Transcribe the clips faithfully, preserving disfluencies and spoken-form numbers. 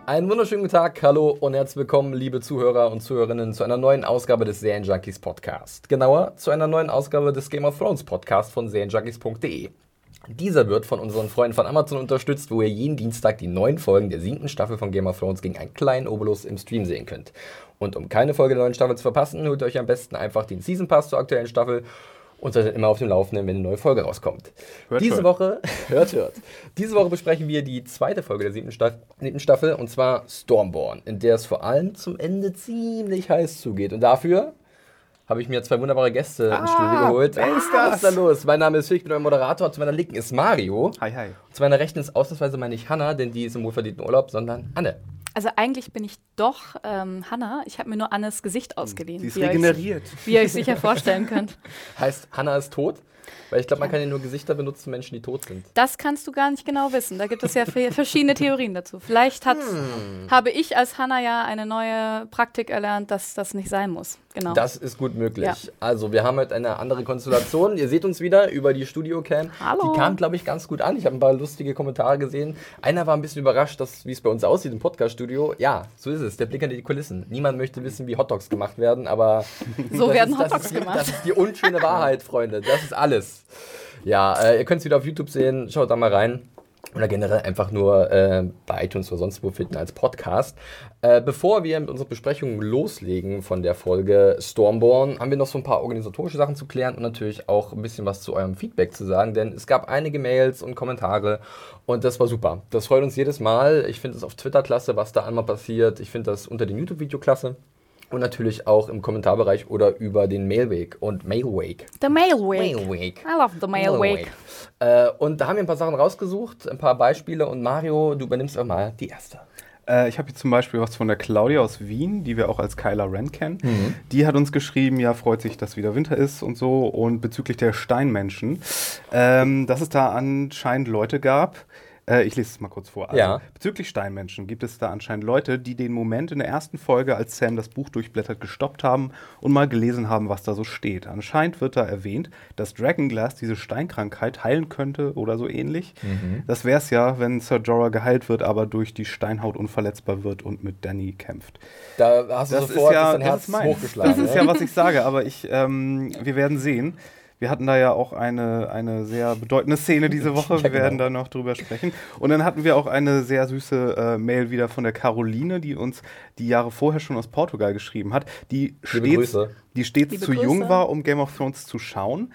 Einen wunderschönen guten Tag, hallo und herzlich willkommen, liebe Zuhörer und Zuhörerinnen, zu einer neuen Ausgabe des Serienjunkies Podcast. Genauer, zu einer neuen Ausgabe des Game of Thrones Podcast von serienjunkies punkt de. Dieser wird von unseren Freunden von Amazon unterstützt, wo ihr jeden Dienstag die neuen Folgen der siebten Staffel von Game of Thrones gegen einen kleinen Obolus im Stream sehen könnt. Und um keine Folge der neuen Staffel zu verpassen, holt euch am besten einfach den Season Pass zur aktuellen Staffel und seid immer auf dem Laufenden, wenn eine neue Folge rauskommt. Hört, Diese hört. Woche, hört, hört. Diese Woche besprechen wir die zweite Folge der siebten Staffel, siebten Staffel, und zwar Stormborn, in der es vor allem zum Ende ziemlich heiß zugeht. Und dafür habe ich mir zwei wunderbare Gäste ah, ins Studio geholt. Wer ist das? Was ist da los? Mein Name ist Phil, ich bin euer Moderator. Zu meiner Linken ist Mario. Hi, hi. Zu meiner Rechten ist ausnahmsweise mal nicht Hannah, denn die ist im wohlverdienten Urlaub, sondern Anne. Also eigentlich bin ich doch ähm, Hannah. Ich habe mir nur Annes Gesicht ausgeliehen. Sie ist wie regeneriert. Euch, wie ihr euch sicher vorstellen könnt. Heißt, Hannah ist tot? Weil ich glaube, man kann ja nur Gesichter benutzen, Menschen, die tot sind. Das kannst du gar nicht genau wissen. Da gibt es ja verschiedene Theorien dazu. Vielleicht hat, hm. habe ich als Hannah ja eine neue Praktik erlernt, dass das nicht sein muss. Genau. Das ist gut möglich. Ja. Also, wir haben heute eine andere Konstellation. Ihr seht uns wieder über die Studio-Cam. Hallo. Die kam, glaube ich, ganz gut an. Ich habe ein paar lustige Kommentare gesehen. Einer war ein bisschen überrascht, dass, wie es bei uns aussieht im Podcast-Studio. Ja, so ist es. Der Blick an die Kulissen. Niemand möchte wissen, wie Hotdogs gemacht werden, aber so werden ist, Hotdogs die, gemacht. Das ist die unschöne Wahrheit, Freunde. Das ist alles. Ja, äh, ihr könnt es wieder auf YouTube sehen. Schaut da mal rein. Oder generell einfach nur äh, bei iTunes oder sonst wo finden als Podcast. Äh, bevor wir mit unserer Besprechung loslegen von der Folge Stormborn, haben wir noch so ein paar organisatorische Sachen zu klären und natürlich auch ein bisschen was zu eurem Feedback zu sagen, denn es gab einige Mails und Kommentare und das war super. Das freut uns jedes Mal. Ich finde es auf Twitter klasse, was da einmal passiert. Ich finde das unter dem YouTube-Video klasse. Und natürlich auch im Kommentarbereich oder über den Mailweg und Mailweg. The Mailweg. Mailweg. I love the Mailweg. Äh, und da haben wir ein paar Sachen rausgesucht, ein paar Beispiele. Und Mario, du übernimmst auch mal die erste. Äh, ich habe hier zum Beispiel was von der Claudia aus Wien, die wir auch als Kyla Ren kennen. Mhm. Die hat uns geschrieben, ja, freut sich, dass wieder Winter ist und so. Und bezüglich der Steinmenschen, ähm, dass es da anscheinend Leute gab. Äh, ich lese es mal kurz vor. Also, ja. Bezüglich Steinmenschen gibt es da anscheinend Leute, die den Moment in der ersten Folge, als Sam das Buch durchblättert, gestoppt haben und mal gelesen haben, was da so steht. Anscheinend wird da erwähnt, dass Dragonglass diese Steinkrankheit heilen könnte oder so ähnlich. Mhm. Das wäre es ja, wenn Ser Jorah geheilt wird, aber durch die Steinhaut unverletzbar wird und mit Danny kämpft. Da hast du das sofort ist ja, dein Herz das hochgeschlagen. Das ist ja, was ich sage, aber ich, ähm, wir werden sehen. Wir hatten da ja auch eine, eine sehr bedeutende Szene diese Woche. Wir ja, genau. werden da noch drüber sprechen. Und dann hatten wir auch eine sehr süße äh, Mail wieder von der Caroline, die uns die Jahre vorher schon aus Portugal geschrieben hat, die stets, die stets zu jung war, um Game of Thrones zu schauen.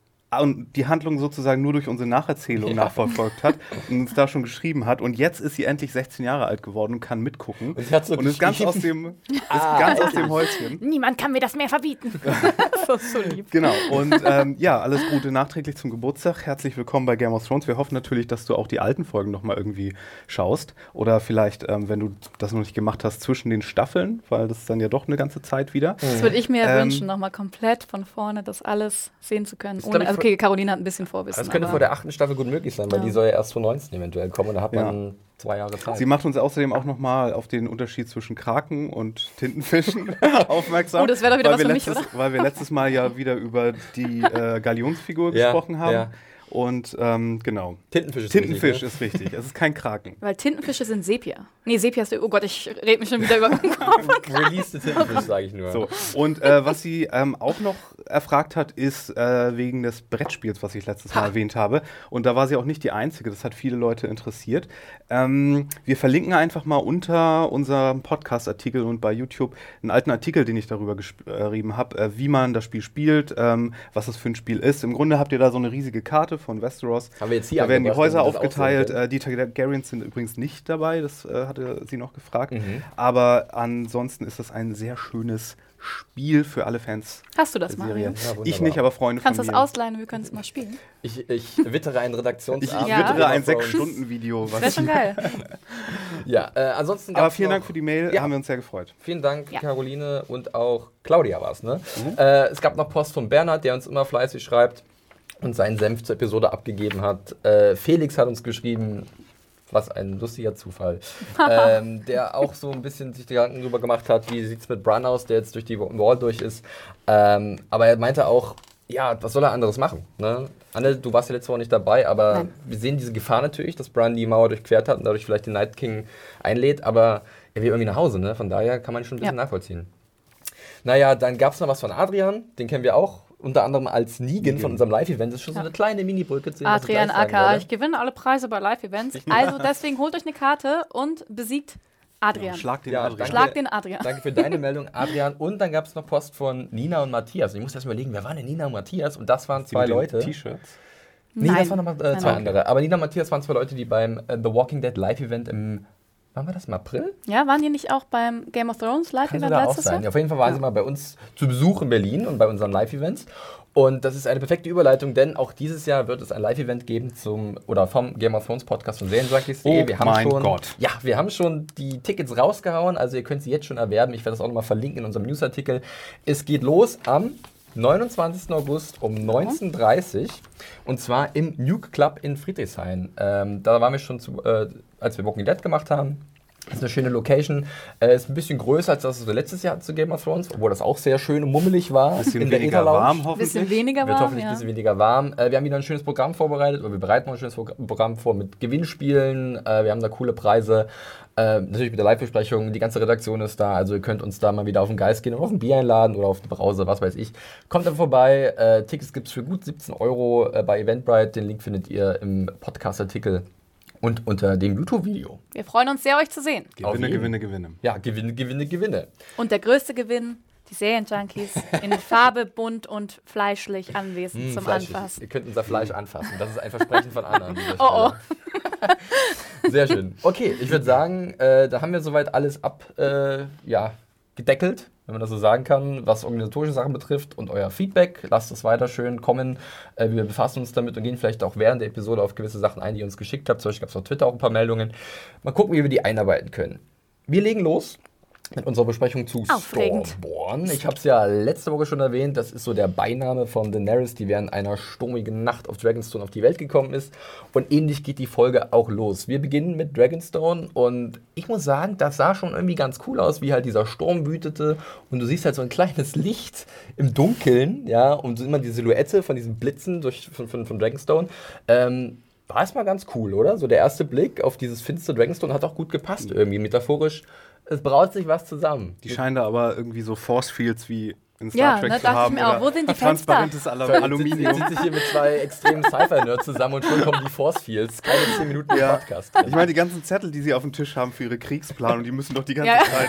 Und die Handlung sozusagen nur durch unsere Nacherzählung ja. nachverfolgt hat und uns da schon geschrieben hat. Und jetzt ist sie endlich sechzehn Jahre alt geworden und kann mitgucken. Und, sie hat so und ist ganz aus dem, ah. ist ganz aus dem Häuschen. Niemand kann mir das mehr verbieten. Das ist so lieb. Genau. Und ähm, ja, alles Gute nachträglich zum Geburtstag. Herzlich willkommen bei Game of Thrones. Wir hoffen natürlich, dass du auch die alten Folgen noch mal irgendwie schaust. Oder vielleicht, ähm, wenn du das noch nicht gemacht hast, zwischen den Staffeln, weil das ist dann ja doch eine ganze Zeit wieder. Das würde ich mir ähm, wünschen, noch mal komplett von vorne das alles sehen zu können. Ohne, also okay, Caroline hat ein bisschen Vorwissen. Das könnte vor der achten Staffel gut möglich sein, weil ja. die soll ja erst zwanzig neunzehn eventuell kommen und da hat man ja. zwei Jahre Zeit. Sie macht uns außerdem auch nochmal auf den Unterschied zwischen Kraken und Tintenfischen aufmerksam. Oh, das wäre doch wieder was für letztes, mich, oder? Weil wir letztes Mal ja wieder über die äh, Galionsfigur ja, gesprochen haben. Ja. Und ähm, genau. Tintenfisch ist Tintenfisch richtig. Ne? ist richtig. Es ist kein Kraken. Weil Tintenfische sind Sepia. Nee, Sepia ist der. Oh Gott, ich rede mich schon wieder über den Kopf. Release Tintenfisch, sage ich nur. So. Und äh, was sie ähm, auch noch erfragt hat, ist äh, wegen des Brettspiels, was ich letztes Mal ha. erwähnt habe. Und da war sie auch nicht die Einzige. Das hat viele Leute interessiert. Ähm, wir verlinken einfach mal unter unserem Podcast-Artikel und bei YouTube einen alten Artikel, den ich darüber geschrieben habe, äh, wie man das Spiel spielt, ähm, was das für ein Spiel ist. Im Grunde habt ihr da so eine riesige Karte von Westeros. Haben wir jetzt hier da werden die Häuser aufgeteilt. Äh, die Targaryens sind übrigens nicht dabei, das äh, hatte sie noch gefragt. Mhm. Aber ansonsten ist das ein sehr schönes Spiel für alle Fans. Hast du das, Mario? Ja, ich nicht, aber Freunde Kannst von mir. Kannst du das ausleihen und wir können es mal spielen? Ich, ich wittere ein Redaktionsabend. Ich, ich ja. wittere ein sechs-Stunden-Video. Das wäre schon geil. ja, äh, ansonsten aber vielen Dank für die Mail, ja. haben wir uns sehr gefreut. Vielen Dank, ja. Caroline und auch Claudia war es, ne? Mhm. Äh, es gab noch Post von Bernhard, der uns immer fleißig schreibt und seinen Senf zur Episode abgegeben hat. Äh, Felix hat uns geschrieben, was ein lustiger Zufall, ähm, der auch so ein bisschen sich Gedanken darüber gemacht hat, wie sieht es mit Bran aus, der jetzt durch die Wall durch ist. Ähm, aber er meinte auch, ja, was soll er anderes machen? Ne? Anne, du warst ja letzte Woche nicht dabei, aber Nein. wir sehen diese Gefahr natürlich, dass Bran die Mauer durchquert hat und dadurch vielleicht den Night King einlädt, aber er will irgendwie nach Hause, ne? Von daher kann man schon ein bisschen ja. nachvollziehen. Naja, dann gab es noch was von Adrian, den kennen wir auch, unter anderem als Negan, Negan. von unserem Live-Event. Das ist schon ja. so eine kleine Mini-Brücke zu dem, Adrian A K, ich gewinne alle Preise bei Live-Events, also deswegen holt euch eine Karte und besiegt Adrian. Ja, schlag den ja, Adrian. Danke, Schlag den Adrian. Danke für deine Meldung, Adrian. Und dann gab es noch Post von Nina und Matthias. Ich muss erst überlegen, wer waren denn Nina und Matthias? Und das waren das zwei Leute. T-Shirts? Nee, Nein. das waren nochmal äh, zwei Nein. andere. Aber Nina und Matthias waren zwei Leute, die beim äh, The Walking Dead Live-Event im, wann war das, im April? Ja, waren die nicht auch beim Game of Thrones Live-Event letztes Jahr? Ja, auf jeden Fall waren ja. sie mal bei uns zu Besuch in Berlin und bei unseren Live-Events. Und das ist eine perfekte Überleitung, denn auch dieses Jahr wird es ein Live-Event geben zum oder vom Game of Thrones Podcast von Serienjunkies punkt de. Oh wir haben mein schon, Gott. Ja, wir haben schon die Tickets rausgehauen, also ihr könnt sie jetzt schon erwerben. Ich werde das auch nochmal verlinken in unserem Newsartikel. Es geht los am neunundzwanzigsten August um neunzehn Uhr dreißig und zwar im Nuke Club in Friedrichshain. Ähm, da waren wir schon, zu, äh, als wir Walking Dead gemacht haben. Das ist eine schöne Location. Äh, ist ein bisschen größer als das, was wir letztes Jahr zu Game of Thrones, obwohl das auch sehr schön und mummelig war. Bisschen in der weniger warm, hoffentlich. Bisschen weniger warm, Wird hoffentlich ja. ein bisschen weniger warm. Äh, wir haben wieder ein schönes Programm vorbereitet, oder wir bereiten noch ein schönes Programm vor mit Gewinnspielen. Äh, wir haben da coole Preise. Äh, natürlich mit der Live-Besprechung. Die ganze Redaktion ist da. Also ihr könnt uns da mal wieder auf den Geist gehen und auf ein Bier einladen oder auf eine Brause, was weiß ich. Kommt dann vorbei. Äh, Tickets gibt es für gut siebzehn Euro äh, bei Eventbrite. Den Link findet ihr im Podcast-Artikel und unter dem YouTube-Video. Wir freuen uns sehr, euch zu sehen. Gewinne, Gewinne, Gewinne. Ja, Gewinne, Gewinne, Gewinne. Und der größte Gewinn, die Serienjunkies in Farbe, bunt und fleischlich anwesend mmh, zum fleischlich. Anfassen. Ihr könnt unser Fleisch anfassen. Das ist ein Versprechen von Anna. An oh, oh. Sehr schön. Okay, ich würde sagen, äh, da haben wir soweit alles ab, äh, ja, gedeckelt, wenn man das so sagen kann, was organisatorische Sachen betrifft und euer Feedback. Lasst es weiter schön kommen. Äh, wir befassen uns damit und gehen vielleicht auch während der Episode auf gewisse Sachen ein, die ihr uns geschickt habt. Zum Beispiel gab es auf Twitter auch ein paar Meldungen. Mal gucken, wie wir die einarbeiten können. Wir legen los mit unserer Besprechung zu Stormborn. Ich habe es ja letzte Woche schon erwähnt, das ist so der Beiname von Daenerys, die während einer sturmigen Nacht auf Dragonstone auf die Welt gekommen ist. Und ähnlich geht die Folge auch los. Wir beginnen mit Dragonstone und ich muss sagen, das sah schon irgendwie ganz cool aus, wie halt dieser Sturm wütete und du siehst halt so ein kleines Licht im Dunkeln, ja, und immer die Silhouette von diesen Blitzen durch, von, von, von Dragonstone. Ähm, war erstmal ganz cool, oder? So der erste Blick auf dieses finstere Dragonstone hat auch gut gepasst, irgendwie metaphorisch. Es braut sich was zusammen. Die scheinen da aber irgendwie so Force Fields wie in Star ja, Trek ne, zu haben. Ich mir auch. Wo sind die transparentes Al Aluminium. Man sitzt sich hier mit zwei extremen Sci-Fi-Nerds zusammen und schon kommen die Force Fields. Keine zehn Minuten ja. Podcast. Ich meine, die ganzen Zettel, die sie auf dem Tisch haben für ihre Kriegsplanung, die müssen doch die ganze ja. Zeit...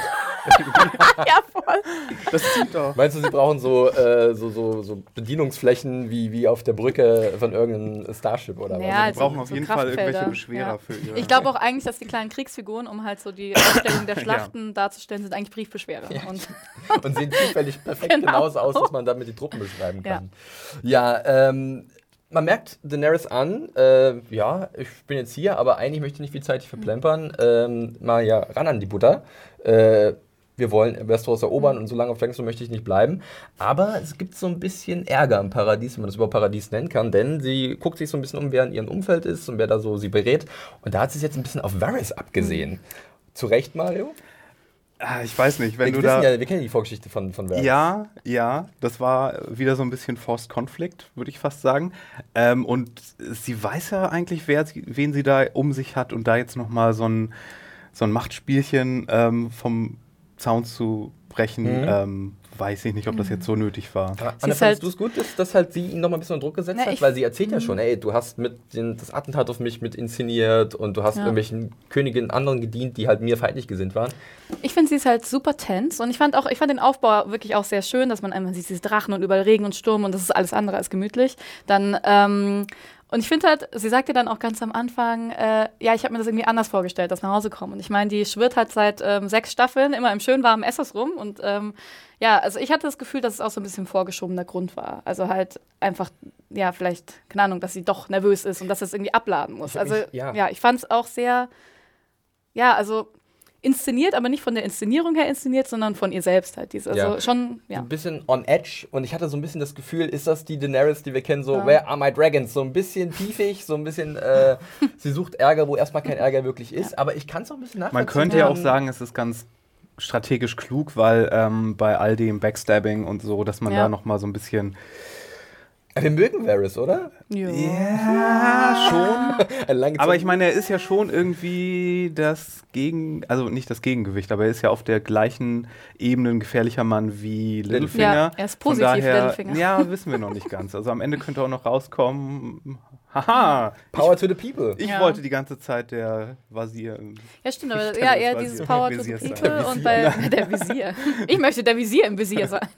ja, voll. Das zieht doch. Meinst du, sie brauchen so, äh, so, so, so Bedienungsflächen wie, wie auf der Brücke von irgendeinem Starship oder ja, was? Sie also brauchen auf so jeden Fall irgendwelche Beschwerer ja. für ihre... Ich glaube auch eigentlich, dass die kleinen Kriegsfiguren, um halt so die Ausstellung der Schlachten ja. darzustellen, sind eigentlich Briefbeschwerer. Ja. Und, und sehen zufällig perfekt genau. genauso aus, dass man damit die Truppen beschreiben kann. Ja, ja ähm... Man merkt Daenerys an, äh, ja, ich bin jetzt hier, aber eigentlich möchte ich nicht viel Zeit verplempern. Ähm, mal ja, ran an die Butter. Äh, wir wollen Westeros erobern und so lange auf Dragonstone möchte ich nicht bleiben. Aber es gibt so ein bisschen Ärger im Paradies, wenn man das überhaupt Paradies nennen kann, denn sie guckt sich so ein bisschen um, wer in ihrem Umfeld ist und wer da so sie berät. Und da hat sie es jetzt ein bisschen auf Varys abgesehen. Mhm. Zu Recht, Mario? Ah, ich weiß nicht, wenn wir du da... Ja, wir kennen die Vorgeschichte von, von Varys. Ja, ja, das war wieder so ein bisschen Forced Conflict, würde ich fast sagen. Ähm, und sie weiß ja eigentlich, wer sie, wen sie da um sich hat und da jetzt nochmal so ein, so ein Machtspielchen ähm, vom Zaun zu brechen, mhm. ähm, weiß ich nicht, ob das jetzt so nötig war. Aber Anna, fandest halt du es gut, dass, dass halt sie ihn nochmal ein bisschen unter Druck gesetzt Na, hat? Weil sie erzählt ja schon, ey, du hast mit den, das Attentat auf mich mit inszeniert und du hast ja. irgendwelchen Königinnen anderen gedient, die halt mir feindlich gesinnt waren. Ich finde, sie ist halt super tense und ich fand auch, ich fand den Aufbau wirklich auch sehr schön, dass man einmal sieht, diese Drachen und überall Regen und Sturm und das ist alles andere als gemütlich. Dann, ähm, und ich finde halt, sie sagt ja dann auch ganz am Anfang, äh, ja, ich habe mir das irgendwie anders vorgestellt, dass nach Hause kommen. Und ich meine, die schwirrt halt seit ähm, sechs Staffeln immer im schön warmen Essos rum. Und ähm, ja, also ich hatte das Gefühl, dass es auch so ein bisschen vorgeschobener Grund war. Also halt einfach, ja, vielleicht, keine Ahnung, dass sie doch nervös ist und dass es irgendwie abladen muss. Also mich, ja. ja, ich fand es auch sehr, ja, also inszeniert, aber nicht von der Inszenierung her inszeniert, sondern von ihr selbst halt. Also ja. schon, ja. Ein bisschen on edge und ich hatte so ein bisschen das Gefühl, ist das die Daenerys, die wir kennen, so, ja. where are my dragons? So ein bisschen piefig, so ein bisschen, äh, sie sucht Ärger, wo erstmal kein Ärger wirklich ist, ja. aber ich kann es auch ein bisschen nachvollziehen. Man könnte ja auch sagen, es ist ganz strategisch klug, weil ähm, bei all dem Backstabbing und so, dass man ja. da nochmal so ein bisschen Wir mögen Varys, oder? Ja. Ja, schon. Eine lange Aber Zeit- ich meine, er ist ja schon irgendwie das Gegen... Also nicht das Gegengewicht, aber er ist ja auf der gleichen Ebene ein gefährlicher Mann wie Littlefinger. Ja, er ist Von positiv, daher, Littlefinger. Ja, wissen wir noch nicht ganz. Also am Ende könnte auch noch rauskommen... Haha, Power to the people. ich Ja. wollte die ganze Zeit der Vasier... Ja, stimmt, aber Ich ja, kann eher das dieses Visier- Power to the Visier sein. People Der und bei der Visier. Ich möchte der Visier im Visier sein.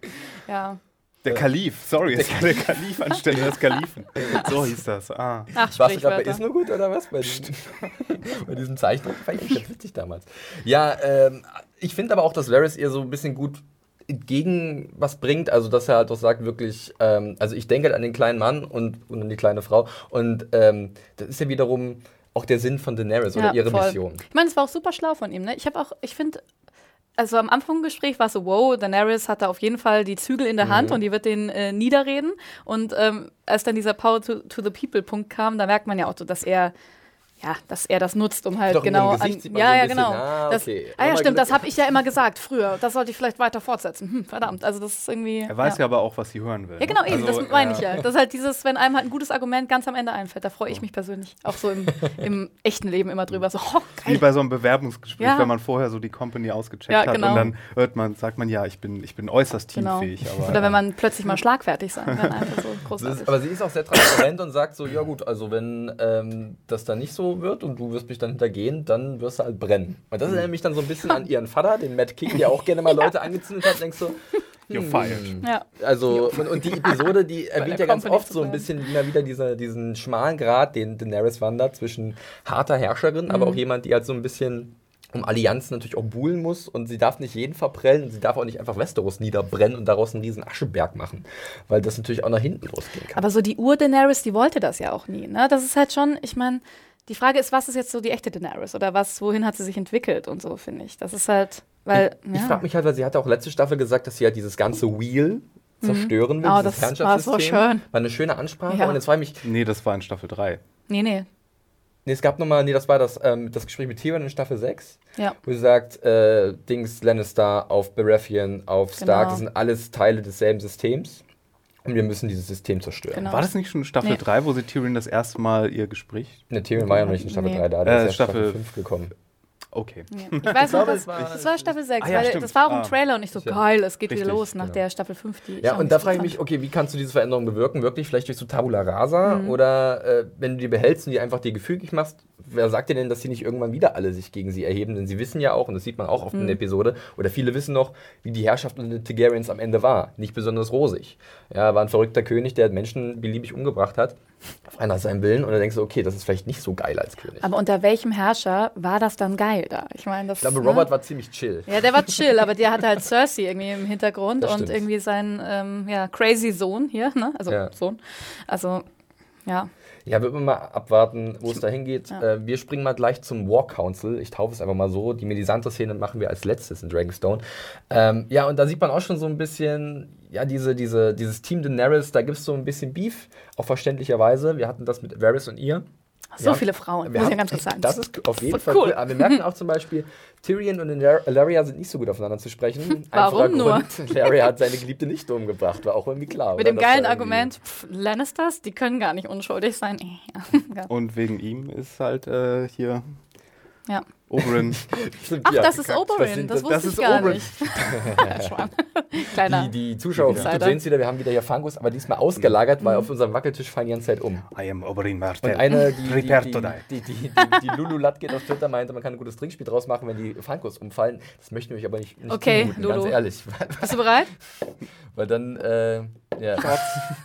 Ja. Der Kalif, sorry, es war der Kalif anstelle des Kalifen. So hieß das. Ah. Ach, Warst du gerade bei Sprichwörter. Ist nur gut oder was? Bei diesem, bei diesem Zeichnung fand ich ganz witzig damals. Ja, ähm, ich finde aber auch, dass Varys ihr so ein bisschen gut entgegen was bringt, also dass er halt auch sagt wirklich, ähm, also ich denke halt an den kleinen Mann und, und an die kleine Frau und ähm, das ist ja wiederum auch der Sinn von Daenerys oder ihre voll. Mission. Ich meine, es war auch super schlau von ihm, ne? Ich habe auch, ich finde, also am Anfang des Gesprächs war es so, wow, Daenerys hat da auf jeden Fall die Zügel in der Hand und die wird den äh, niederreden. Und ähm, als dann dieser Power to, to the People Punkt kam, da merkt man ja auch so, dass er ja, dass er das nutzt, um halt Doch, in genau ihrem Gesicht an, sieht man ja, so ein ja, bisschen, genau. ah, Das, okay. ah ja, Nochmal stimmt, das Glück. habe ich ja immer gesagt früher. Das sollte ich vielleicht weiter fortsetzen. Hm, verdammt, also das ist irgendwie. Er weiß ja. ja aber auch, was sie hören will. Ja, genau, eben, Also, das meine er- ich ja. Das ist halt dieses, wenn einem halt ein gutes Argument ganz am Ende einfällt, da freue ich mich persönlich auch so im, im echten Leben immer drüber. So, oh, Wie geil. bei so einem Bewerbungsgespräch, Ja. wenn man vorher so die Company ausgecheckt Ja, hat genau. und dann hört man, sagt man, ja, ich bin, ich bin äußerst Genau. teamfähig. Aber, Oder wenn man plötzlich mal schlagfertig sein kann, einfach so Das ist, großartig. aber sie ist auch sehr transparent und sagt so, ja gut, also wenn ähm, das dann nicht so wird und du wirst mich dann hintergehen, dann wirst du halt brennen. Und das erinnert mich dann so ein bisschen an ihren Vater, den Matt King, der auch gerne mal Leute angezündet hat, denkst so, You're hm, fired. Ja. Also, und, und die Episode, die erwähnt der ja ganz Company oft zu so ein sein. bisschen immer wieder diese, diesen schmalen Grat, den Daenerys wandert zwischen harter Herrscherin, aber auch jemand, die halt so ein bisschen um Allianzen natürlich auch buhlen muss und sie darf nicht jeden verprellen und sie darf auch nicht einfach Westeros niederbrennen und daraus einen riesen Ascheberg machen, weil das natürlich auch nach hinten losgehen kann. Aber so die Ur-Daenerys, die wollte das ja auch nie. Ne? Das ist halt schon, ich meine, die Frage ist, was ist jetzt so die echte Daenerys oder was, wohin hat sie sich entwickelt und so, finde ich. Das ist halt, weil, Ich ja. frage mich halt, weil sie hatte auch letzte Staffel gesagt, dass sie halt dieses ganze Wheel zerstören will, Oh, dieses das war so Herrschaftssystem. schön. War eine schöne Ansprache Ja. und jetzt frage ich mich, Nee, das war in Staffel drei. Nee, nee. nee, es gab nochmal, nee, das war das, ähm, das Gespräch mit Tyrion in Staffel sechs, Ja. wo sie sagt, äh, Dings, Lannister auf Baratheon, auf Stark, Genau. das sind alles Teile desselben Systems und wir müssen dieses System zerstören. Genau. War das nicht schon Staffel Nee. drei, wo sie Tyrion das erste Mal ihr Gespräch? Ne, Tyrion war ja noch nicht in Staffel Nee. drei da, der Äh, ist erst Staffel- Staffel fünf gekommen. Okay. Nee. Ich weiß noch, glaube, das, es war- das war Staffel sechs, Ah, ja, weil stimmt. das war auch im Ah. Trailer und ich so, Ja. geil, es geht Richtig, wieder los nach genau. der Staffel fünf. Die ich Ja, auch und nicht da so frage ich fand. mich, okay, wie kannst du diese Veränderung bewirken? Wirklich vielleicht durch so Tabula Rasa? Mhm. Oder äh, wenn du die behältst und die einfach dir gefügig machst, wer sagt dir denn, dass sie nicht irgendwann wieder alle sich gegen sie erheben? Denn sie wissen ja auch, und das sieht man auch oft Mhm. in der Episode, oder viele wissen noch, wie die Herrschaft unter den Targaryens am Ende war. Nicht besonders rosig. Ja, war ein verrückter König, der Menschen beliebig umgebracht hat, auf einer seinem Willen. Und dann denkst du, okay, das ist vielleicht nicht so geil als König. Aber unter welchem Herrscher war das dann geil da? Ich meine, das Ich glaube, ne? Robert war ziemlich chill. Ja, der war chill, aber der hatte halt Cersei irgendwie im Hintergrund Das und stimmt. irgendwie seinen ähm, ja, crazy Sohn hier, ne? Also Ja. Sohn. Also, ja. Ja, wir würden mal abwarten, wo es da hingeht. Ja. Äh, wir springen mal gleich zum War Council. Ich taufe es einfach mal so. Die Melisandre-Szene machen wir als letztes in Dragonstone. Ähm, ja, und da sieht man auch schon so ein bisschen, ja, diese, diese, dieses Team Daenerys, da gibt es so ein bisschen Beef, auch verständlicherweise. Wir hatten das mit Varys und ihr. So Ja. viele Frauen, Wir muss ich haben- ganz kurz sagen. Das ist auf jeden Voll Fall cool. cool. Aber wir merken auch zum Beispiel, Tyrion und Ilaria sind nicht so gut aufeinander zu sprechen. Warum Einfacher nur? Grund, Ilaria hat seine Geliebte nicht umgebracht, war auch irgendwie klar. Mit oder? dem Dass da geilen irgendwie- Argument, pff, Lannisters, die können gar nicht unschuldig sein. Ja. Ja. Und wegen ihm ist halt äh, hier Ja. Oberyn. Stimmt, Ach, ja. das ist Das Oberyn, sind- das, das wusste ist ich gar Oberyn. nicht. Ja, Schwan. Kleiner. Die, die Zuschauer auf YouTube Insider. sehen es wieder, wir haben wieder hier Fangus, aber diesmal ausgelagert, weil auf unserem Wackeltisch fallen die ganze Zeit um. I am Oberyn Und Martell. eine, die, die, Prepare die, to die. die, die, die, die Lulu Latget auf Twitter meinte, man kann ein gutes Trinkspiel draus machen, wenn die Fangus umfallen. Das möchten wir euch aber nicht, nicht Okay, zumuten, Lulu. ganz ehrlich. Bist du bereit? Weil dann, äh, ja. Shots.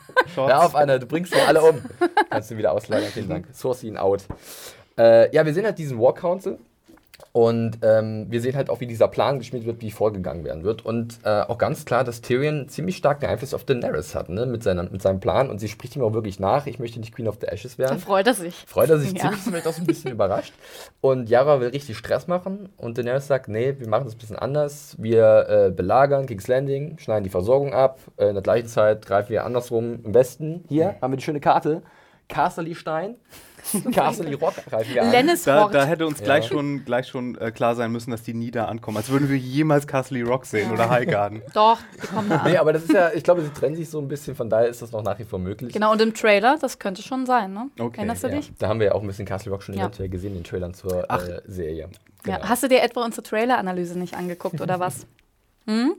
Hör auf, Anna, du bringst sie alle um. Kannst du wieder auslagern, vielen Dank. Source ihn out. Äh, ja, wir sehen halt diesen War Council. Und ähm, wir sehen halt auch, wie dieser Plan geschmiedet wird, wie vorgegangen werden wird. Und äh, auch ganz klar, dass Tyrion ziemlich starken Einfluss auf Daenerys hat, ne? mit, seiner, mit seinem Plan. Und sie spricht ihm auch wirklich nach, ich möchte nicht Queen of the Ashes Da werden. freut er sich. Freut er sich Ja. ziemlich, ist vielleicht auch so ein bisschen überrascht. Und Yara will richtig Stress machen. Und Daenerys sagt, nee, wir machen das ein bisschen anders. Wir äh, belagern King's Landing, schneiden die Versorgung ab. Äh, in der gleichen Zeit greifen wir andersrum im Westen. Hier haben wir die schöne Karte. Casterly Stein, Casterly Rock greifen wir an. Lennis Da, Hort. da hätte uns gleich Ja. schon, gleich schon äh, klar sein müssen, dass die nie da ankommen. Als würden wir jemals Castle Rock sehen oder Highgarden. Doch, die kommen da an. Nee, aber das ist ja, ich glaube, sie trennen sich so ein bisschen, von daher ist das noch nach wie vor möglich. Genau, und im Trailer, das könnte schon sein, ne? Okay, Erinnerst du Ja, dich? da haben wir ja auch ein bisschen Castle Rock schon Ja. eventuell gesehen, in den Trailern zur Ach. äh, Serie. Ja. Genau. Hast du dir etwa unsere Trailer-Analyse nicht angeguckt oder was? Hm?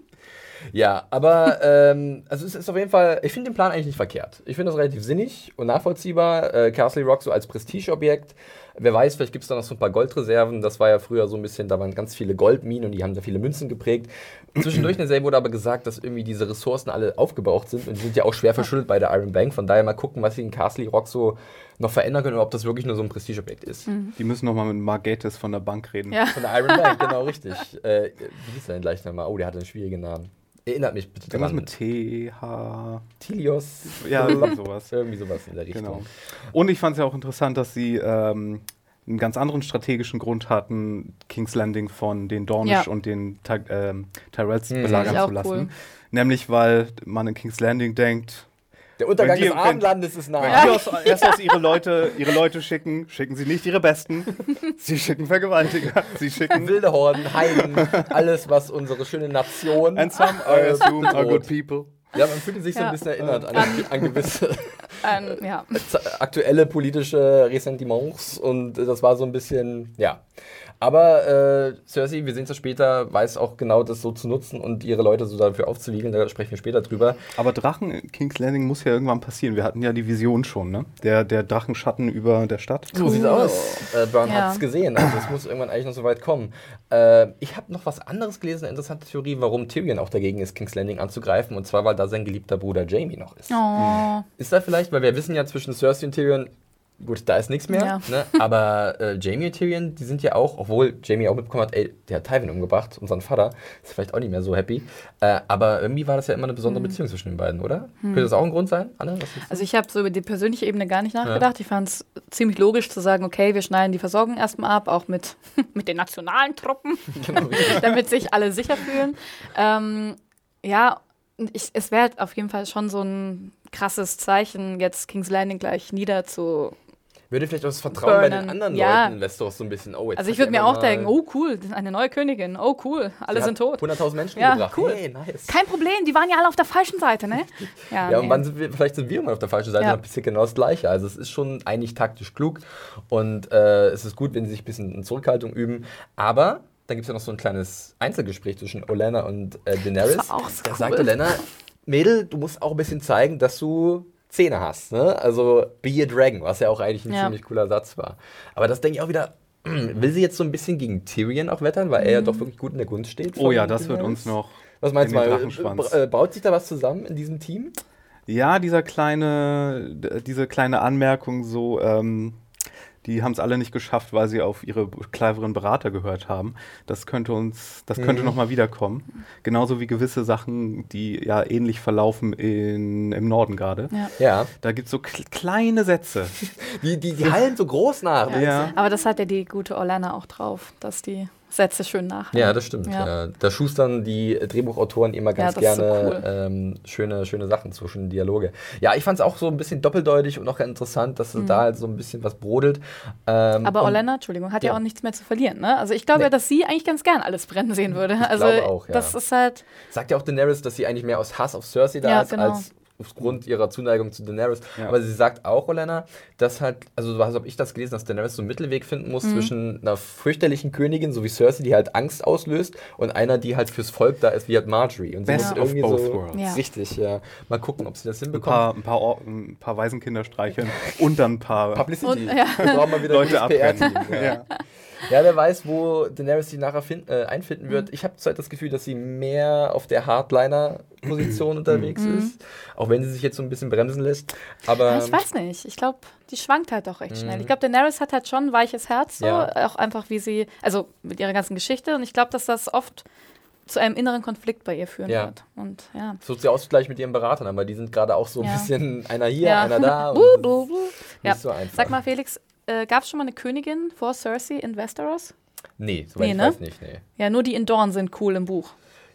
Ja, aber ähm, also es ist auf jeden Fall, ich finde den Plan eigentlich nicht verkehrt. Ich finde das relativ sinnig und nachvollziehbar. Äh, Castle Rock so als Prestigeobjekt. Wer weiß, vielleicht gibt es da noch so ein paar Goldreserven. Das war ja früher so ein bisschen, da waren ganz viele Goldminen und die haben da viele Münzen geprägt. Zwischendurch in der Serie wurde aber gesagt, dass irgendwie diese Ressourcen alle aufgebraucht sind und die sind ja auch schwer verschuldet bei der Iron Bank. Von daher mal gucken, was sie in Castle Rock so noch verändern können oder ob das wirklich nur so ein Prestigeobjekt ist. Die müssen nochmal mit Margates von der Bank reden. Ja. Von der Iron Bank, genau, richtig. Äh, wie hieß der denn gleich nochmal? Oh, der hatte einen schwierigen Namen. Erinnert mich bitte Irgendwas dran. mit T, H. Tilios. Ja, irgendwie sowas. Irgendwie sowas in der Richtung. Genau. Und ich fand es ja auch interessant, dass sie ähm, einen ganz anderen strategischen Grund hatten, King's Landing von den Dornish Ja. und den Ty ähm, Tyrells Mhm. belagern Finde ich auch zu lassen. cool. Nämlich, weil man in King's Landing denkt, Der Untergang Wenn die- des Abendlandes ist wenn nah. die aus, erst aus ihre Leute, ihre Leute schicken, schicken sie nicht ihre Besten. Sie schicken Vergewaltiger. Sie schicken Wilde Horden, Heiden, alles, was unsere schöne Nation. And some I assume are good bedroht. people. Ja, man fühlte sich so Ja. ein bisschen erinnert an, an gewisse Ähm, ja. z- aktuelle politische Ressentiments und das war so ein bisschen, ja. Aber äh, Cersei, wir sehen es ja später, weiß auch genau das so zu nutzen und ihre Leute so dafür aufzuwiegeln, da sprechen wir später drüber. Aber Drachen in King's Landing muss ja irgendwann passieren. Wir hatten ja die Vision schon, ne? Der, der Drachenschatten über der Stadt. So sieht's aus. Äh, Brown Ja. hat es gesehen, also es muss irgendwann eigentlich noch so weit kommen. Äh, ich habe noch was anderes gelesen, eine interessante Theorie, warum Tyrion auch dagegen ist, King's Landing anzugreifen, und zwar, weil da sein geliebter Bruder Jamie noch ist. Oh. Ist da vielleicht, weil wir wissen ja zwischen Cersei und Tyrion, gut, da ist nichts mehr, Ja. ne? Aber äh, Jamie und Tyrion, die sind ja auch, obwohl Jamie auch mitbekommen hat, ey, der hat Tywin umgebracht, unseren Vater, ist vielleicht auch nicht mehr so happy. Äh, aber irgendwie war das ja immer eine besondere Beziehung zwischen den beiden, oder? Könnte das auch ein Grund sein, Anne? Was ist Also ich habe so über die persönliche Ebene gar nicht nachgedacht. Ich fand es ziemlich logisch zu sagen, okay, wir schneiden die Versorgung erstmal ab, auch mit, mit den nationalen Truppen, damit sich alle sicher fühlen. Ähm, ja, und ich, es wäre auf jeden Fall schon so ein krasses Zeichen, jetzt King's Landing gleich nieder zu... Würde vielleicht auch das Vertrauen bei den Burnen. anderen Ja. Leuten lässt doch so ein bisschen, oh, jetzt Also ich hat würde mir jemand auch mal- denken, oh cool, das ist eine neue Königin, oh cool, alle die sind hat tot. hunderttausend Menschen Ja, gebracht. cool. Hey, nice. Kein Problem, die waren ja alle auf der falschen Seite, ne? Ja, und nee. wann sind wir, vielleicht sind wir mal auf der falschen Seite, Ja. dann passiert genau das Gleiche. Also es ist schon eigentlich taktisch klug und äh, es ist gut, wenn sie sich ein bisschen in Zurückhaltung üben, aber dann gibt es ja noch so ein kleines Einzelgespräch zwischen Olenna und äh, Daenerys. Das war auch so Da cool. sagt Olenna, Mädel, du musst auch ein bisschen zeigen, dass du Zähne hast, ne? Also be a dragon, was ja auch eigentlich ein Ja. ziemlich cooler Satz war. Aber das denke ich auch wieder, will sie jetzt so ein bisschen gegen Tyrion auch wettern, weil er ja doch wirklich gut in der Gunst steht? Oh von ja, das wird Daenerys? uns noch. Was meinst in du den mal? Drachenschwanz. Äh, Baut sich da was zusammen in diesem Team? Ja, dieser kleine, d- diese kleine Anmerkung so, ähm, die haben es alle nicht geschafft, weil sie auf ihre cleveren Berater gehört haben. Das könnte uns, das könnte Mhm. noch mal wiederkommen. Genauso wie gewisse Sachen, die ja ähnlich verlaufen in, im Norden gerade. Ja. Ja. Da gibt es so kl kleine Sätze. Die, die, die hallen so groß nach. Ja. Ja. Aber das hat ja die gute Orlana auch drauf, dass die Sätze schön nach. Ja, das stimmt. Ja. Ja. Da schustern die Drehbuchautoren immer ganz Ja, das ist so gerne cool. ähm, schöne, schöne Sachen zwischen Dialoge. Ja, ich fand es auch so ein bisschen doppeldeutig und auch ganz interessant, dass da halt so ein bisschen was brodelt. Ähm, Aber und Orlana, Entschuldigung, hat ja. Ja. auch nichts mehr zu verlieren. Ne? Also ich glaube Nee. ja, dass sie eigentlich ganz gern alles brennen sehen würde. Also glaube auch, ja. das ist halt, sagt ja auch Daenerys, dass sie eigentlich mehr aus Hass auf Cersei da Ja, ist, genau. als aufgrund ihrer Zuneigung zu Daenerys. Ja. Aber sie sagt auch, Olenna, dass halt, also so habe ich das gelesen, dass Daenerys so einen Mittelweg finden muss zwischen einer fürchterlichen Königin, so wie Cersei, die halt Angst auslöst, und einer, die halt fürs Volk da ist, wie halt Marjorie. Und sie Best muss of irgendwie both so, worlds. Ja. Richtig, ja. Mal gucken, ob sie das Ein hinbekommt. paar, ein paar, Or ein paar Waisenkinder streicheln und dann ein paar Publicity. Und- ja. Wir brauchen mal wieder Leute ein P abrennen. R-Team. Ja. Ja. Ja, wer weiß, wo Daenerys sich nachher fin- äh, einfinden wird. Ich habe zurzeit das Gefühl, dass sie mehr auf der Hardliner-Position unterwegs ist. Auch wenn sie sich jetzt so ein bisschen bremsen lässt. Aber ich weiß nicht. Ich glaube, die schwankt halt doch recht schnell. Ich glaube, Daenerys hat halt schon ein weiches Herz, so. Ja. Auch einfach wie sie, also mit ihrer ganzen Geschichte. Und ich glaube, dass das oft zu einem inneren Konflikt bei ihr führen Ja. wird. Und ja. sucht sie Ausgleich mit ihren Beratern, aber die sind gerade auch so ein Ja. bisschen einer hier, Ja. einer da. Buh, Und buh, buh. Ja. nicht so einfach. Sag mal, Felix, äh, gab es schon mal eine Königin vor Cersei in Westeros? Nee, soweit Nee, ich ne? weiß nicht, nee. Ja, nur die in Dorne sind cool im Buch.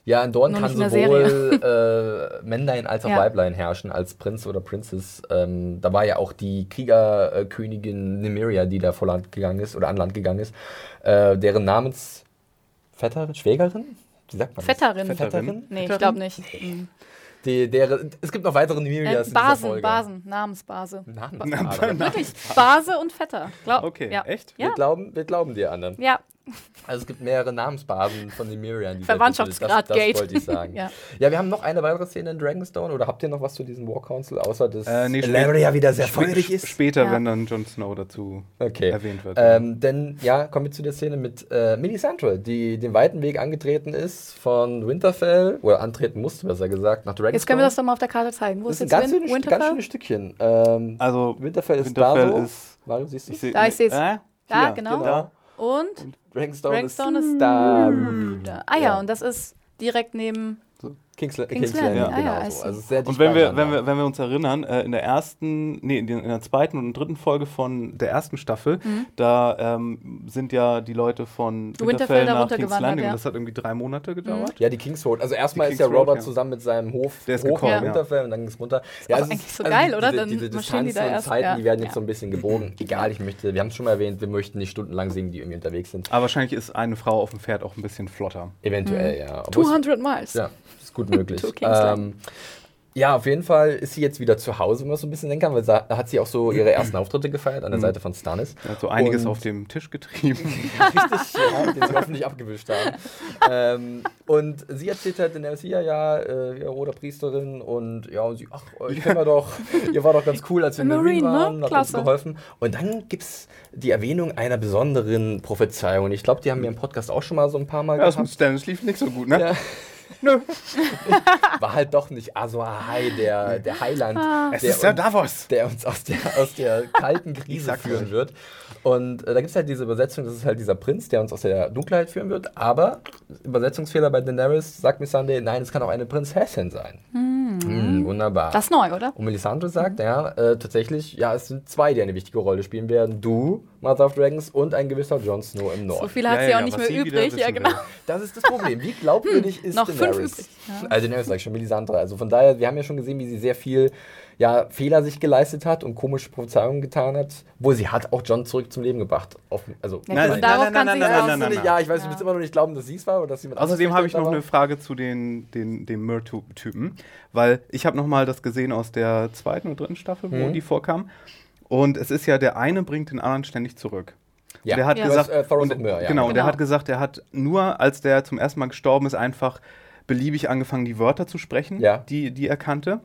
Ja, in Dorn Nur kann nicht in der sowohl äh, Männlein als auch Ja. Weiblein herrschen, als Prinz oder Princess. Ähm, da war ja auch die Kriegerkönigin Nymeria, die da vor Land gegangen ist oder an Land gegangen ist, äh, deren Namensvetterin, Schwägerin? Wie sagt man das? Vetterin. Vetterin? Nee, ich glaube nicht. Mhm. Die, deren, es gibt noch weitere Nymerias Äh, in dieser Basen, Folge. Basen, Namensbase. Namensbase. Wirklich, Base und Vetter. Glaub, Okay, ja. echt? Wir, Ja. glauben, wir glauben dir, Anne. Ja, Also es gibt mehrere Namensbasen von Nymeria. in dieser Verwandtschaftsgrad Titel. Das, Gate. das wollte ich sagen. Ja. Ja, wir haben noch eine weitere Szene in Dragonstone. Oder habt ihr noch was zu diesem War Council, außer dass Äh, nee, Elaria wieder sehr Spä- feurig ist? Später, Ja. wenn dann Jon Snow dazu Okay. erwähnt wird. Ähm, denn, ja, kommen wir zu der Szene mit äh, Melisandre, die den weiten Weg angetreten ist von Winterfell, oder antreten musste, besser gesagt, nach Dragonstone. Jetzt können wir das doch mal auf der Karte zeigen. Wo Das ist ist ein jetzt ganz, Win schönes, ganz Winterfell? schönes Stückchen. Ähm, Also, Winterfell ist Winterfell da so. ist- Mario, siehst du? ich seh, Da, ich seh's. Äh? Da, Hier, genau. genau. Und Dragonstone, Dragonstone ist ist da. da. Ah ja, und das ist direkt neben. King's, La- King's King's Landing, Landing, ah ja, genau I so. see. Also sehr Und dicht wenn wir, beieinander. wenn, wir, wenn wir uns erinnern, äh, in der ersten, nee, in, der- in der zweiten und dritten Folge von der ersten Staffel, Mhm. da ähm, sind ja die Leute von Winterfell Winterfell da nach King's runtergewandert, Landing ja. und das hat irgendwie drei Monate gedauert. Ja, die King's Road. Also erstmal Die ist ja King's Road, Robert ja. zusammen mit seinem Hof, Der ist Hof gekommen, nach ja. Winterfell und dann ging es runter. Ist Ja, auch es eigentlich so also geil, die, oder? Diese, Dann diese marschieren die Distanzen da und erst, Zeiten, ja. die werden jetzt Ja. so ein bisschen gebogen. Egal, ich möchte, wir haben es schon mal erwähnt, wir möchten nicht stundenlang singen, die irgendwie unterwegs sind. Aber wahrscheinlich ist eine Frau auf dem Pferd auch ein bisschen flotter. Eventuell, ja. Obwohl es- zweihundert Miles. Ja, ist gut möglich. To King's Landing. ähm, ja, auf jeden Fall ist sie jetzt wieder zu Hause, wenn man so ein bisschen denken kann, weil da hat sie auch so ihre ersten Auftritte gefeiert an der Seite von Stannis. Er hat so einiges Und- auf dem Tisch getrieben. Richtig, ja, den sie hoffentlich abgewischt haben. ähm, und sie erzählt halt Daenerys hier, ja, äh, ja, oder Priesterin und ja, und sie, ach, ich kenne wir doch, ihr war doch ganz cool, als wir in Marine Marine, ne? waren, hat uns Klasse. geholfen. Und dann gibt es die Erwähnung einer besonderen Prophezeiung. Und ich glaube, die haben wir im Podcast auch schon mal so ein paar Mal Ja, das mit gehabt. Stannis lief nicht so gut, ne? Ja. Nö. War halt doch nicht Azor Ahai, der, der Heiland, Es der, ist der uns, Davos. der uns aus der, aus der kalten Krise sag's führen euch. wird. Und äh, da gibt es halt diese Übersetzung, das ist halt dieser Prinz, der uns aus der Dunkelheit führen wird. Aber Übersetzungsfehler bei Daenerys, sagt Missandei, nein, es kann auch eine Prinzessin sein. Hm, wunderbar. Das ist neu, oder? Und Melisandre sagt, ja, äh, tatsächlich, ja, es sind zwei, die eine wichtige Rolle spielen werden. Du, Mother of Dragons, und ein gewisser Jon Snow im Norden. So viele hat Ja, sie ja, auch nicht was mehr sie wieder übrig. Ja, wissen genau. will. Das ist das Problem. Wie glaubwürdig ist noch fünf Daenerys? übrig, ja. Also Daenerys sag ich schon, Melisandre. Also von daher, wir haben ja schon gesehen, wie sie sehr viel ja, Fehler sich geleistet hat und komische Prophezeiungen getan hat. Wo sie hat auch John zurück zum Leben gebracht. Auf, also, Ja, Nein, also nein, darauf nein, kann nein, sie nein, es nein, auch- nein, nein. Ja, ich weiß, du Ja. willst immer noch nicht glauben, dass sie es war oder dass jemand Außerdem habe anderes ich noch da eine war. Frage zu den, den, dem Myr-Typen, weil ich habe noch mal das gesehen aus der zweiten und dritten Staffel, wo Mhm. die vorkam. Und es ist ja, der eine bringt den anderen ständig zurück. Ja. Der hat Ja. gesagt, Du hast, äh, Thoros und, of Myr, ja. genau, und der Genau. hat gesagt, er hat nur, als der zum ersten Mal gestorben ist, einfach beliebig angefangen, die Wörter zu sprechen, Ja. die, die er kannte.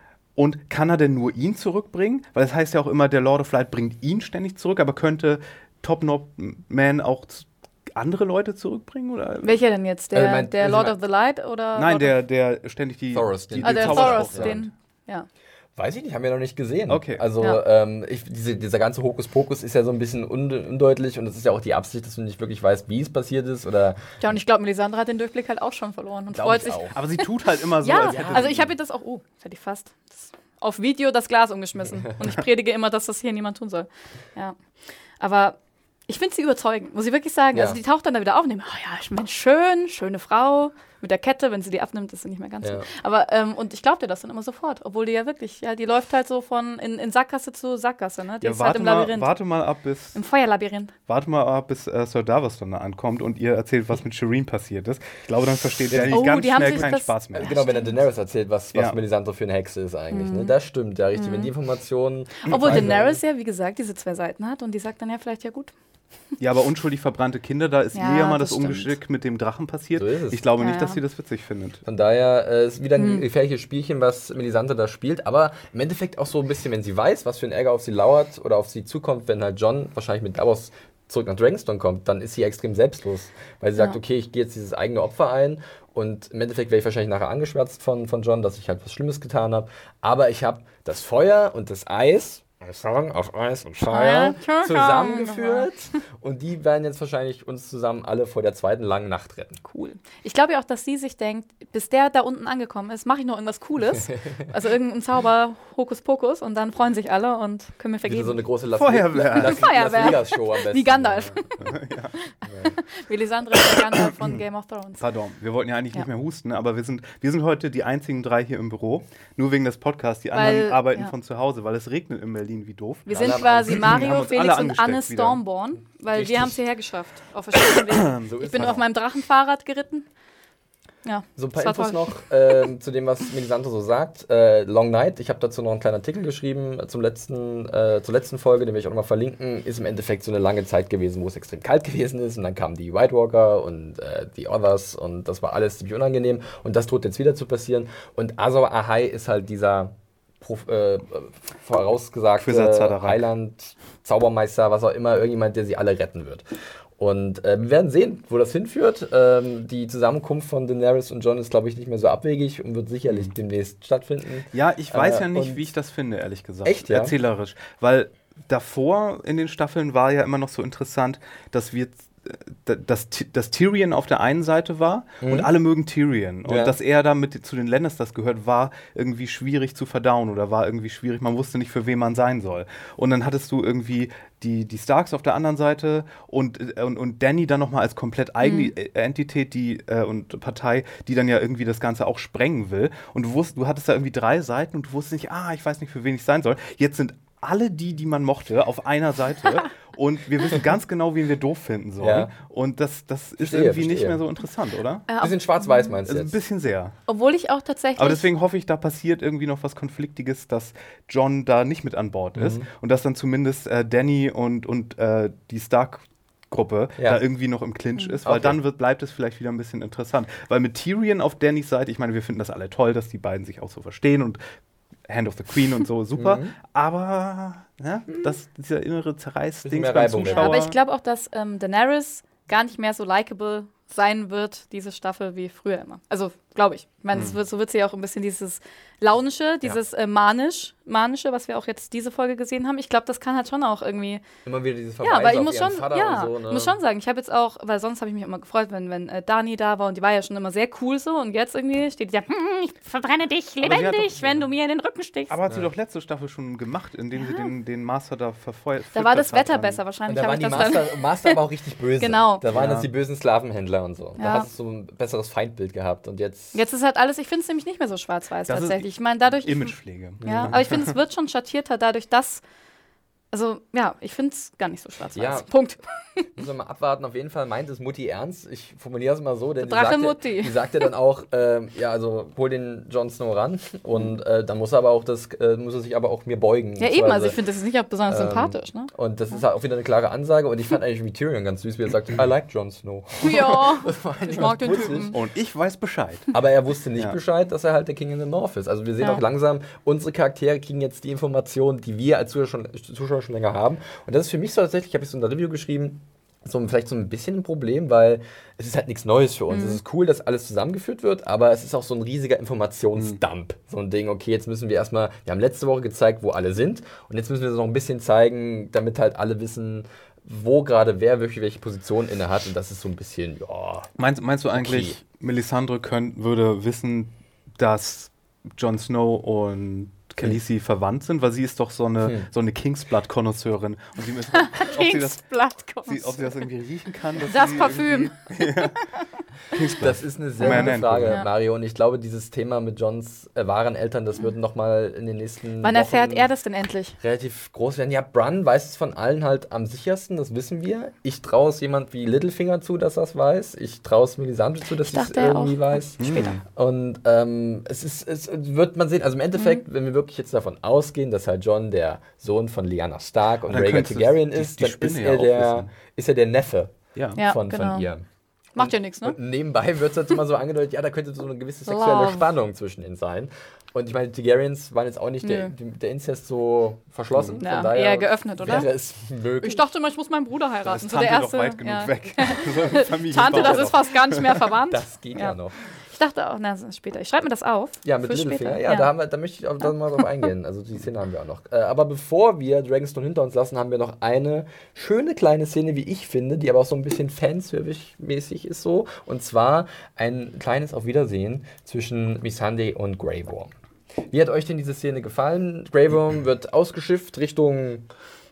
Und kann er denn nur ihn zurückbringen? Weil es heißt ja auch immer, der Lord of Light bringt ihn ständig zurück, aber könnte Top Knob Man auch z- andere Leute zurückbringen? Oder? Welcher denn jetzt? Der, Also mein- der also Lord mein- of the Light oder? Nein, Lord der, der ständig die, Thoros, die, den- die Of, ah, der Zauberspruch, Thoros, ja. den. Ja. Weiß ich nicht, haben wir noch nicht gesehen. Okay. Also Ja. ähm, ich, diese, dieser ganze Hokuspokus ist ja so ein bisschen un undeutlich und es ist ja auch die Absicht, dass du nicht wirklich weißt, wie es passiert ist oder Ja, und ich glaube, Melisandre hat den Durchblick halt auch schon verloren und Glaub freut ich sich. auch. Aber sie tut halt immer so, Ja, als hätte also sie ich habe ihr das auch, oh, das hätte ich fast das, auf Video das Glas umgeschmissen. Und ich predige immer, dass das hier niemand tun soll. Ja. Aber ich finde sie überzeugend, muss ich wirklich sagen. Ja. Also die taucht dann da wieder auf und denkt, oh ja, ich meine, schön, schöne Frau. Mit der Kette, wenn sie die abnimmt, ist sie nicht mehr ganz Ja. so. Aber, ähm, und ich glaube dir das dann immer sofort, obwohl die ja wirklich, ja, die läuft halt so von in, in Sackgasse zu Sackgasse, ne? Die Ja, ist halt warte, im mal, Labyrinth. warte mal ab, bis, Im Feuerlabyrinth. warte mal ab, bis äh, Sir Davos dann da ankommt und ihr erzählt, was mit Shireen passiert ist. Ich glaube, dann versteht er nicht Oh, ganz die haben schnell sich keinen das- Spaß mehr. Ja, genau, wenn er stimmt. Daenerys erzählt, was, was Ja. Melisandre für eine Hexe ist eigentlich. Mhm. Ne? Das stimmt, ja richtig. Wenn die Informationen. Obwohl weiter- Daenerys ja, wie gesagt, diese zwei Seiten hat und die sagt dann ja vielleicht, ja gut. Ja, aber unschuldig verbrannte Kinder, da ist Ja, ihr ja mal das das stimmt. Ungeschick mit dem Drachen passiert. So ist es. Ich glaube Ja, nicht, dass ja. sie das witzig findet. Von daher äh, ist wieder ein Hm. gefährliches Spielchen, was Melisandre da spielt. Aber im Endeffekt auch so ein bisschen, wenn sie weiß, was für ein Ärger auf sie lauert oder auf sie zukommt, wenn halt Jon wahrscheinlich mit Davos zurück nach Dragonstone kommt, dann ist sie extrem selbstlos. Weil sie sagt, Ja. okay, ich gehe jetzt dieses eigene Opfer ein und im Endeffekt werde ich wahrscheinlich nachher angeschwärzt von, von Jon, dass ich halt was Schlimmes getan habe. Aber ich habe das Feuer und das Eis, Song auf Eis und Feuer, Feuer, zusammengeführt und die werden jetzt wahrscheinlich uns zusammen alle vor der zweiten langen Nacht retten. Cool. Ich glaube ja auch, dass sie sich denkt, bis der da unten angekommen ist, mache ich noch irgendwas Cooles. Also irgendein Zauber, Hokuspokus und dann freuen sich alle und können mir Wieder vergeben. so eine große Las, Feuerwehr. Las, Las Feuerwehr. Vegas Show am besten. Wie Gandalf. Melisandre ist der Gandalf von Game of Thrones. Pardon, wir wollten ja eigentlich Ja. nicht mehr husten, aber wir sind, wir sind heute die einzigen drei hier im Büro. Nur wegen des Podcasts. Die Weil, anderen arbeiten ja. von zu Hause, weil es regnet in Berlin wie doof. Wir Alle sind haben quasi Angst. Wir haben Mario, uns Felix alle und angesteckt Anne wieder. Stormborn, weil Richtig. wir haben es hierher geschafft. Auf verschiedenen Wegen. So Ich ist bin das. auf meinem Drachenfahrrad geritten. Ja, So ein paar das war Infos toll. noch äh, zu dem, was Melisandre so sagt. Äh, Long Night, ich habe dazu noch einen kleinen Artikel geschrieben zum letzten, äh, zur letzten Folge, den will ich auch nochmal verlinken. Ist im Endeffekt so eine lange Zeit gewesen, wo es extrem kalt gewesen ist. Und dann kamen die White Walker und äh, die Others und das war alles ziemlich unangenehm. Und das droht jetzt wieder zu passieren. Und Azor Ahai ist halt dieser Prof, äh, vorausgesagte Quizzer-Zaderak. Heiland, Zaubermeister, was auch immer, irgendjemand, der sie alle retten wird. Und äh, wir werden sehen, wo das hinführt. Ähm, die Zusammenkunft von Daenerys und Jon ist, glaube ich, nicht mehr so abwegig und wird sicherlich demnächst stattfinden. Ja, ich weiß Äh, ja nicht, und- wie ich das finde, ehrlich gesagt. Echt, ja? Erzählerisch. Weil davor in den Staffeln war ja immer noch so interessant, dass wir äh, dass, dass Tyrion auf der einen Seite war Mhm. und alle mögen Tyrion. Und Ja. dass er da mit zu den Lannisters gehört, war irgendwie schwierig zu verdauen oder war irgendwie schwierig. Man wusste nicht, für wen man sein soll. Und dann hattest du irgendwie die, die Starks auf der anderen Seite und, äh, und, und Dany dann nochmal als komplett eigene Mhm. Entität die, äh, und Partei, die dann ja irgendwie das Ganze auch sprengen will. Und du, wusst, du hattest da irgendwie drei Seiten und du wusstest nicht, ah, ich weiß nicht, für wen ich sein soll. Jetzt sind alle die, die man mochte, auf einer Seite und wir wissen ganz genau, wen wir doof finden sollen. Ja. Und das, das ist Verstehe, irgendwie nicht verstehe. mehr so interessant, oder? Äh, Bisschen schwarz-weiß meinst du Also ein jetzt? bisschen sehr. Obwohl ich auch tatsächlich. Aber deswegen hoffe ich, da passiert irgendwie noch was Konfliktiges, dass Jon da nicht mit an Bord ist Mhm. und dass dann zumindest äh, Dany und, und äh, die Stark-Gruppe Ja. da irgendwie noch im Clinch ist, weil Okay. dann wird, bleibt es vielleicht wieder ein bisschen interessant. Weil mit Tyrion auf Dannys Seite, ich meine, wir finden das alle toll, dass die beiden sich auch so verstehen und Hand of the Queen und so, super. Mhm. Aber ja, das, dieser innere Zerreiß-Ding mehr beim Reibung ja, Zuschauer. aber ich glaube auch, dass ähm, Daenerys gar nicht mehr so likable sein wird, diese Staffel, wie früher immer. Also, glaube ich. Ich meine, es wird, so wird sie auch ein bisschen dieses Launische, dieses äh, manisch, manische, was wir auch jetzt diese Folge gesehen haben. Ich glaube, das kann halt schon auch irgendwie. Immer wieder diese Ja, aber ich auf muss ihren schon, Vater ja, und so, ne? muss schon sagen, ich habe jetzt auch, weil sonst habe ich mich immer gefreut, wenn, wenn äh, Dani da war und die war ja schon immer sehr cool so und jetzt irgendwie steht die da, hm, ich verbrenne dich sie hat doch- lebendig, wenn du mir in den Rücken stichst. Aber hat sie doch letzte Staffel schon gemacht, indem sie den, den Master da verfeuert. Da war das Wetter an- besser, Und wahrscheinlich da habe waren ich die das dann. Master, Master aber auch richtig böse. Genau. Da waren Ja. das die bösen Sklavenhändler und so. Da Ja. hast du so ein besseres Feindbild gehabt. Und jetzt. Jetzt ist halt alles, ich finde es nämlich nicht mehr so schwarz-weiß Das ist tatsächlich. Ich meine, dadurch. Imagepflege. Ja, aber ich finde, es wird schon schattierter dadurch, dass. Also, ja, ich finde es gar nicht so schwarz-weiß. Ja. Punkt. Müssen wir mal abwarten. Auf jeden Fall meint es Mutti ernst. Ich formuliere es mal so, denn die Drache sagte, Mutti. die sagte dann auch, ähm, ja, also hol den Jon Snow ran und äh, dann muss er aber auch das, äh, muss er sich aber auch mir beugen. Ja, eben, also Beziehungsweise- ich finde, das ist nicht auch besonders Ähm, sympathisch, ne? Und das ist halt auch wieder eine klare Ansage und ich fand eigentlich wie Tyrion ganz süß, wie er sagt, I like Jon Snow. Ja, Das war eigentlich ich mag ganz den putzig. Typen. Und ich weiß Bescheid. Aber er wusste nicht Ja. Bescheid, dass er halt der King in the North ist. Also wir sehen Ja. auch langsam, unsere Charaktere kriegen jetzt die Informationen, die wir als Zuschauer schon, Zuschauer schon länger haben. Und das ist für mich so tatsächlich, habe ich so in der Review geschrieben, so ein- vielleicht so ein bisschen ein Problem, weil es ist halt nichts Neues für uns. Mhm. Es ist cool, dass alles zusammengeführt wird, aber es ist auch so ein riesiger Informationsdump. So ein Ding, okay, jetzt müssen wir erstmal, wir haben letzte Woche gezeigt, wo alle sind und jetzt müssen wir es noch ein bisschen zeigen, damit halt alle wissen, wo gerade wer wirklich welche Position inne hat und das ist so ein bisschen, ja. Meinst, meinst du eigentlich, Melisandre könnt, würde wissen, dass Jon Snow und Khaleesi verwandt sind? Weil sie ist doch so eine, Hm. so eine Kingsblood-Konnoisseurin. Und sie müssen, ob, sie das, Kingsblatt sie, ob sie das irgendwie riechen kann. dass Das sie Parfüm. irgendwie- Ja. Kingsblood. Das ist eine sehr Man gute nennt Frage, ihn. Ja. Mario. Und ich glaube, dieses Thema mit Johns äh, wahren Eltern, das wird nochmal in den nächsten Wann Wochen erfährt er das denn endlich? relativ groß werden. Ja, Bran weiß es von allen halt am sichersten, das wissen wir. Ich traue es jemand wie Littlefinger zu, dass er es weiß. Ich traue es Melisandre zu, dass Ich sie es dachte, er irgendwie auch. weiß. Später. Und ähm, es ist, es wird man sehen. Also im Endeffekt, wenn wir wirklich jetzt davon ausgehen, dass halt John der Sohn von Lyanna Stark und dann Rhaegar könntest du Targaryen die- ist, die dann Spinne ist ja er, auch der, wissen. ist er der Neffe Ja. Ja, von, genau. von ihr. Macht ja nichts, ne? Und nebenbei wird es jetzt immer so angedeutet, ja, da könnte so eine gewisse sexuelle Love. Spannung zwischen ihnen sein. Und ich meine, die Targaryens waren jetzt auch nicht der, Nö. der Inzest so verschlossen. Ja, von daher eher geöffnet, oder? Wäre es möglich. Ich dachte immer, ich muss meinen Bruder Da heiraten. ist So der Tante erste. doch weit genug ja. weg. So ein Familienbau Tante, das doch. ist fast gar nicht mehr verwandt. Das geht ja, Ja. noch. Ich dachte auch, na, später. Ich schreibe mir das auf. Ja, mit für Littlefinger. später. Ja, Da, haben wir, da möchte ich auch da mal drauf eingehen. Also die Szene haben wir auch noch. Äh, aber bevor wir Dragonstone hinter uns lassen, haben wir noch eine schöne kleine Szene, wie ich finde, die aber auch so ein bisschen Fanservice-mäßig ist so. Und zwar ein kleines Auf Wiedersehen zwischen Missandei und Grey Worm. Wie hat euch denn diese Szene gefallen? Grey Worm wird ausgeschifft Richtung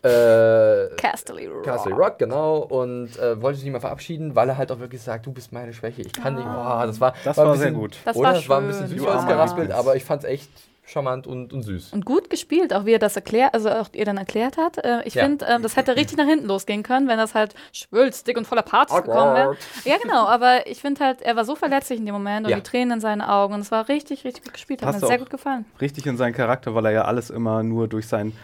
äh, Casterly Rock. Castle Rock, genau, und äh, wollte sich nicht mal verabschieden, weil er halt auch wirklich sagt, du bist meine Schwäche, ich kann nicht, oh, das war, Das war, war ein bisschen, sehr gut. Das oder? war Das war ein bisschen schön. süß Du alles armer geraspelt, Prinz. aber ich fand's echt charmant und, und süß. Und gut gespielt, auch wie er das erklärt, also auch ihr dann erklärt hat. Äh, ich Ja. finde, ähm, das hätte richtig nach hinten losgehen können, wenn das halt schwülstig und voller Parts gekommen wäre. Awkward. Ja, genau, aber ich finde halt, er war so verletzlich in dem Moment und Ja. die Tränen in seinen Augen und es war richtig, richtig gut gespielt. Hat Hast mir du sehr auch- gut gefallen. Richtig in seinen Charakter, weil er ja alles immer nur durch sein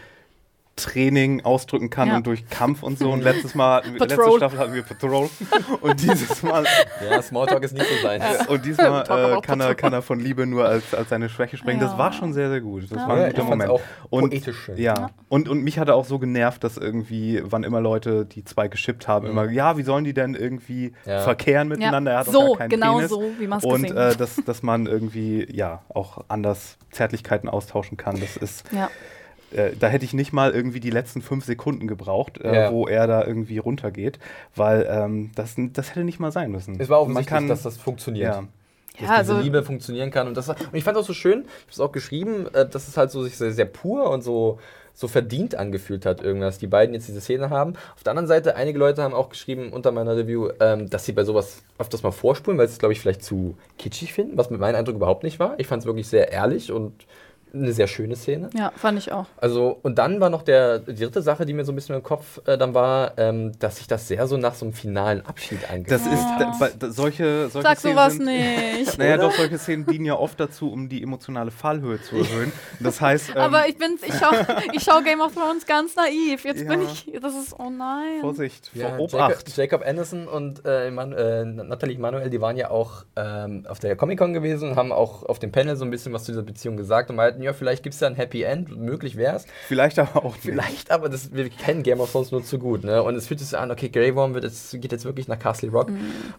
Training ausdrücken kann Ja. und durch Kampf und so. Und letztes Mal, letzte Patrol. Staffel hatten wir Patrol. Und dieses Mal, Ja, Smalltalk ist nicht so sein. und diesmal Talk äh, about kann, er, Patrol. kann er von Liebe nur als, als seine Schwäche sprechen. Das Ja. war schon sehr, sehr gut. Das Ja. war Ja, ein ich guter fand's Moment. auch Und poetisch schön. Ja, Ja. Und, und mich hat er auch so genervt, dass irgendwie, wann immer Leute die zwei geschippt haben, Mhm. immer, ja, wie sollen die denn irgendwie Ja. verkehren miteinander? Er hat doch so, gar keinen genau Penis. so, wie man es Und gesehen äh, hat. dass, dass man irgendwie, ja, auch anders Zärtlichkeiten austauschen kann. Das ist, Ja. äh, da hätte ich nicht mal irgendwie die letzten fünf Sekunden gebraucht, äh, Ja. wo er da irgendwie runtergeht, weil ähm, das, das hätte nicht mal sein müssen. Es war Man offensichtlich, kann, dass das funktioniert. ja. Dass Ja, diese also- Liebe funktionieren kann. Und, das, und ich fand auch so schön, ich habe es auch geschrieben, äh, dass es halt so sich sehr, sehr pur und so, so verdient angefühlt hat, irgendwas, die beiden jetzt diese Szene haben. Auf der anderen Seite, einige Leute haben auch geschrieben unter meiner Review, ähm, dass sie bei sowas öfters mal vorspulen, weil sie es, glaube ich, vielleicht zu kitschig finden, was mit meinem Eindruck überhaupt nicht war. Ich fand es wirklich sehr ehrlich und eine sehr schöne Szene. Ja, fand ich auch. Also, und dann war noch der, die dritte Sache, die mir so ein bisschen im Kopf äh, dann war, ähm, dass sich das sehr so nach so einem finalen Abschied angefühlt Das ist, Oh. da, bei- da, solche, solche Sag Szenen sowas sind, nicht. Naja, Oder? doch, solche Szenen dienen ja oft dazu, um die emotionale Fallhöhe zu erhöhen. Das heißt, ähm, Aber ich bin, ich schau, ich schau Game of Thrones ganz naiv. Jetzt bin Ja. ich, das ist, oh nein. Vorsicht, Ja, vor Jacob, Obacht. Jacob Anderson und äh, Eman- äh, Nathalie Manuel, die waren ja auch ähm, auf der Comic-Con gewesen und haben auch auf dem Panel so ein bisschen was zu dieser Beziehung gesagt und meinten, ja, vielleicht gibt es da ein Happy End, möglich wäre es. Vielleicht aber auch nicht. Vielleicht, aber das, wir kennen Game of Thrones nur zu gut, ne? Und es fühlt sich so an, okay, Grey Worm wird jetzt, geht jetzt wirklich nach Castle Rock.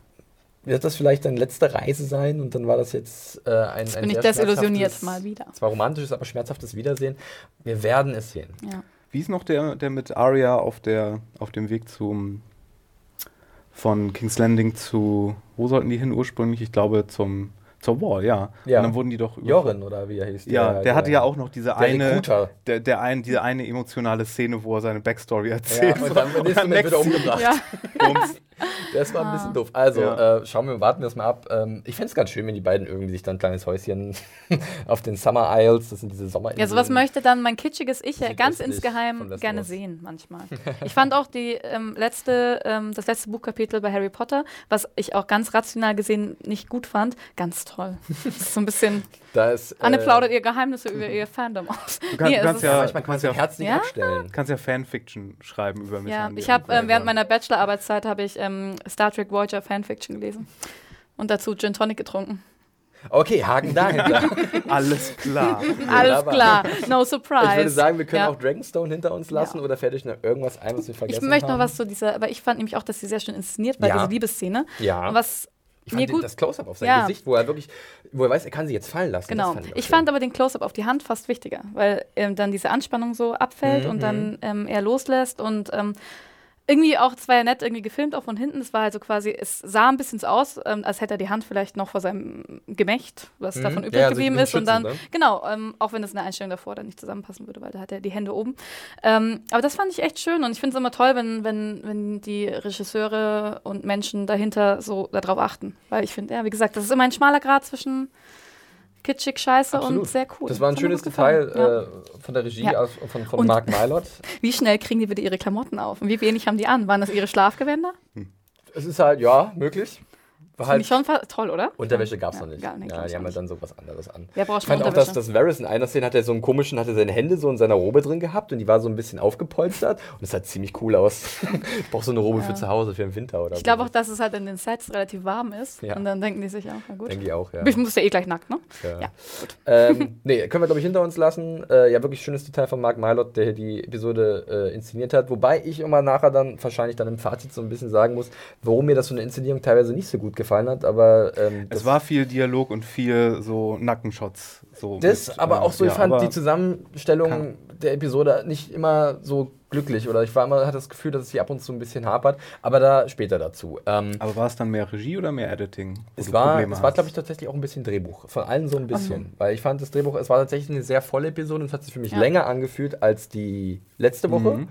Wird das vielleicht deine letzte Reise sein und dann war das jetzt äh, ein, Jetzt ein bin ich sehr desillusioniert schmerzhaftes- mal wieder. Zwar romantisches, aber schmerzhaftes Wiedersehen. Wir werden es sehen. Ja. Wie ist noch der, der mit Arya auf, der, auf dem Weg zum von King's Landing zu, wo sollten die hin ursprünglich? Ich glaube zum zur Wall, ja. Ja. Und dann wurden die doch über- Jorin, oder wie er hieß. Ja, der, hatte ja auch noch diese eine, Recruiter. der, der ein, diese eine emotionale Szene, wo er seine Backstory erzählt. Ja, und dann beim nächsten Moment wird er umgebracht. Ja. Bums. Das war ein Ah. bisschen doof. Also, Ja. äh, schauen wir, warten wir es mal ab. Ähm, ich fände es ganz schön, wenn die beiden irgendwie sich dann ein kleines Häuschen auf den Summer Isles, das sind diese Sommerinseln. Ja, sowas möchte dann mein kitschiges Ich ja Südöstlich ganz von insgeheim Westeros. gerne sehen, manchmal. Ich fand auch die ähm, letzte, ähm, das letzte Buchkapitel bei Harry Potter, was ich auch ganz rational gesehen nicht gut fand, ganz toll. Das ist so ein bisschen, Da ist, äh, Anne plaudert ihr Geheimnisse über ihr Fandom aus. Du kannst, es du kannst ist- ja, manchmal kann man kannst ja, sein Herz nicht Ja? abstellen. kannst ja Fanfiction schreiben über Ja, Misshandlung. ich habe ähm, während meiner Bachelorarbeitszeit habe ich ähm, Star Trek Voyager Fanfiction gelesen und dazu Gin Tonic getrunken. Okay, Haken dahinter. Alles klar. Alles Wunderbar. klar, no surprise. Ich würde sagen, wir können Ja. auch Dragonstone hinter uns lassen Ja. oder fällt euch noch irgendwas ein, was wir vergessen Ich möchte noch haben? was zu dieser, aber ich fand nämlich auch, dass sie sehr schön inszeniert war, Ja. diese Liebesszene. Ja. Und was Ich mir fand gut das Close-Up auf sein Ja. Gesicht, wo er wirklich, wo er weiß, er kann sie jetzt fallen lassen. Genau. Das fand Ich auch fand schön. aber den Close-Up auf die Hand fast wichtiger, weil ähm, dann diese Anspannung so abfällt Mhm. und dann ähm, er loslässt und ähm, irgendwie auch, es war ja nett irgendwie gefilmt, auch von hinten. Es war halt so quasi, es sah ein bisschen so aus, ähm, als hätte er die Hand vielleicht noch vor seinem Gemächt, was Mhm. davon übrig Ja, also geblieben den ist. Und dann, Schützen, ne? genau, ähm, auch wenn das in der Einstellung davor dann nicht zusammenpassen würde, weil da hat er die Hände oben. Ähm, aber das fand ich echt schön und ich finde es immer toll, wenn, wenn, wenn die Regisseure und Menschen dahinter so darauf achten. Weil ich finde, ja, wie gesagt, das ist immer ein schmaler Grad zwischen kitschig, scheiße Absolut. und sehr cool. Das war ein Hat mir schönes gut gefallen. Detail Ja. äh, von der Regie, Ja. aus, von, von Und- Mark Mylod. Wie schnell kriegen die wieder ihre Klamotten auf? Und wie wenig haben die an? Waren das ihre Schlafgewänder? Es ist halt, ja, möglich. War Finde ich halt, schon fa- toll, oder? Unterwäsche gab es Ja, noch nicht. gar nicht, ja, glaub die ich haben auch halt dann so was anderes an. Wer braucht Ich schon fand auch, dass, Unterwäsche? dass Varys in einer Szene hat er so einen komischen, hatte seine Hände so in seiner Robe drin gehabt und die war so ein bisschen aufgepolstert und es sah ziemlich cool aus. Ich brauche so eine Robe Ja. für zu Hause, für den Winter oder Ich glaube auch, dass es halt in den Sets relativ warm ist. Ja. Und dann denken die sich auch, na gut. Denke ich auch, ja. Ich muss ja eh gleich nackt, ne? Ja. Ja, ähm, nee, können wir, glaube ich, hinter uns lassen. Äh, ja, wirklich schönes Detail von Mark Mylod, der hier die Episode äh, inszeniert hat. Wobei ich immer nachher dann wahrscheinlich dann im Fazit so ein bisschen sagen muss, warum mir das so eine Inszenierung teilweise nicht so gut gefallen hat. Aber ähm, Es war viel Dialog und viel so Nackenshots. So das, mit, aber äh, auch so, ich ja, fand aber die Zusammenstellung kann- der Episode nicht immer so glücklich. Oder ich war immer, hatte das Gefühl, dass es hier ab und zu ein bisschen hapert. Aber da später dazu. Ähm, Aber war es dann mehr Regie oder mehr Editing? wo Es du war, Probleme es war hast? glaube ich, tatsächlich auch ein bisschen Drehbuch. Von allen so ein bisschen. Weil ich fand das Drehbuch, es war tatsächlich eine sehr volle Episode und es hat sich für mich Ja. länger angefühlt als die letzte Woche. Mhm.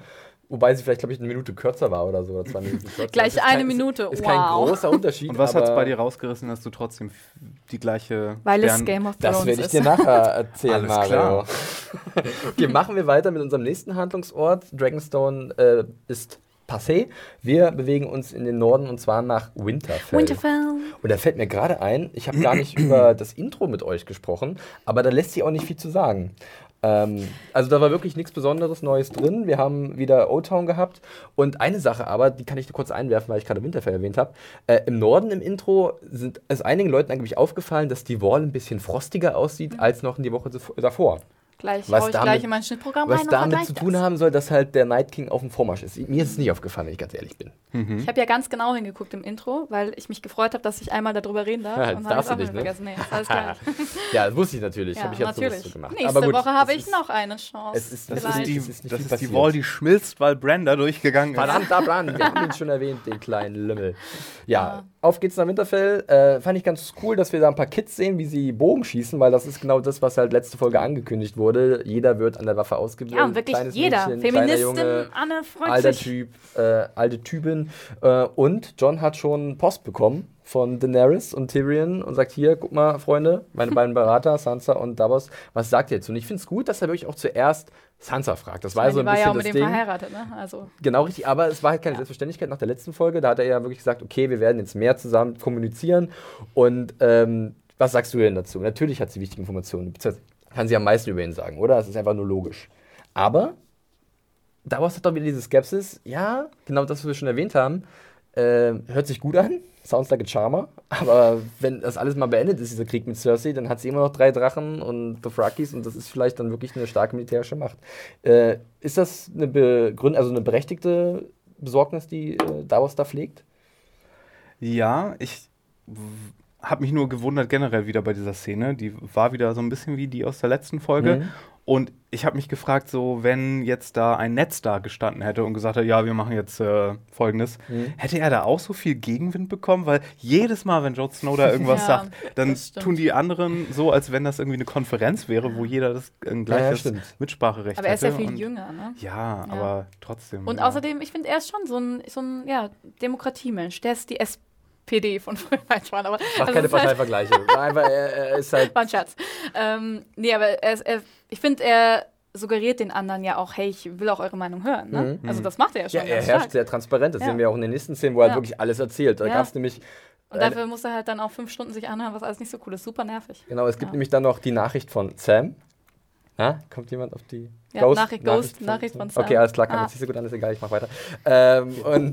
Wobei sie vielleicht, glaube ich, eine Minute kürzer war oder so. Oder zwei Minuten kürzer. Gleich ist eine kein, Minute, Ist, ist wow. kein großer Unterschied. Und was hat es aber bei dir rausgerissen, dass du trotzdem f- die gleiche Weil es Stern- Game of Thrones Das werde ich ist. dir nachher erzählen, Alles Mario. klar. Okay, machen wir weiter mit unserem nächsten Handlungsort. Dragonstone äh, ist passé. Wir bewegen uns in den Norden und zwar nach Winterfell. Winterfell. Und da fällt mir gerade ein, ich habe gar nicht über das Intro mit euch gesprochen, aber da lässt sich auch nicht viel zu sagen. Ähm, also da war wirklich nichts Besonderes Neues drin. Wir haben wieder O-Town gehabt. Und eine Sache aber, die kann ich kurz einwerfen, weil ich gerade Winterfell erwähnt habe. Äh, Im Norden im Intro sind es einigen Leuten eigentlich aufgefallen, dass die Wall ein bisschen frostiger aussieht Mhm. als noch in die Woche zuvor- davor. Gleich Was hau ich damit- gleich in mein Schnittprogramm Was rein und damit vergleich zu das. tun haben soll, dass halt der Night King auf dem Vormarsch ist. Mir ist es nicht aufgefallen, wenn ich ganz ehrlich bin. Ich habe ja ganz genau hingeguckt im Intro, weil ich mich gefreut habe, dass ich einmal darüber reden darf. Ja, und das habe ich darfst auch du nicht, wieder ne? vergessen. Nee, ist alles klar. Ja, das wusste ich natürlich. Ja, habe ich jetzt natürlich. so gemacht. Nächste Aber gut, Woche habe es ich ist- noch eine Chance. Es ist, Das vielleicht. ist die, Es ist nicht das viel ist die passiert. Wall, die schmilzt, weil Brenda durchgegangen ist. Verdammter Brand, wir haben ihn schon erwähnt, den kleinen Lümmel. Ja, Ja. auf geht's nach Winterfell. Äh, fand ich ganz cool, dass wir da ein paar Kids sehen, wie sie Bogen schießen, weil das ist genau das, was halt letzte Folge angekündigt wurde. Jeder wird an der Waffe ausgebildet. Ja, und wirklich Kleines jeder. Mädchen, Feministin, kleiner Junge, Anne freut alter sich. Typ, äh, alte Typin. Äh, und Jon hat schon Post bekommen von Daenerys und Tyrion und sagt, hier, guck mal, Freunde, meine beiden Berater, Sansa und Davos, was sagt ihr jetzt? Und ich finde es gut, dass er wirklich auch zuerst Sansa fragt. Das war Ich so meine, ein die war bisschen ja auch mit das dem Ding. verheiratet, ne? Also, Genau richtig, aber es war halt keine Ja. Selbstverständlichkeit nach der letzten Folge. Da hat er ja wirklich gesagt, okay, wir werden jetzt mehr zusammen kommunizieren. Und ähm, was sagst du denn dazu? Natürlich hat sie wichtige Informationen. Beziehungsweise kann sie am meisten über ihn sagen, oder? Das ist einfach nur logisch. Aber Davos hat doch wieder diese Skepsis. Ja, genau das, was wir schon erwähnt haben. Äh, hört sich gut an. Sounds like a charmer. Aber wenn das alles mal beendet ist, dieser Krieg mit Cersei, dann hat sie immer noch drei Drachen und Dothrakis und das ist vielleicht dann wirklich eine starke militärische Macht. Äh, ist das eine, Begründ also eine berechtigte Besorgnis, die äh, Davos da pflegt? Ja, ich habe mich nur gewundert generell wieder bei dieser Szene. Die war wieder so ein bisschen wie die aus der letzten Folge. Mhm. Und ich habe mich gefragt, so wenn jetzt da ein Netz da gestanden hätte und gesagt hätte, ja, wir machen jetzt äh, Folgendes, Mhm. hätte er da auch so viel Gegenwind bekommen? Weil jedes Mal, wenn Jon Snow da irgendwas Ja, sagt, dann das stimmt. tun die anderen so, als wenn das irgendwie eine Konferenz wäre, wo jeder das ein gleiches stimmt. Mitspracherecht aber er ist hätte. ja viel und jünger, ne? Ja, Ja. aber trotzdem. Und ja. außerdem, ich finde, er ist schon so ein, so ein ja, Demokratiemensch. Der ist die S P D von früher. Nein, Schwan, aber Mach also keine es ist halt- Parteivergleiche. War einfach, er, er ist halt. War ein Scherz. Ähm, nee, aber er, ist- er, ich finde, er suggeriert den anderen ja auch, hey, ich will auch eure Meinung hören. Ne? Mhm. Also das macht er ja schon Ja, er ganz herrscht stark. sehr transparent. Das Ja. sehen wir auch in den nächsten Szenen, wo er Ja. wirklich alles erzählt. Da Ja. gab es nämlich. Und äh, dafür muss er halt dann auch fünf Stunden sich anhören, was alles nicht so cool ist. Super nervig. Genau, es gibt Ja. nämlich dann noch die Nachricht von Sam. Na, kommt jemand auf die Ja, Nachricht- Ghost, Nachricht von Sam. Okay, alles klar, kam Ah. jetzt nicht so gut an, ist egal, ich mach weiter. Ähm, und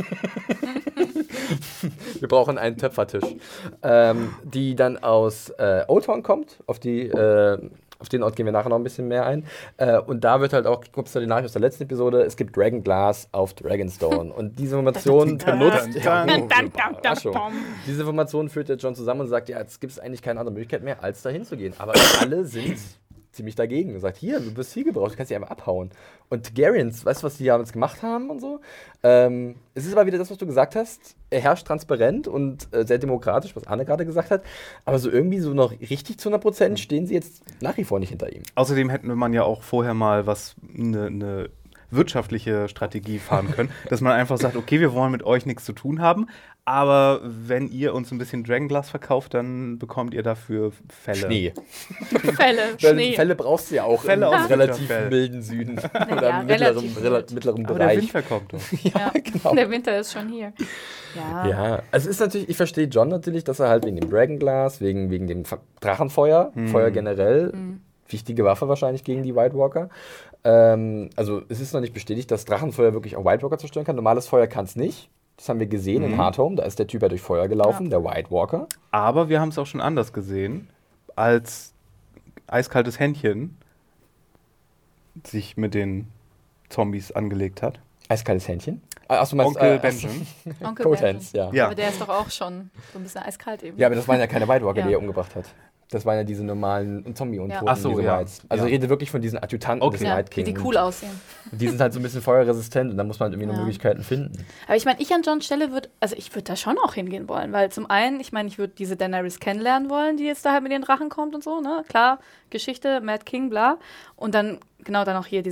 wir brauchen einen Töpfertisch, ähm, die dann aus äh, O-Town kommt, auf die äh, auf den Ort gehen wir nachher noch ein bisschen mehr ein. Äh, und da wird halt auch, guckst du die Nachricht aus der letzten Episode, es gibt Dragonglass auf Dragonstone. Und diese Information benutzt. Dun, dun, dun, dun, Überraschung. dun, dun. Diese Information führt der John zusammen und sagt, ja, jetzt gibt es eigentlich keine andere Möglichkeit mehr, als da hinzugehen. Aber alle sind ziemlich dagegen und sagt, hier, du bist hier gebraucht, du kannst dich einfach abhauen. Und Targaryens, weißt du, was die damals gemacht haben und so? Ähm, es ist aber wieder das, was du gesagt hast, er herrscht transparent und äh, sehr demokratisch, was Anne gerade gesagt hat, aber so irgendwie so noch richtig zu hundert Prozent stehen sie jetzt nach wie vor nicht hinter ihm. Außerdem hätten man ja auch vorher mal was, eine ne wirtschaftliche Strategie fahren können, dass man einfach sagt, okay, wir wollen mit euch nichts zu tun haben, aber wenn ihr uns ein bisschen Dragonglass verkauft, dann bekommt ihr dafür Fälle. Schnee. Fälle, Weil Schnee. Fälle brauchst du ja auch Fälle im aus relativ Winterfell. milden Süden oder ja, im mittleren, relativ rela mild. mittleren Aber der Bereich. Winter kommt doch. Ja, genau. Der Winter ist schon hier. Ja. Ja, also es ist natürlich, ich verstehe John natürlich, dass er halt wegen dem Dragonglass, wegen, wegen dem Ver- Drachenfeuer, Hm. Feuer generell, wichtige Waffe wahrscheinlich gegen die White Walker. Ähm, also es ist noch nicht bestätigt, dass Drachenfeuer wirklich auch White Walker zerstören kann. Normales Feuer kann es nicht. Das haben wir gesehen in Hardhome, da ist der Typ ja durch Feuer gelaufen, Ja. der White Walker. Aber wir haben es auch schon anders gesehen, als eiskaltes Händchen sich mit den Zombies angelegt hat. Eiskaltes Händchen. Ah, Achso, meinst Onkel äh, Benjamin. Onkel Cold Benjamin. Hands, ja. Ja. Aber der ist doch auch schon so ein bisschen eiskalt eben. Ja, aber das waren ja keine White Walker, Ja. die er umgebracht hat. Das waren ja diese normalen Zombie-Untoten. Ja. Ach so, diese ja. Whites. Also Ja. ich rede wirklich von diesen Adjutanten Okay. des Ja, Night wie King. die cool aussehen. Die sind halt so ein bisschen feuerresistent und da muss man halt irgendwie noch Ja. Möglichkeiten finden. Aber ich meine, ich an Johns Stelle würde, also ich würde da schon auch hingehen wollen, weil zum einen, ich meine, ich würde diese Daenerys kennenlernen wollen, die jetzt da halt mit den Drachen kommt und so, ne? Klar, Geschichte, Mad King, bla. Und dann, genau, dann auch hier diese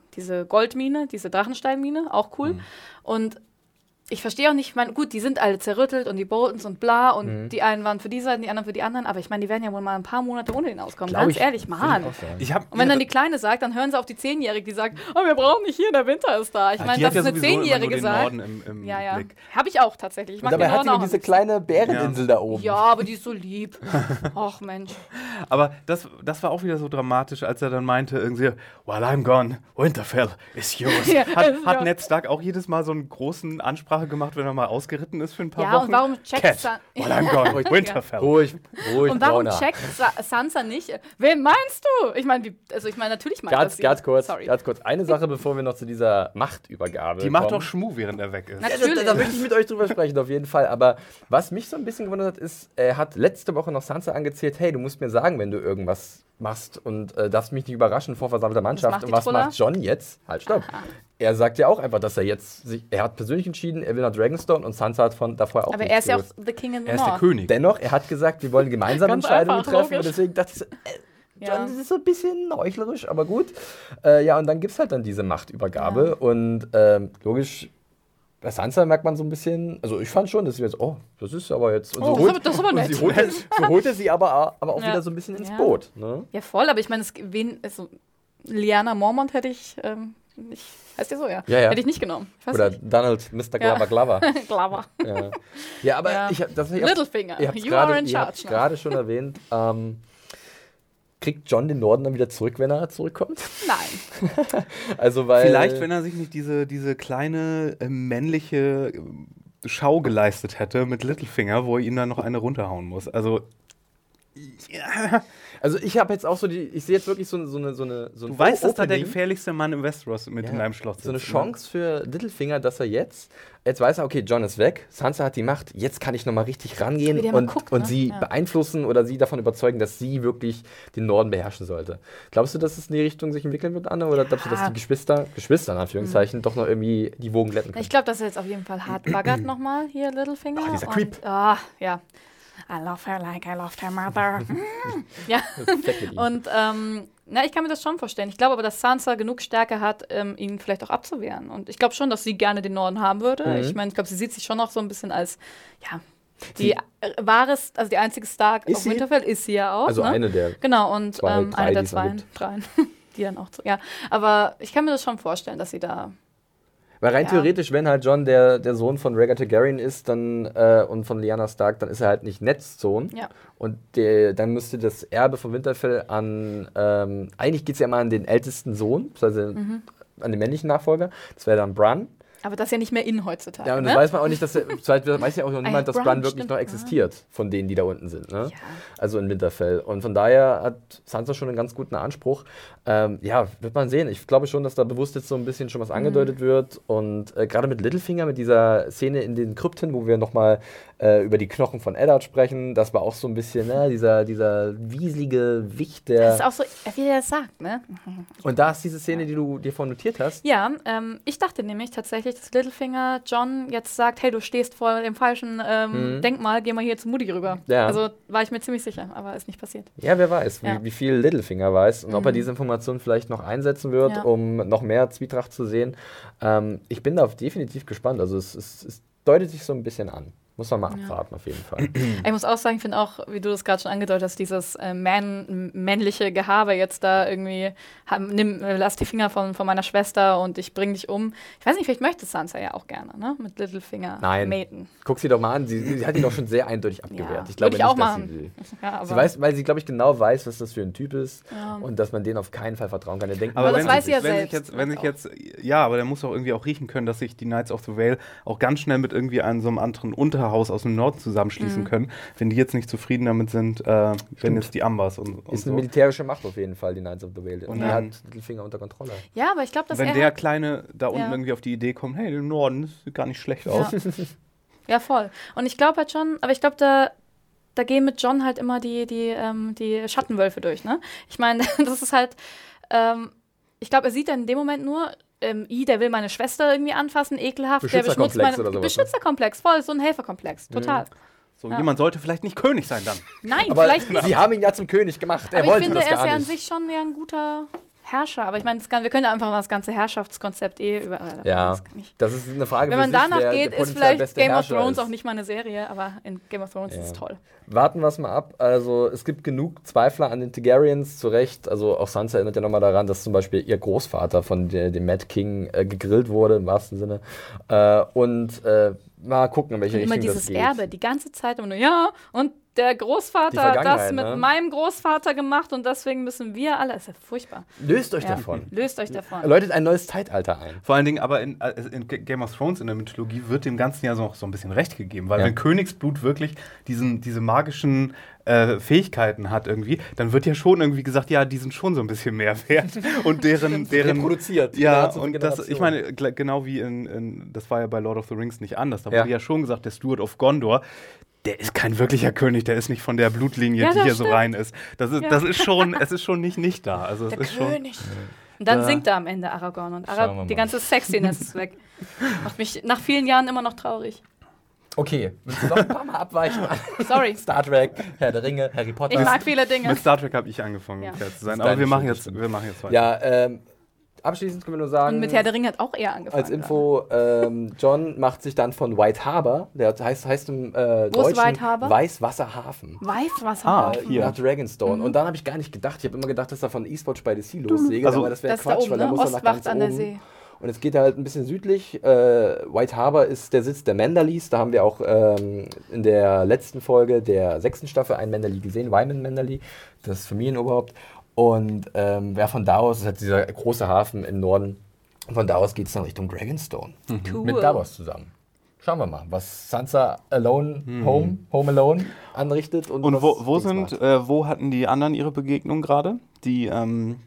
diese Goldmine, diese Drachensteinmine, auch cool. Mhm. Und ich verstehe auch nicht, ich meine, gut, die sind alle zerrüttelt und die Boltons und bla und mhm. die einen waren für die Seiten, die anderen für die anderen, aber ich meine, die werden ja wohl mal ein paar Monate ohne den auskommen. Glaub Ganz ich, ehrlich, Mann. Ich hab, und wenn dann die Kleine sagt, dann hören sie auf die Zehnjährige, die sagt, oh, wir brauchen nicht hier, der Winter ist da. Ich meine, das ist ja eine Zehnjährige sagt. Im, im ja, ja. Habe ich auch tatsächlich. Ich und dabei hat sie diese kleine Bäreninsel ja. da oben. Ja, aber die ist so lieb. Ach, Mensch. Aber das, das war auch wieder so dramatisch, als er dann meinte, irgendwie, while I'm gone, Winterfell is yours. ja, hat hat Ned Stark auch jedes Mal so einen großen Ansprache gemacht, wenn er mal ausgeritten ist für ein paar ja, Wochen. Ja, und warum checkt Sansa... Well, I'm gone, Winterfell. Ruhig, ruhig, und warum checkt Sa Sansa nicht? Wen meinst du? Ich meine, also ich meine, natürlich meint ganz, das sie. Ganz kurz, Sorry. ganz kurz. Eine Sache, bevor wir noch zu dieser Machtübergabe Die macht kommen. doch Schmuh, während er weg ist. Natürlich. Ja, da, da möchte ich mit euch drüber sprechen, auf jeden Fall. Aber was mich so ein bisschen gewundert hat, ist, er hat letzte Woche noch Sansa angezählt, hey, du musst mir sagen, wenn du irgendwas machst und äh, darfst mich nicht überraschen vor versammelter Mannschaft. Und was Troller? macht Jon jetzt? Halt, stopp. Aha. Er sagt ja auch einfach, dass er jetzt sich, er hat persönlich entschieden, er will nach Dragonstone und Sansa hat von davor auch Aber er ist ja auch the King in the Er ist North. der König. Dennoch, er hat gesagt, wir wollen gemeinsam Entscheidungen einfach, treffen logisch. und deswegen dachte ich so, äh, Jon, Ja. das ist so ein bisschen heuchlerisch, aber gut. Äh, ja, und dann gibt es halt dann diese Machtübergabe Ja. und ähm, logisch, bei Sansa merkt man so ein bisschen, also ich fand schon, dass sie jetzt, oh, das ist aber jetzt, und Oh, so, das ist- das ist aber und nett. sie holte, so holte sie aber, aber auch Ja. wieder so ein bisschen ins Ja. Boot. Ne? Ja, voll, aber ich meine, es wen, also, Lyanna Mormont hätte ich, ähm, nicht, heißt ja so, ja. Ja, ja. Hätte ich nicht genommen. Ich weiß Oder nicht. Donald, Mister Ja. Glover Glover. Glover. ja. ja, aber Ja. ich hab, das, ich Littlefinger, Ihr habt you are in es charge now. gerade schon erwähnt, ähm, kriegt Jon den Norden dann wieder zurück, wenn er zurückkommt? Nein. Also, weil Vielleicht, wenn er sich nicht diese, diese kleine äh, männliche äh, Schau geleistet hätte mit Littlefinger, wo er ihn dann noch eine runterhauen muss. Also, ja. Also ich habe jetzt auch so die, ich sehe jetzt wirklich so, so eine, so eine, so ein Du weißt, dass da der Opening. gefährlichste Mann im Westeros mit Ja, in einem Schloss sitzt. So eine ne? Chance für Littlefinger, dass er jetzt, jetzt weiß er, okay, Jon ist weg, Sansa hat die Macht, jetzt kann ich nochmal richtig rangehen Wie der mal und, guckt, und ne? sie Ja. beeinflussen oder sie davon überzeugen, dass sie wirklich den Norden beherrschen sollte. Glaubst du, dass es in die Richtung sich entwickeln wird, Anne? Oder glaubst du, dass die Geschwister, Geschwister in Anführungszeichen, doch noch irgendwie die Wogen glätten können? Ich glaube, dass er jetzt auf jeden Fall hart baggert nochmal hier, Littlefinger. Oh, dieser und, Creep. Ah, ja. I love her like I loved her mother. ja. Weg mit ihm. Und ähm, na, ich kann mir das schon vorstellen. Ich glaube aber, dass Sansa genug Stärke hat, ähm, ihn vielleicht auch abzuwehren. Und ich glaube schon, dass sie gerne den Norden haben würde. Mhm. Ich meine, ich glaube, sie sieht sich schon auch so ein bisschen als, ja, die äh, wahres, also die einzige Stark Ist auf sie? Winterfell ist sie ja auch. Also ne? eine der Genau, und zwei, ähm, drei, eine der die es noch zwei, gibt. dreien. die dann auch, so, ja. Aber ich kann mir das schon vorstellen, dass sie da. Weil rein Ja. theoretisch, wenn halt Jon der, der Sohn von Rhaegar Targaryen ist dann, äh, und von Lyanna Stark, dann ist er halt nicht Neds Sohn. Ja. Und der, dann müsste das Erbe von Winterfell an, ähm, eigentlich geht es ja immer an den ältesten Sohn, also Mhm. an den männlichen Nachfolger. Das wäre dann Bran. Aber das ist ja nicht mehr in heutzutage. Ja, und ne? das weiß man auch nicht, dass er, vielleicht weiß ja auch noch Ah, niemand, ja, dass Bran, Bran wirklich stimmt. noch Ah. existiert, von denen, die da unten sind. Ne? Ja. Also in Winterfell. Und von daher hat Sansa schon einen ganz guten Anspruch. Ähm, ja, wird man sehen. Ich glaube schon, dass da bewusst jetzt so ein bisschen schon was angedeutet wird. Und äh, gerade mit Littlefinger, mit dieser Szene in den Krypten, wo wir nochmal äh, über die Knochen von Eddard sprechen, das war auch so ein bisschen ne, dieser, dieser wieselige Wicht, der. Das ist auch so, wie er das sagt, ne? Und da ist diese Szene, die du dir vorhin notiert hast. Ja, ähm, ich dachte nämlich tatsächlich, dass Littlefinger John jetzt sagt, hey, du stehst vor dem falschen ähm, Mhm. Denkmal, geh mal hier zu Moody rüber. Ja. Also war ich mir ziemlich sicher, aber ist nicht passiert. Ja, wer weiß, Ja. Wie, wie viel Littlefinger weiß und ob er Mhm. diese Information vielleicht noch einsetzen wird, Ja. um noch mehr Zwietracht zu sehen. Ähm, ich bin da definitiv gespannt. Also es, es, es deutet sich so ein bisschen an. Muss man mal Ja. abwarten, auf jeden Fall. Ich muss auch sagen, ich finde auch, wie du das gerade schon angedeutet hast, dieses äh, man, männliche Gehabe jetzt da irgendwie, ha, nimm, äh, lass die Finger von, von meiner Schwester und ich bring dich um. Ich weiß nicht, vielleicht möchte Sansa ja auch gerne, ne? Mit Littlefinger Nein. maten. Guck sie doch mal an. Sie, sie hat ihn doch schon sehr eindeutig abgewehrt. Ja, Ich glaube würde ich auch nicht, dass machen. sie will. Ja, aber Sie weiß, weil sie, glaube ich, genau weiß, was das für ein Typ ist Ja. und dass man denen auf keinen Fall vertrauen kann. Der denkt Aber Aber nur das wenn an weiß sich. sie ja wenn selbst. Sich jetzt, wenn sich auch. jetzt, ja, aber der muss auch irgendwie auch riechen können, dass sich die Knights of the Vale auch ganz schnell mit irgendwie einem so einem anderen Unterhaus aus dem Norden zusammenschließen Mhm. können, wenn die jetzt nicht zufrieden damit sind, äh, wenn jetzt die Ambers und, und Ist so. eine militärische Macht auf jeden Fall, die Knights of the Vale. Und Und die dann- hat Littlefinger unter Kontrolle. Ja, aber ich glaube, dass wenn er der halt- Kleine da unten Ja. irgendwie auf die Idee kommt, hey, im Norden, das sieht gar nicht schlecht aus. Ja, voll. Und ich glaube halt schon, aber ich glaube, da, da gehen mit John halt immer die, die, ähm, die Schattenwölfe durch, ne? Ich meine, das ist halt, ähm, ich glaube, er sieht dann in dem Moment nur, ähm, I, der will meine Schwester irgendwie anfassen, ekelhaft, der beschmutzt Beschützerkomplex meine, oder sowas, ne? Beschützerkomplex, voll, so ein Helferkomplex, total. So, Ja. jemand sollte vielleicht nicht König sein dann. Nein, Aber vielleicht nicht. sie haben ihn ja zum König gemacht. Er Aber ich wollte finde, das er ist gar ja an nicht. sich schon ja ein guter Herrscher, aber ich meine, wir können ja einfach mal das ganze Herrschaftskonzept eh über. Äh, Ja, das nicht. das ist eine Frage. Wenn man für sich, danach wer geht, der ist potenziell vielleicht beste Game of Herrscher Thrones ist. auch nicht meine Serie, aber in Game of Thrones Ja. ist es toll. Warten wir es mal ab. Also es gibt genug Zweifler an den Targaryens, zu Recht. Also auch Sansa erinnert ja nochmal daran, dass zum Beispiel ihr Großvater von der, dem Mad King äh, gegrillt wurde, im wahrsten Sinne. Äh, und äh, mal gucken, in welche Und immer Richtung dieses das geht. Erbe, die ganze Zeit immer nur, ja, und der Die Großvater hat das Vergangenheit, mit ne? meinem Großvater gemacht und deswegen müssen wir alle, das ist ja furchtbar. Löst euch Ja. davon. Löst euch davon. Läutet ein neues Zeitalter ein. Vor allen Dingen aber in, äh, in Game of Thrones, in der Mythologie, wird dem Ganzen ja so, so ein bisschen Recht gegeben. Weil Ja. wenn Königsblut wirklich diesen, diese magischen äh, Fähigkeiten hat irgendwie, dann wird ja schon irgendwie gesagt, ja, die sind schon so ein bisschen mehr wert. Und deren... deren Reproduziert. ja, Generation für und das, Generation. ich meine, gl- genau wie in, in, das war ja bei Lord of the Rings nicht anders. Da Ja. wurde ja schon gesagt, der Steward of Gondor, der ist kein wirklicher König, der ist nicht von der Blutlinie, Ja, die das hier so stimmt. rein ist. Das ist, Ja. das ist schon, es ist schon nicht nicht da. Also es Der ist schon, König. Und dann Ja. singt er am Ende Aragorn und Schauen wir Arag mal. die ganze Sexiness ist weg. Macht mich nach vielen Jahren immer noch traurig. Okay, willst du noch ein paar Mal abweichen? Sorry. Star Trek, Herr der Ringe, Harry Potter. Ich mag viele Dinge. mit Star Trek habe ich angefangen, Ja. fair zu sein. ist Aber deine wir machen, Schuld, jetzt, stimmt. wir machen jetzt weiter. Ja, ähm, abschließend können wir nur sagen, Und mit Herr der Ringe hat auch eher angefangen. als Info, ähm, John macht sich dann von White Harbor, der heißt, heißt im äh, Wo ist Deutschen White Harbor? Weißwasserhafen. Weißwasser. Ah, Äh, hier. Nach Dragonstone. Mhm. Und dann habe ich gar nicht gedacht, ich habe immer gedacht, dass er von Eastwatch by the Sea loslegt, Also, aber das wäre Das ist da Quatsch, oben, weil er ne? muss er nach ganz Ostwacht an der oben. See. Und es geht halt ein bisschen südlich. Äh, White Harbor ist der Sitz der Manderleys. Da haben wir auch ähm, in der letzten Folge der sechsten Staffel einen Manderley gesehen, Wyman Manderley, das Familienoberhaupt. Und ähm, ja, von da aus ist halt dieser große Hafen im Norden. Von da aus geht es dann Richtung Dragonstone. Cool. Mit Davos zusammen. Schauen wir mal, was Sansa Alone, Home, Home Alone anrichtet. Und, Und was wo, wo Dings sind, macht. äh, wo hatten die anderen ihre Begegnung gerade? Die, ähm,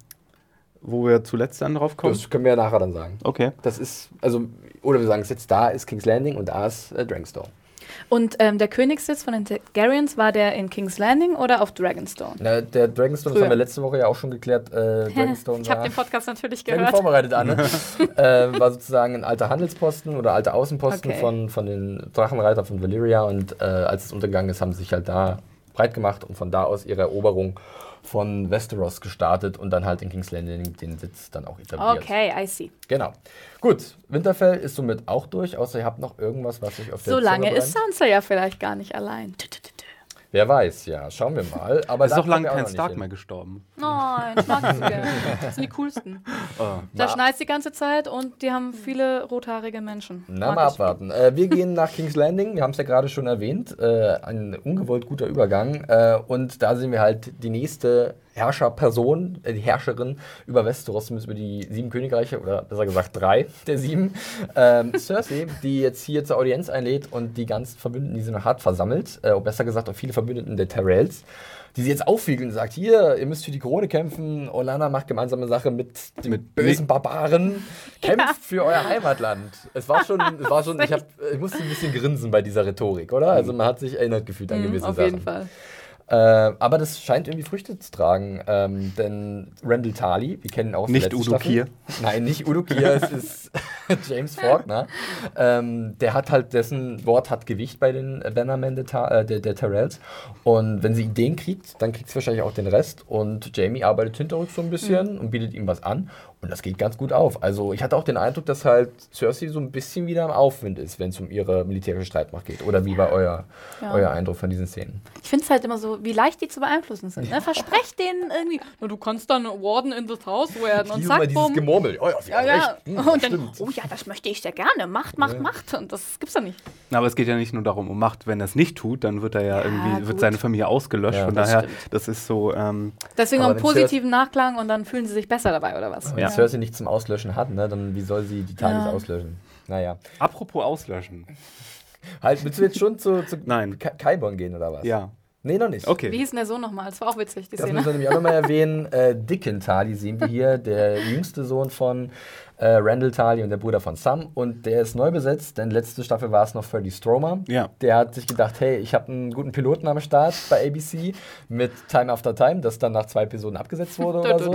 wo wir zuletzt dann drauf kommen? Das können wir ja nachher dann sagen. Okay. Das ist, also, oder wir sagen es jetzt, da ist King's Landing und da ist äh, Dragonstone. Und ähm, der Königssitz von den Targaryens, war der in King's Landing oder auf Dragonstone? Na, der Dragonstone, das Früher. haben wir letzte Woche ja auch schon geklärt. Äh, Dragonstone Ich habe war, den Podcast natürlich sehr gut gehört. vorbereitet, Anne. äh, war sozusagen ein alter Handelsposten oder alter Außenposten Okay. von, von den Drachenreitern von Valyria. Und äh, als es untergegangen ist, haben sie sich halt da breit gemacht und von da aus ihre Eroberung von Westeros gestartet und dann halt in King's Landing den Sitz dann auch etabliert. Okay, I see. Genau. Gut, Winterfell ist somit auch durch, außer ihr habt noch irgendwas, was euch auf der So lange Zunge ist brennt. Sansa ja vielleicht gar nicht allein. Tü, tü, tü, tü. Wer weiß, ja. Schauen wir mal. Aber Es ist da doch lange kommen wir auch kein noch nicht Stark hin. mehr gestorben. Nein, ich mag sie gerne. Das sind die coolsten. Da schneit die ganze Zeit und die haben viele rothaarige Menschen. Na, Mag mal ich. abwarten. Äh, wir gehen nach King's Landing, wir haben es ja gerade schon erwähnt. Äh, ein ungewollt guter Übergang. Äh, und da sehen wir halt die nächste Herrscherperson, äh, die Herrscherin über Westeros, zumindest über die sieben Königreiche, oder besser gesagt drei der sieben. Ähm, Cersei, die jetzt hier zur Audienz einlädt und die ganzen Verbündeten, die sie noch hat, versammelt. Äh, und besser gesagt auch viele Verbündeten der Tyrells, die sie jetzt aufwiegeln und sagt, hier, ihr müsst für die Krone kämpfen. Olenna macht gemeinsame Sache mit den Mit- bösen Barbaren. Kämpft Ja. für euer Heimatland. Es war schon, es war schon, ich, hab, ich musste ein bisschen grinsen bei dieser Rhetorik, oder? Also man hat sich erinnert gefühlt an Mhm, gewisse auf Sachen. jeden Fall. Äh, aber das scheint irgendwie Früchte zu tragen, ähm, denn Randall Tarly, wir kennen ihn auch aus der Nicht letzten Udo Staffel. Kier. Nein, nicht Udo Kier, es ist James Faulkner. Ähm, der hat halt, dessen Wort hat Gewicht bei den Bannermen der, Ta- äh, der, der Tyrells. Und wenn sie Ideen kriegt, dann kriegt sie wahrscheinlich auch den Rest. Und Jamie arbeitet hinterrücks so ein bisschen und bietet ihm was an. Und das geht ganz gut auf. Also ich hatte auch den Eindruck, dass halt Cersei so ein bisschen wieder im Aufwind ist, wenn es um ihre militärische Streitmacht geht. Oder wie war euer, Ja. euer Eindruck von diesen Szenen? Ich finde es halt immer so, wie leicht die zu beeinflussen sind. Ne? Versprecht denen irgendwie, na, du kannst dann Warden in this House werden und Hier zack, immer dieses bumm. Gemurmel. Oh ja, sie Ja, hat ja. recht. Hm, das Und dann, stimmt. oh ja, das möchte ich sehr gerne. Macht, macht, macht. Und das gibt's doch nicht. Na, aber es geht ja nicht nur darum, um Macht. Wenn er es nicht tut, dann wird er ja, Ja, irgendwie, gut. wird seine Familie ausgelöscht. Ja, Von das daher, stimmt. das ist so, ähm, Deswegen Aber auch einen wenn positiven Nachklang und dann fühlen sie sich besser dabei, oder was? Wenn Ja. Cersei nichts zum Auslöschen hat, ne, dann wie soll sie die Talis Ja. auslöschen? Naja. apropos auslöschen. Halt, willst du jetzt schon zu, zu Nein. Ka- Qyburn gehen, oder was? Ja. Nee, noch nicht. Wie Okay. hieß denn der Sohn nochmal? Das war auch witzig, die Das müssen wir Szene. nämlich auch nochmal erwähnen. Äh, Dickon Tarly sehen wir hier, der jüngste Sohn von äh, Randall Tarly und der Bruder von Sam. Und der ist neu besetzt, denn letzte Staffel war es noch Freddie Stromer. Ja. Der hat sich gedacht, hey, ich habe einen guten Piloten am Start bei A B C mit Time After Time, das dann nach zwei Episoden abgesetzt wurde oder so.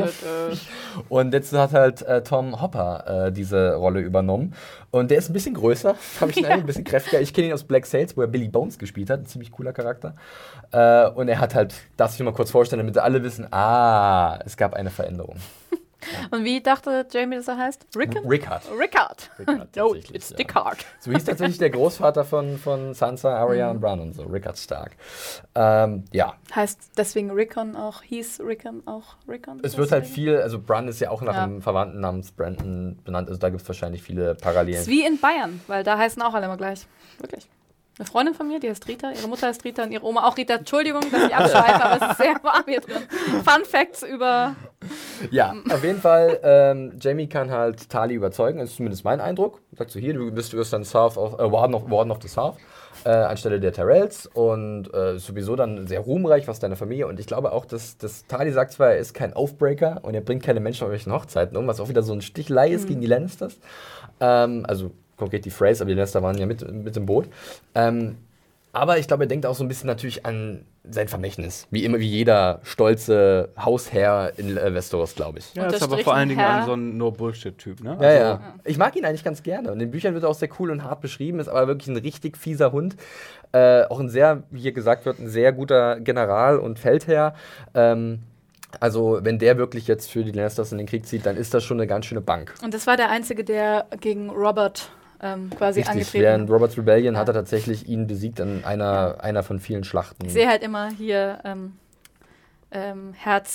Und jetzt hat halt äh, Tom Hopper äh, diese Rolle übernommen. Und der ist ein bisschen größer, habe ich den Eindruck, ein bisschen kräftiger. Ich kenne ihn aus Black Sails, wo er Billy Bones gespielt hat. Ein ziemlich cooler Charakter. Äh, und er hat halt, darf ich mal kurz vorstellen, damit alle wissen, ah, es gab eine Veränderung. Und wie dachte Jamie, dass er heißt? Rickon? Rickard. Rickard. Rickard No, tatsächlich, it's ja. Dickard. So hieß tatsächlich der Großvater von, von Sansa, Arya und Bran und so, Rickard Stark. Ähm, ja. Heißt deswegen Rickon auch, hieß Rickon auch Rickon? Es wird halt viel, also Bran ist ja auch nach Ja. einem Verwandten namens Brandon benannt, also da gibt es wahrscheinlich viele Parallelen. ist wie in Bayern, weil da heißen auch alle immer gleich. Wirklich. Eine Freundin von mir, die heißt Rita, ihre Mutter heißt Rita und ihre Oma auch Rita. Entschuldigung, dass ich abschweife, aber es ist sehr warm hier drin. Fun Facts über... Ja, auf jeden Fall, ähm, Jamie kann halt Tali überzeugen, das ist zumindest mein Eindruck. Sagt so, hier, du bist, du bist dann South of, äh, Warden, of, Warden of the South, äh, anstelle der Tyrells und äh, sowieso dann sehr ruhmreich, was deine Familie, und ich glaube auch, dass, dass Tali sagt zwar, er ist kein Aufbreaker und er bringt keine Menschen auf irgendwelchen Hochzeiten um, was auch wieder so ein Stichelei ist mhm. gegen die Lannisters, ähm, also konkret die Freys, aber die Lannister waren ja mit, mit im Boot. Ähm, aber ich glaube, er denkt auch so ein bisschen natürlich an sein Vermächtnis. Wie immer, wie jeder stolze Hausherr in äh, Westeros, glaube ich. Ja, das ist aber vor allen Dingen an so ein No-Bullshit-Typ, ne? Ja, also, ja. Ich mag ihn eigentlich ganz gerne. Und in den Büchern wird er auch sehr cool und hart beschrieben, ist aber wirklich ein richtig fieser Hund. Äh, auch ein sehr, wie hier gesagt wird, ein sehr guter General und Feldherr. Ähm, Also, wenn der wirklich jetzt für die Lannisters in den Krieg zieht, dann ist das schon eine ganz schöne Bank. Und das war der Einzige, der gegen Robert ähm, quasi Richtig, angetreten während Robert's Rebellion ja. hat er tatsächlich ihn besiegt in einer, ja. einer von vielen Schlachten. Ich sehe halt immer hier ähm, ähm,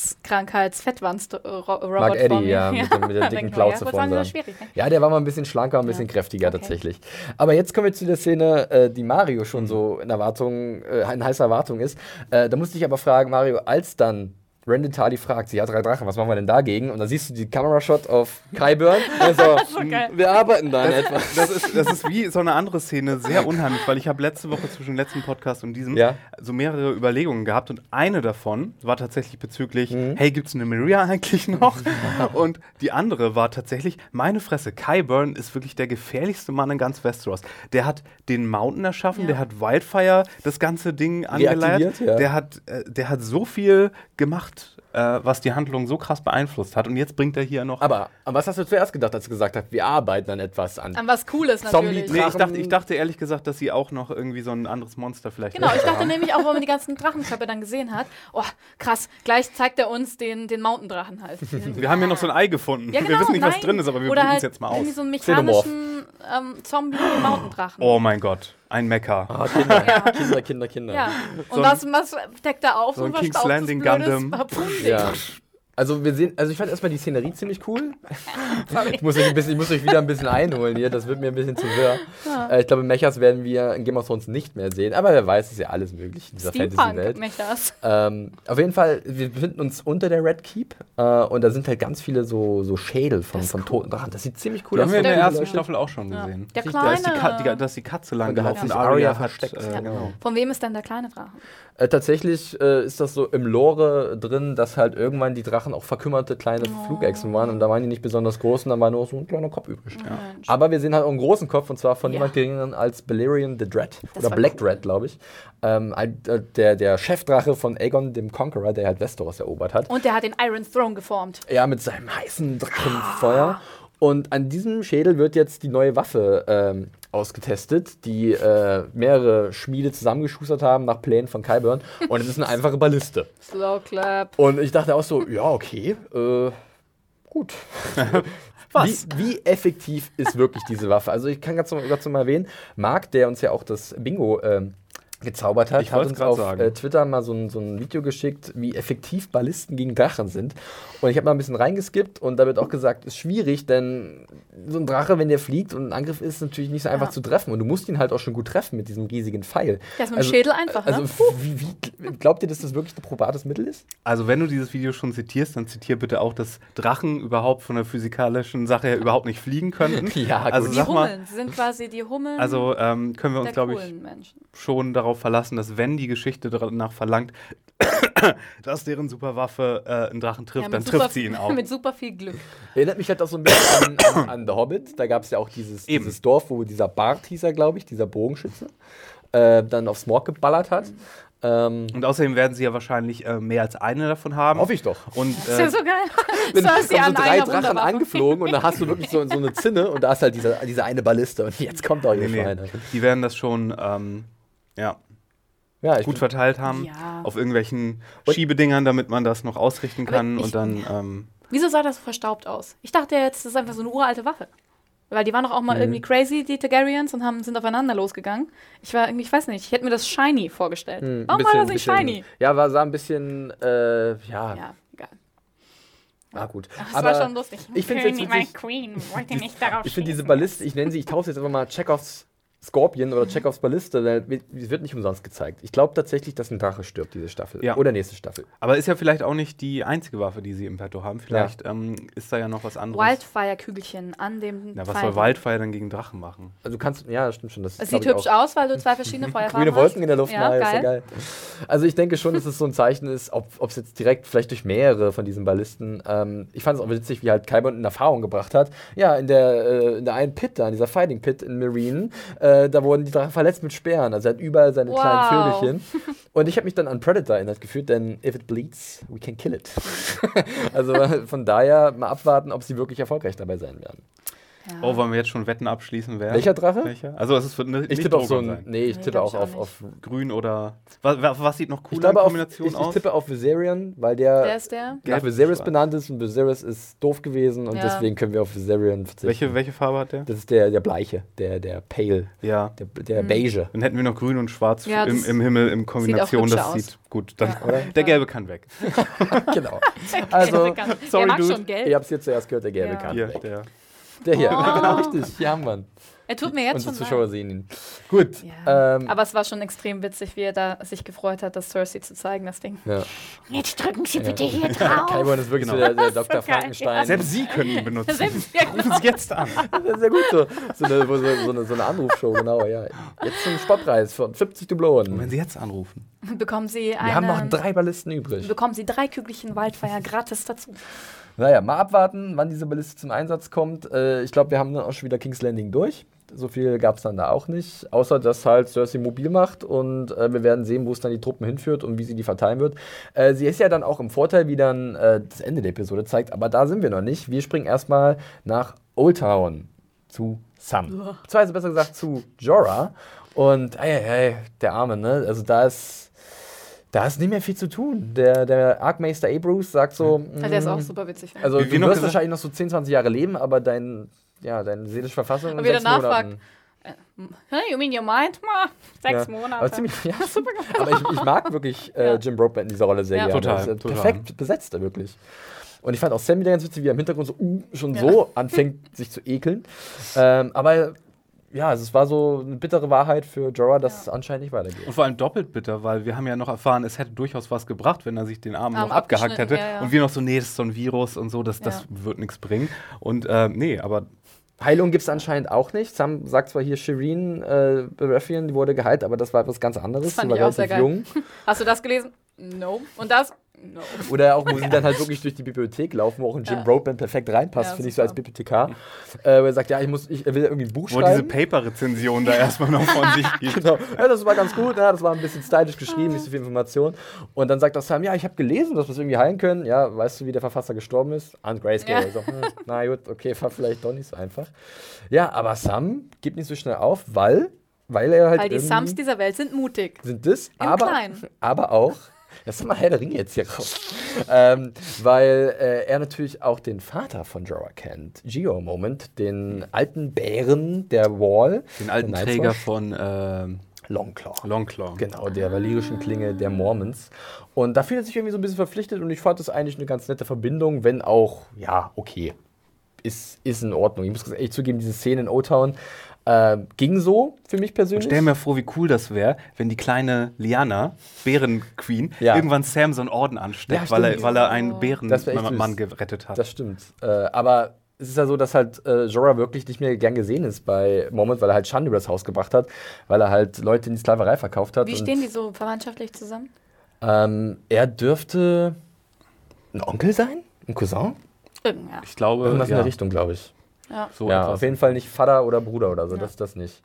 Herzkrankheits-Fettwanst-Robert Mark Eddy, vor mir. ja, mit, dem, mit der dicken Plauze ja, vorne. das schwierig, ne? Ja, der war mal ein bisschen schlanker, ein bisschen ja. kräftiger okay. tatsächlich. Aber jetzt kommen wir zu der Szene, äh, die Mario schon so in Erwartung, äh, in heißer Erwartung ist. Äh, da musste ich aber fragen, Mario, als dann Randy Tali fragt, sie hat drei Drachen, was machen wir denn dagegen? Und dann siehst du die Kamerashot auf Qyburn. Also, so wir arbeiten da an etwas. Das ist, das ist wie so eine andere Szene, sehr unheimlich, weil ich habe letzte Woche zwischen dem letzten Podcast und diesem ja. so mehrere Überlegungen gehabt und eine davon war tatsächlich bezüglich, mhm. hey, gibt's eine Maria eigentlich noch? Und die andere war tatsächlich, meine Fresse, Qyburn ist wirklich der gefährlichste Mann in ganz Westeros. Der hat den Mountain erschaffen, ja. der hat Wildfire, das ganze Ding angeleiert, ja. der hat, äh, der hat so viel gemacht, Äh, was die Handlung so krass beeinflusst hat. Und jetzt bringt er hier noch... Aber an was hast du zuerst gedacht, als du gesagt hast, wir arbeiten an etwas an? An was Cooles natürlich. Nee, ich dachte, ich dachte ehrlich gesagt, dass sie auch noch irgendwie so ein anderes Monster vielleicht... Genau, ich dachte nämlich auch, wo man die ganzen Drachenköpfe dann gesehen hat, oh, krass, gleich zeigt er uns den, den Mountain-Drachen halt. Wir haben ja noch so ein Ei gefunden. Ja, genau, wir wissen nicht, nein. was drin ist, aber wir probieren halt es jetzt mal aus. Irgendwie so einen mechanischen ähm, Zombie-Mountain-Drachen. Oh mein Gott, ein Mecha. Oh, Kinder, ja. Kinder, Kinder, Kinder. Ja. Und so was, was deckt er auf? So ein King's Landing Gundam. Ja. Also wir sehen, also ich fand erstmal die Szenerie ziemlich cool. ich, muss euch ein bisschen, ich muss euch wieder ein bisschen einholen hier, das wird mir ein bisschen zu wirr. Ja. Äh, ich glaube, Mechas werden wir in Game of Thrones nicht mehr sehen, aber wer weiß, ist ja alles möglich in dieser Fantasy-Welt. Mechas. Ähm, auf jeden Fall, wir befinden uns unter der Red Keep äh, und da sind halt ganz viele so, so Schädel von, von cool. toten Drachen. Das sieht ziemlich cool aus. Das haben wir in der ersten Leute. Staffel auch schon ja. gesehen. Der da kleine. ist die, Ka die, da ist die Katze lang gelaufen und Arya versteckt. Hat, äh, ja. genau. Von wem ist denn der kleine Drache? Äh, tatsächlich äh, ist das so im Lore drin, dass halt irgendwann die Drachen auch verkümmerte kleine oh. Flugechsen waren und da waren die nicht besonders groß und dann war nur so ein kleiner Kopf übrig. Ja. Aber wir sehen halt auch einen großen Kopf und zwar von ja. niemand geringeren als Balerion the Dread das oder Black cool. Dread, glaube ich. Ähm, der, der Chefdrache von Aegon dem Conqueror, der halt Westeros erobert hat. Und der hat den Iron Throne geformt. Ja, mit seinem heißen Drachenfeuer. Ah. Und an diesem Schädel wird jetzt die neue Waffe ähm, ausgetestet, die äh, mehrere Schmiede zusammengeschustert haben nach Plänen von Qyburn. Und es ist eine einfache Balliste. Slow Clap. Und ich dachte auch so, ja, okay, äh, gut. Was? Wie, wie effektiv ist wirklich diese Waffe? Also ich kann ganz noch mal erwähnen, Marc, der uns ja auch das Bingo ähm, gezaubert hat, ich hat uns auf sagen. äh, Twitter mal so ein, so ein Video geschickt, wie effektiv Ballisten gegen Drachen sind. Und ich habe mal ein bisschen reingeskippt und da wird auch gesagt, ist schwierig, denn so ein Drache, wenn der fliegt und ein Angriff ist, natürlich nicht so einfach ja. zu treffen. Und du musst ihn halt auch schon gut treffen mit diesem riesigen Pfeil. Das ist mit dem also, Schädel einfach, ne? Also wie, wie, glaubt ihr, dass das wirklich ein probates Mittel ist? Also wenn du dieses Video schon zitierst, dann zitier bitte auch, dass Drachen überhaupt von der physikalischen Sache her überhaupt nicht fliegen könnten. Ja, gut. Also, die sag Hummeln, mal, sie sind quasi die Hummeln. Also ähm, können wir uns, glaube ich, Menschen. schon darauf verlassen, dass wenn die Geschichte danach verlangt, dass deren Superwaffe äh, einen Drachen trifft, ja, dann super, trifft sie ihn auch. Mit super viel Glück. Erinnert mich halt auch so ein bisschen an, an, an The Hobbit. Da gab es ja auch dieses, dieses Dorf, wo dieser Bart hieß er, glaube ich, dieser Bogenschütze, äh, dann auf Smog geballert hat. Mhm. Ähm, und außerdem werden sie ja wahrscheinlich äh, mehr als eine davon haben. Hoffe ich doch. Und, äh, das ist ja so geil. Wenn kommen so drei Drachen angeflogen und dann hast du wirklich so, so eine Zinne und da ist halt diese, diese eine Balliste und jetzt kommt auch ihr nee, Schweine. Nee. Die werden das schon, ähm, ja. Ja, gut verteilt haben ja. auf irgendwelchen Schiebedingern, damit man das noch ausrichten kann. Ich, und dann. Ähm, Wieso sah das so verstaubt aus? Ich dachte jetzt, das ist einfach so eine uralte Waffe. Weil die waren doch auch mal mhm. irgendwie crazy, die Targaryens, und haben, sind aufeinander losgegangen. Ich war irgendwie, ich weiß nicht, ich hätte mir das shiny vorgestellt. Mhm, Warum bisschen, war das nicht bisschen, shiny? Ja, war, sah ein bisschen, äh, ja. Ja, egal. Ah, gut. Ach, das war schon lustig. Ich finde jetzt witzig, Queen wollte nicht darauf ich finde diese Balliste, ich nenne sie, ich taufe jetzt einfach mal Chekhovs Scorpion oder Chekhovs Balliste, weil die wird nicht umsonst gezeigt. Ich glaube tatsächlich, dass ein Drache stirbt, diese Staffel. Ja. Oder nächste Staffel. Aber ist ja vielleicht auch nicht die einzige Waffe, die sie im Petto haben. Vielleicht ja. ähm, ist da ja noch was anderes. Wildfire-Kügelchen an dem Na, was soll Wildfire dann gegen Drachen machen? Also du kannst, ja, das stimmt schon. Das es sieht hübsch auch. aus, weil du zwei verschiedene Feuerfarben Grüne Wolken hast. in der Luft, ja, mal, geil. ist ja geil. Also ich denke schon, dass es so ein Zeichen ist, ob es jetzt direkt, vielleicht durch mehrere von diesen Ballisten. Ähm, ich fand es auch witzig, wie halt Qyburn in Erfahrung gebracht hat. Ja, in der, äh, in der einen Pit da, in dieser Fighting Pit in Marine, äh, da wurden die Drachen verletzt mit Speeren. Also er hat überall seine wow. kleinen Vögelchen. Und ich habe mich dann an Predator erinnert gefühlt, denn if it bleeds, we can kill it. Also von daher mal abwarten, ob sie wirklich erfolgreich dabei sein werden. Ja. Oh, wollen wir jetzt schon Wetten abschließen? Wer? Welcher Drache? Welcher? Also es wird ne, ich tippe auf so ein, nee, ich nee, tippe auch auf, auf grün oder was, was sieht noch cool in Kombination ich, aus? Ich tippe auf Viserion, weil der, der, ist der? nach Viserys benannt ist und Viserys ist doof gewesen und ja. deswegen können wir auf Viserion verzichten. Welche, welche Farbe hat der? Das ist der, der bleiche, der, der Pale, ja. der, der mhm. beige. Dann hätten wir noch grün und schwarz ja, im, im Himmel in Kombination. Sieht das aus. sieht gut. Dann, ja. Der gelbe kann weg. Genau. Also, sorry, der Dude. Schon gelb. Ihr habt es hier zuerst gehört, der gelbe ja. kann Hier, weg. Der. Der hier, oh. genau richtig. Hier haben wir ihn. Er tut mir jetzt Unsere schon Zuschauer leid. sehen ihn. Gut. Ja. Ähm, Aber es war schon extrem witzig, wie er da sich gefreut hat, das Cersei zu zeigen, das Ding. Ja. Jetzt drücken Sie ja. bitte hier drauf. Qyburn ist wirklich genau. so der, der so Doktor Frankenstein. Selbst Sie können ihn benutzen. Selbst, ja, Rufen Sie jetzt an. Das ist sehr gut so. So eine, so, so eine, so eine Anrufshow, genau. Ja. Jetzt zum Spottpreis von fünfzig Dublonen. Und wenn Sie jetzt anrufen. Bekommen Sie eine, Wir haben noch drei Ballisten übrig. Bekommen Sie drei Kügelchen Wildfire gratis dazu. Naja, mal abwarten, wann diese Balliste zum Einsatz kommt. Äh, ich glaube, wir haben dann auch schon wieder King's Landing durch. So viel gab es dann da auch nicht. Außer, dass halt Cersei mobil macht und äh, wir werden sehen, wo es dann die Truppen hinführt und wie sie die verteilen wird. Äh, sie ist ja dann auch im Vorteil, wie dann äh, das Ende der Episode zeigt, aber da sind wir noch nicht. Wir springen erstmal nach Old Town zu Sam. Uah. Beziehungsweise besser gesagt zu Jorah. Und ey, ey, der Arme, ne? Also da ist Da ist nicht mehr viel zu tun. Der, der Archmeister Abruz sagt so. Ja, der ist auch super witzig. Also, Wie du wir noch wirst gesagt- wahrscheinlich noch so zehn, zwanzig Jahre leben, aber dein, ja, deine seelische Verfassung in Aber wieder sechs nachfragt. Monaten. Hey, you mean your mind? Ma, sechs Ja. Monate. Aber, ziemlich, ja, super. aber ich, ich mag wirklich äh, Ja. Jim Broadbent in dieser Rolle sehr Ja. gerne. Total, Das ist, äh, total. perfekt besetzt, er wirklich. Und ich fand auch Sam wieder ganz witzig, wie er im Hintergrund so uh, schon Ja. so anfängt, sich zu ekeln. Ähm, aber ja, also es war so eine bittere Wahrheit für Jorah, dass Ja. es anscheinend nicht weitergeht. Und vor allem doppelt bitter, weil wir haben ja noch erfahren, es hätte durchaus was gebracht, wenn er sich den Arm Arm noch abgehackt abgeschnitten, hätte. ja, ja. Und wir noch so, nee, das ist so ein Virus und so, das, das Ja. wird nichts bringen. Und äh, nee, aber Heilung gibt es anscheinend auch nicht. Sam sagt zwar hier, Shireen äh, Baratheon, die wurde geheilt, aber das war etwas ganz anderes. Das fand Sie war ich auch sehr relativ geil. jung. Hast du das gelesen? No. Und das? No. Oder auch, wo sie dann halt wirklich durch die Bibliothek laufen, wo auch ein Jim Ja. Broadbent perfekt reinpasst, Ja, finde ich so als super. Bibliothekar. Äh, wo er sagt, ja, ich muss, ich er will irgendwie ein Buch wo diese schreiben. Paper-Rezension da erstmal noch von sich gibt. Genau. Ja, das war ganz gut, ja, das war ein bisschen stylisch geschrieben, nicht so viel Information. Und dann sagt auch Sam, ja, ich habe gelesen, dass wir es irgendwie heilen können. Ja, weißt du, wie der Verfasser gestorben ist? Aunt Grayscale. Ja. Also, hm, na gut, okay, war vielleicht doch nicht so einfach. Ja, aber Sam gibt nicht so schnell auf, weil, weil er halt Weil die irgendwie- Sams dieser Welt sind mutig. sind das, Im aber, Kleinen. aber auch, das ist mal Herr der Ringe jetzt hier raus, ähm, weil äh, er natürlich auch den Vater von Jorah kennt, Geo Moment, den alten Bären der Wall, Den alten der Träger Night's von ähm, Watch, Longclaw. Longclaw. Genau, der valyrischen Klinge der Mormons. Und da fühlt er sich irgendwie so ein bisschen verpflichtet und ich fand das eigentlich eine ganz nette Verbindung, wenn auch, ja, okay, ist, ist in Ordnung. Ich muss ehrlich zugeben, diese Szene in O-Town äh, ging so für mich Und persönlich. stell mir vor, wie cool das wäre, wenn die kleine Lyanna, Bärenqueen, Ja. irgendwann Sam so einen Orden ansteckt, Ja, weil, er, stimmt. weil er einen Das wär echt Bärenmann süß. gerettet hat. Das stimmt. Äh, aber es ist ja so, dass halt äh, Jorah wirklich nicht mehr gern gesehen ist bei Mormont, weil er halt Schande über das Haus gebracht hat, weil er halt Leute in die Sklaverei verkauft hat. Wie und, stehen die so verwandtschaftlich zusammen? Ähm, er dürfte ein Onkel sein? Ein Cousin? Irgend, ja. Ich glaube, Irgendwas in ja, der Richtung, glaube ich. ja. so ja, etwas. auf jeden Fall nicht Vater oder Bruder oder so, Ja. das das nicht.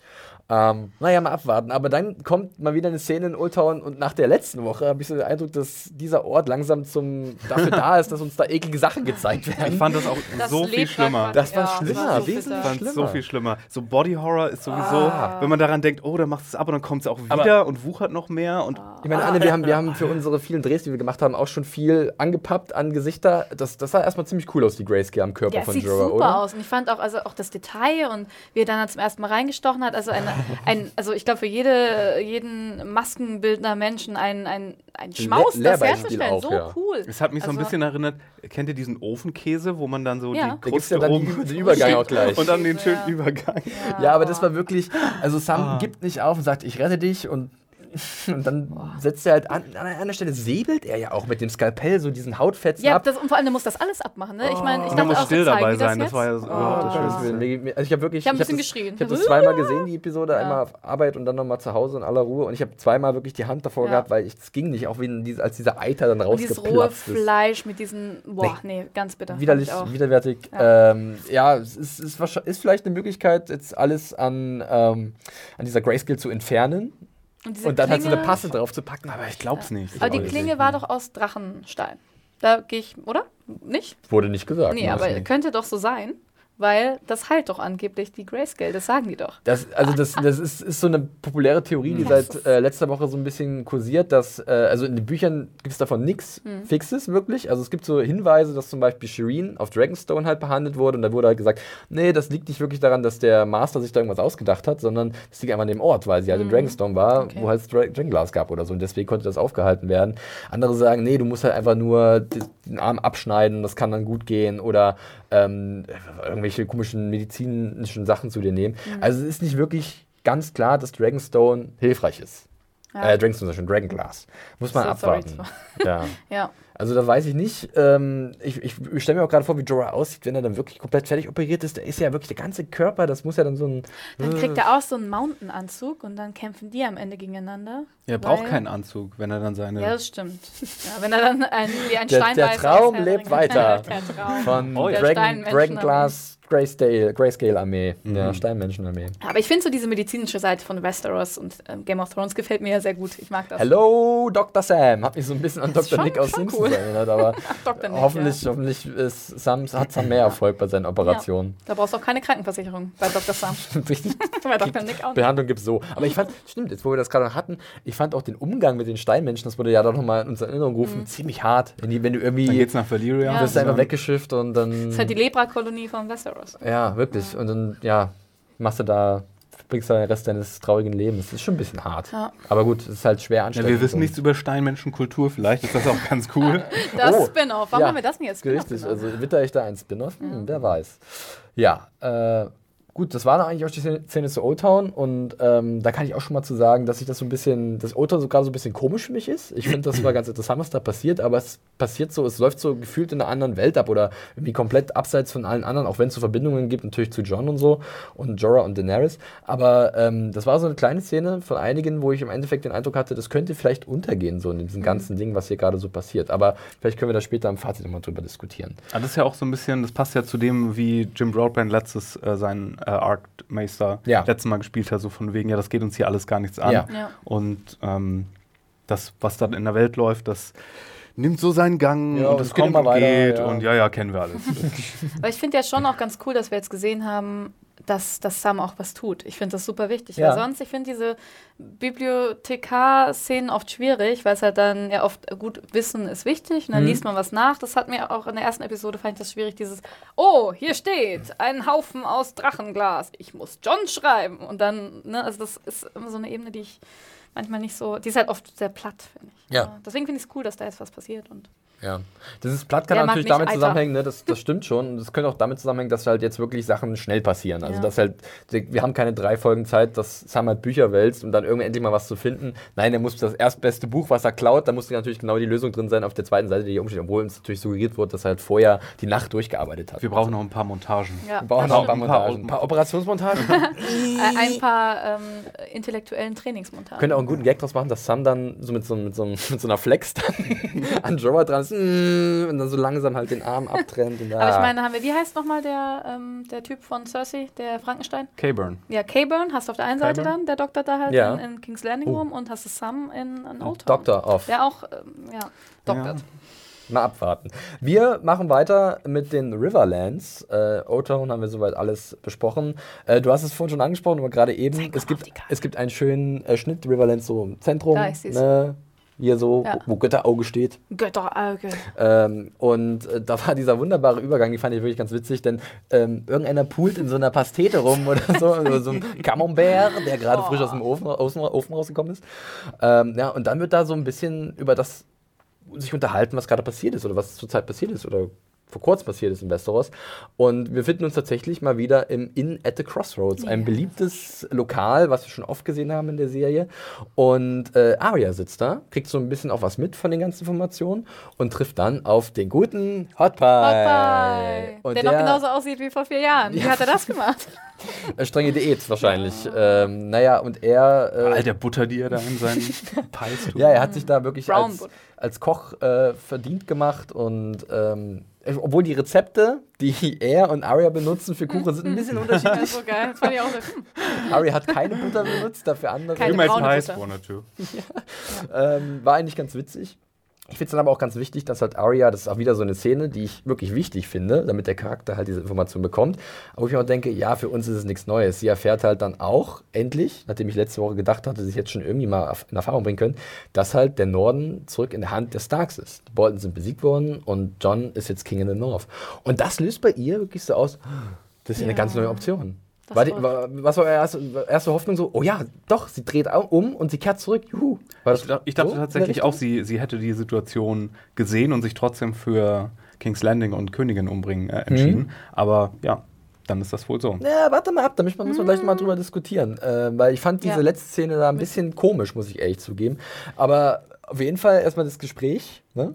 Ähm, naja, mal abwarten. Aber dann kommt mal wieder eine Szene in Old Town und nach der letzten Woche habe ich so den Eindruck, dass dieser Ort langsam zum dafür da ist, dass uns da eklige Sachen gezeigt werden. Ich fand das auch Das so viel schlimmer. Das war Ja, schlimmer, das war so wesentlich Ich fand schlimmer. so viel schlimmer. So Body Horror ist sowieso, Ah. wenn man daran denkt, oh, dann macht es ab und dann kommt es auch wieder Aber- und wuchert noch mehr. Und Ich meine, Anne, wir haben, wir haben für unsere vielen Drehs, die wir gemacht haben, auch schon viel angepappt an Gesichter. Das, das sah erstmal ziemlich cool aus, die Grayscale am Körper Ja, es von sieht Jorah, super oder? aus. Und ich fand auch, also auch das Detail und wie er dann zum ersten Mal reingestochen hat. Also, eine, ein, also ich glaube, für jede, jeden Maskenbildner Menschen ein, ein, ein Schmaus, Le- das Lehrbeispiel herzustellen. auch, So ja. cool. es hat mich so ein Also- bisschen erinnert, kennt ihr diesen Ofenkäse, wo man dann so Ja. die Da gibt es Kruste ja dann oben die, den Übergang auch gleich. und dann den Ja. schönen Übergang. Ja, aber das war wirklich, also Sam Ah. gibt nicht auf und sagt, ich rette dich und, und dann setzt er halt an, an einer Stelle säbelt er ja auch mit dem Skalpell so diesen Hautfetzen Ja, ab. das, und vor allem, der muss das alles abmachen. Ne? Ich meine, ich Und er dachte muss auch so, still zeigen dabei die das sein, das jetzt? war ja so- Oh. oh, das Gottes Willen. Mir- mir- Also ich habe wirklich, Ich hab ein hab bisschen das, geschrien. Ich habe das zweimal gesehen, die Episode, Ja. einmal auf Arbeit und dann nochmal zu Hause in aller Ruhe. Und ich habe zweimal wirklich die Hand davor Ja. gehabt, weil es ging nicht, auch wenn diese, als dieser Eiter dann Und dieses rohe rausgeplatzt ist. Fleisch mit diesen, boah, nee, ganz bitter. Widerlich, Fand ich auch. widerwärtig. Ja, ähm, ja es ist, ist, wahrscheinlich- ist vielleicht eine Möglichkeit, jetzt alles an, ähm, an dieser Grayscale zu entfernen Und, diese und dann halt so eine Klinge- Passe drauf zu packen. Aber ich glaub's nicht. Aber die auch nicht. Klinge war doch aus Drachenstein. Da gehe ich, oder? Nicht? Wurde nicht gesagt. Nee, ne? aber nicht. könnte doch so sein, weil das heilt doch angeblich die Grayscale, das sagen die doch. Das, also das, das ist, ist so eine populäre Theorie, die Das seit äh, letzter Woche so ein bisschen kursiert, dass, äh, also in den Büchern gibt es davon nichts Hm. Fixes wirklich. Also es gibt so Hinweise, dass zum Beispiel Shireen auf Dragonstone halt behandelt wurde und da wurde halt gesagt, nee, das liegt nicht wirklich daran, dass der Master sich da irgendwas ausgedacht hat, sondern das liegt einfach an dem Ort, weil sie halt in Dragonstone war, Hm. Okay. wo halt das Dra Dragonglass gab oder so und deswegen konnte das aufgehalten werden. Andere sagen, nee, du musst halt einfach nur di- den Arm abschneiden, das kann dann gut gehen oder ähm, irgendwelche komischen medizinischen Sachen zu dir nehmen. Mhm. Also es ist nicht wirklich ganz klar, dass Dragonstone hilfreich ist. Ja. Äh, Dragonstone ist schon Dragonglass. Muss man So, abwarten. sorry. Ja. Ja. Also das weiß ich nicht. Ähm, ich ich, ich stelle mir auch gerade vor, wie Jorah aussieht, wenn er dann wirklich komplett fertig operiert ist. Da ist ja wirklich der ganze Körper, das muss ja dann so ein... Dann kriegt er auch so einen Mountain-Anzug und dann kämpfen die am Ende gegeneinander. Er braucht weil- keinen Anzug, wenn er dann seine. Ja, das stimmt. Ja, wenn er dann ein, wie ein Der- Stein der weiß, Traum als Herr lebt der weiter. Ringe. Der Traum. Von Oh ja. Der Dragon, Steinmenschen- Dragonglass Grayscale, Grayscale Armee. Mhm. Ja, Steinmenschenarmee. Aber ich finde so diese medizinische Seite von Westeros und ähm, Game of Thrones gefällt mir ja sehr gut. Ich mag das. Hello, Doktor Sam. Hat mich so ein bisschen an Doktor schon- Nick aus schon Simpsons cool. erinnert, aber Doktor Nick, hoffentlich, hoffentlich ist Sam, hat Sam mehr Erfolg bei seinen Operationen. Da brauchst du auch keine Krankenversicherung bei Doktor Sam. Richtig. bei Doktor Nick auch nicht. Behandlung gibt's so. Aber ich fand, stimmt, jetzt wo wir das gerade hatten, ich fand auch den Umgang mit den Steinmenschen, das wurde ja doch nochmal in unsere Erinnerung gerufen, ziemlich hart. Wenn, die, wenn du irgendwie, Dann geht's nach Valyria. Ja. wirst du einfach weggeschifft und dann... Das ist halt die Lepra-Kolonie von Westeros. Ja, wirklich. Und dann, ja, machst du da, bringst du den Rest deines traurigen Lebens. Das ist schon ein bisschen hart. Ja. Aber gut, es ist halt schwer Ja, anstrengend. wir wissen und- nichts über Steinmenschenkultur, vielleicht ist das auch ganz cool. Das Oh, Spin-off. Warum ja, haben wir das nicht als Spin-off Richtig, genommen? also witter ich da ein Spin-off? Hm, wer weiß. Ja, äh, gut, das war dann eigentlich auch die Szene- Szene zu Old Town und ähm, da kann ich auch schon mal zu sagen, dass ich das so ein bisschen, dass Old Town sogar so ein bisschen komisch für mich ist. Ich finde, das war ganz interessant, was da passiert, aber es passiert so, es läuft so gefühlt in einer anderen Welt ab oder irgendwie komplett abseits von allen anderen, auch wenn es so Verbindungen gibt, natürlich zu Jon und so und Jorah und Daenerys. Aber ähm, das war so eine kleine Szene von einigen, wo ich im Endeffekt den Eindruck hatte, das könnte vielleicht untergehen, so in diesem ganzen Ding, was hier gerade so passiert. Aber vielleicht können wir da später im Fazit nochmal drüber diskutieren. Aber das ist ja auch so ein bisschen, das passt ja zu dem, wie Jim Broadbent letztes äh, seinen äh, Arc-Meister Ja. letztes Mal gespielt hat, so von wegen, ja, das geht uns hier alles gar nichts an. Ja. Ja. Und ähm, das, was dann in der Welt läuft, das nimmt so seinen Gang Ja, und und es es geht kommt immer und weiter, geht ja. und ja, ja, kennen wir alles. Aber ich finde ja schon auch ganz cool, dass wir jetzt gesehen haben, dass, dass Sam auch was tut. Ich finde das super wichtig. Ja. Weil sonst, ich finde diese Bibliothekar-Szenen oft schwierig, weil es halt dann ja oft gut Wissen ist wichtig und dann Mhm. liest man was nach. Das hat mir auch in der ersten Episode, fand ich das schwierig, dieses, oh, hier steht ein Haufen aus Drachenglas. Ich muss John schreiben. Und dann, ne, also das ist immer so eine Ebene, die ich manchmal nicht so, die ist halt oft sehr platt, finde ich. Ja. Deswegen finde ich es cool, dass da jetzt was passiert. Und Ja. Das ist platt kann Wer mag natürlich nicht damit Eiter? zusammenhängen, ne? das, das stimmt schon. Und das könnte auch damit zusammenhängen, dass halt jetzt wirklich Sachen schnell passieren. Also Ja. dass halt, wir haben keine drei Folgen Zeit, dass Sam halt Bücher wälzt, um dann irgendwann endlich mal was zu finden. Nein, er muss das erstbeste Buch, was er klaut, da muss natürlich genau die Lösung drin sein auf der zweiten Seite, die hier umsteht, obwohl uns natürlich suggeriert wurde, dass er halt vorher die Nacht durchgearbeitet hat. Wir brauchen noch ein paar Montagen. ja, Wir brauchen das noch ein paar stimmt. Ein paar Montagen. Ein paar Operationsmontagen. Äh, ein paar ähm, intellektuellen Trainingsmontagen. Könnte auch einen guten Gag draus machen, dass Sam dann so mit so, mit so, mit so einer Flex dann an Jorah dran ist. das mm, und dann so langsam halt den Arm abtrennt. Und, Aber ich meine, haben wir, wie heißt nochmal der, ähm, der Typ von Cersei, der Frankenstein? Qyburn. Ja, Qyburn hast du auf der einen Seite Qyburn? dann, der Doktor da halt Ja. in, in King's Landing Oh. rum und hast du Sam in, in Old Town. Doktor off. Der auch, ähm, ja, doktert. Mal abwarten. Wir machen weiter mit den Riverlands. Äh, O-Town haben wir soweit alles besprochen. Äh, du hast es vorhin schon angesprochen, aber gerade eben, Zeig mal es auf gibt, die Karte. es gibt einen schönen äh, Schnitt, Riverlands so im Zentrum. Da, ich seh's. Ne? Hier so, Ja. wo, wo Götterauge steht. Götterauge. Ähm, und äh, da war dieser wunderbare Übergang, die fand ich wirklich ganz witzig, denn ähm, irgendeiner poolt in so einer Pastete rum oder so, oder so ein Camembert, der gerade Oh. frisch aus dem Ofen, aus dem Ofen rausgekommen ist. Ähm, ja, und dann wird da so ein bisschen über das sich unterhalten, was gerade passiert ist oder was zurzeit passiert ist oder vor kurzem passiert ist in Westeros. Und wir finden uns tatsächlich mal wieder im Inn at the Crossroads, ein Ja. beliebtes Lokal, was wir schon oft gesehen haben in der Serie. Und äh, Arya sitzt da, kriegt so ein bisschen auch was mit von den ganzen Informationen und trifft dann auf den guten Hot Pie. Hot Und der, noch genauso aussieht wie vor vier Jahren. Wie hat er das gemacht? äh, strenge Diät wahrscheinlich. Ähm, naja, und er... Äh, All der Butter, die er da in seinen Pies tut. Ja, er hat sich da wirklich Brown als, Butter. als Koch äh, verdient gemacht und ähm, obwohl die Rezepte, die er und Arya benutzen für Kuchen, sind ein bisschen unterschiedlich. Ja, so geil. Das fand ich auch so. Hm. Arya hat keine Butter benutzt, dafür andere. Keine You made braune pies Butter. for too. Ähm, war eigentlich ganz witzig. Ich finde es dann aber auch ganz wichtig, dass halt Arya, das ist auch wieder so eine Szene, die ich wirklich wichtig finde, damit der Charakter halt diese Information bekommt. Aber wo ich mir auch denke, ja, für uns ist es nichts Neues. Sie erfährt halt dann auch endlich, nachdem ich letzte Woche gedacht hatte, sich jetzt schon irgendwie mal in Erfahrung bringen können, dass halt der Norden zurück in der Hand der Starks ist. Die Boltons sind besiegt worden und Jon ist jetzt King in the North. Und das löst bei ihr wirklich so aus, das ist ja eine Ja. ganz neue Option. Das War die, war- war, was war eure erste, erste Hoffnung so? Oh ja, doch, sie dreht au- um und sie kehrt zurück. Juhu. War das Ich, dach- ich dachte so in der tatsächlich Richtung? auch, sie, sie hätte die Situation gesehen und sich trotzdem für King's Landing und Königin umbringen äh, entschieden. Mhm. Aber ja, dann ist das wohl so. Ja, warte mal ab, da müssen wir, müssen wir gleich mal drüber diskutieren. Äh, weil ich fand diese Ja. letzte Szene da ein bisschen komisch, muss ich ehrlich zugeben. Aber auf jeden Fall erstmal das Gespräch. Ne?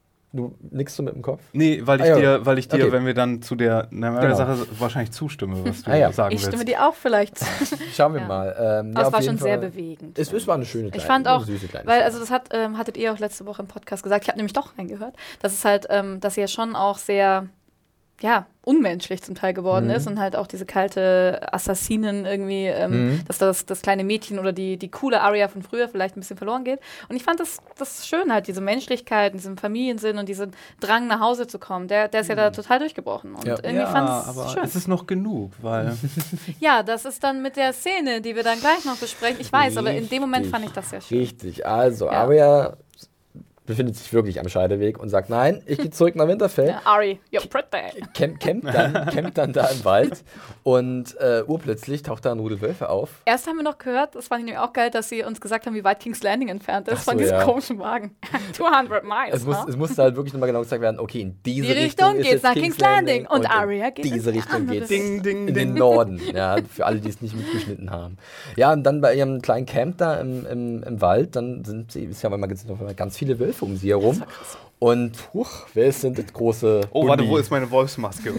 Du nickst so mit dem Kopf. Nee, weil ich Ah, ja. dir, weil ich dir, Okay. wenn wir dann zu der Genau. Sache wahrscheinlich zustimme, was du Ah, ja. sagen Ich stimme willst. dir auch vielleicht zu. Schauen wir Ja. mal. Ähm, Das ja, auf war jeden schon sehr Fall. bewegend. Es, es war eine schöne Ich kleine, fand auch, eine süße kleine weil, Szene. also das hat, ähm, hattet ihr auch letzte Woche im Podcast gesagt, ich habe nämlich doch reingehört, dass es halt, ähm, dass sie ja schon auch sehr, ja, unmenschlich zum Teil geworden Mhm. ist und halt auch diese kalte Assassinen irgendwie, ähm, Mhm. dass das, das kleine Mädchen oder die, die coole Arya von früher vielleicht ein bisschen verloren geht. Und ich fand das, das schön halt, diese Menschlichkeit, diesen Familiensinn und diesen Drang nach Hause zu kommen, der, der ist ja da total durchgebrochen. Und Ja. irgendwie ja, fand aber es schön. es ist noch genug, weil Ja, das ist dann mit der Szene, die wir dann gleich noch besprechen. Ich weiß, aber in dem Moment fand ich das sehr schön. Richtig, also Ja. Arya befindet sich wirklich am Scheideweg und sagt, nein, ich gehe zurück nach Winterfell. Ja, Ari, you're pretty. Camp, campt, dann, campt dann da im Wald und äh, urplötzlich taucht da ein Rudel Wölfe auf. Erst haben wir noch gehört, das fand ich nämlich auch geil, dass sie uns gesagt haben, wie weit King's Landing entfernt ist Ach so, von diesem ja. komischen Wagen. zweihundert Miles. Es, muss, ne? es musste halt wirklich nochmal genau gesagt werden, okay, in diese Die Richtung, Richtung ist geht's jetzt nach King's Landing und in Arya geht diese in die Richtung andere geht's Ding, ding, in den ding. Norden, ja, für alle, die es nicht mitgeschnitten haben. Ja, und dann bei ihrem kleinen Camp da im, im, im Wald, dann sind sie, ist ja mal ganz, ganz viele Wölfe um sie herum. Und, huch, wer ist denn das große Oh, warte, Hundi? wo ist meine Wolfsmaske?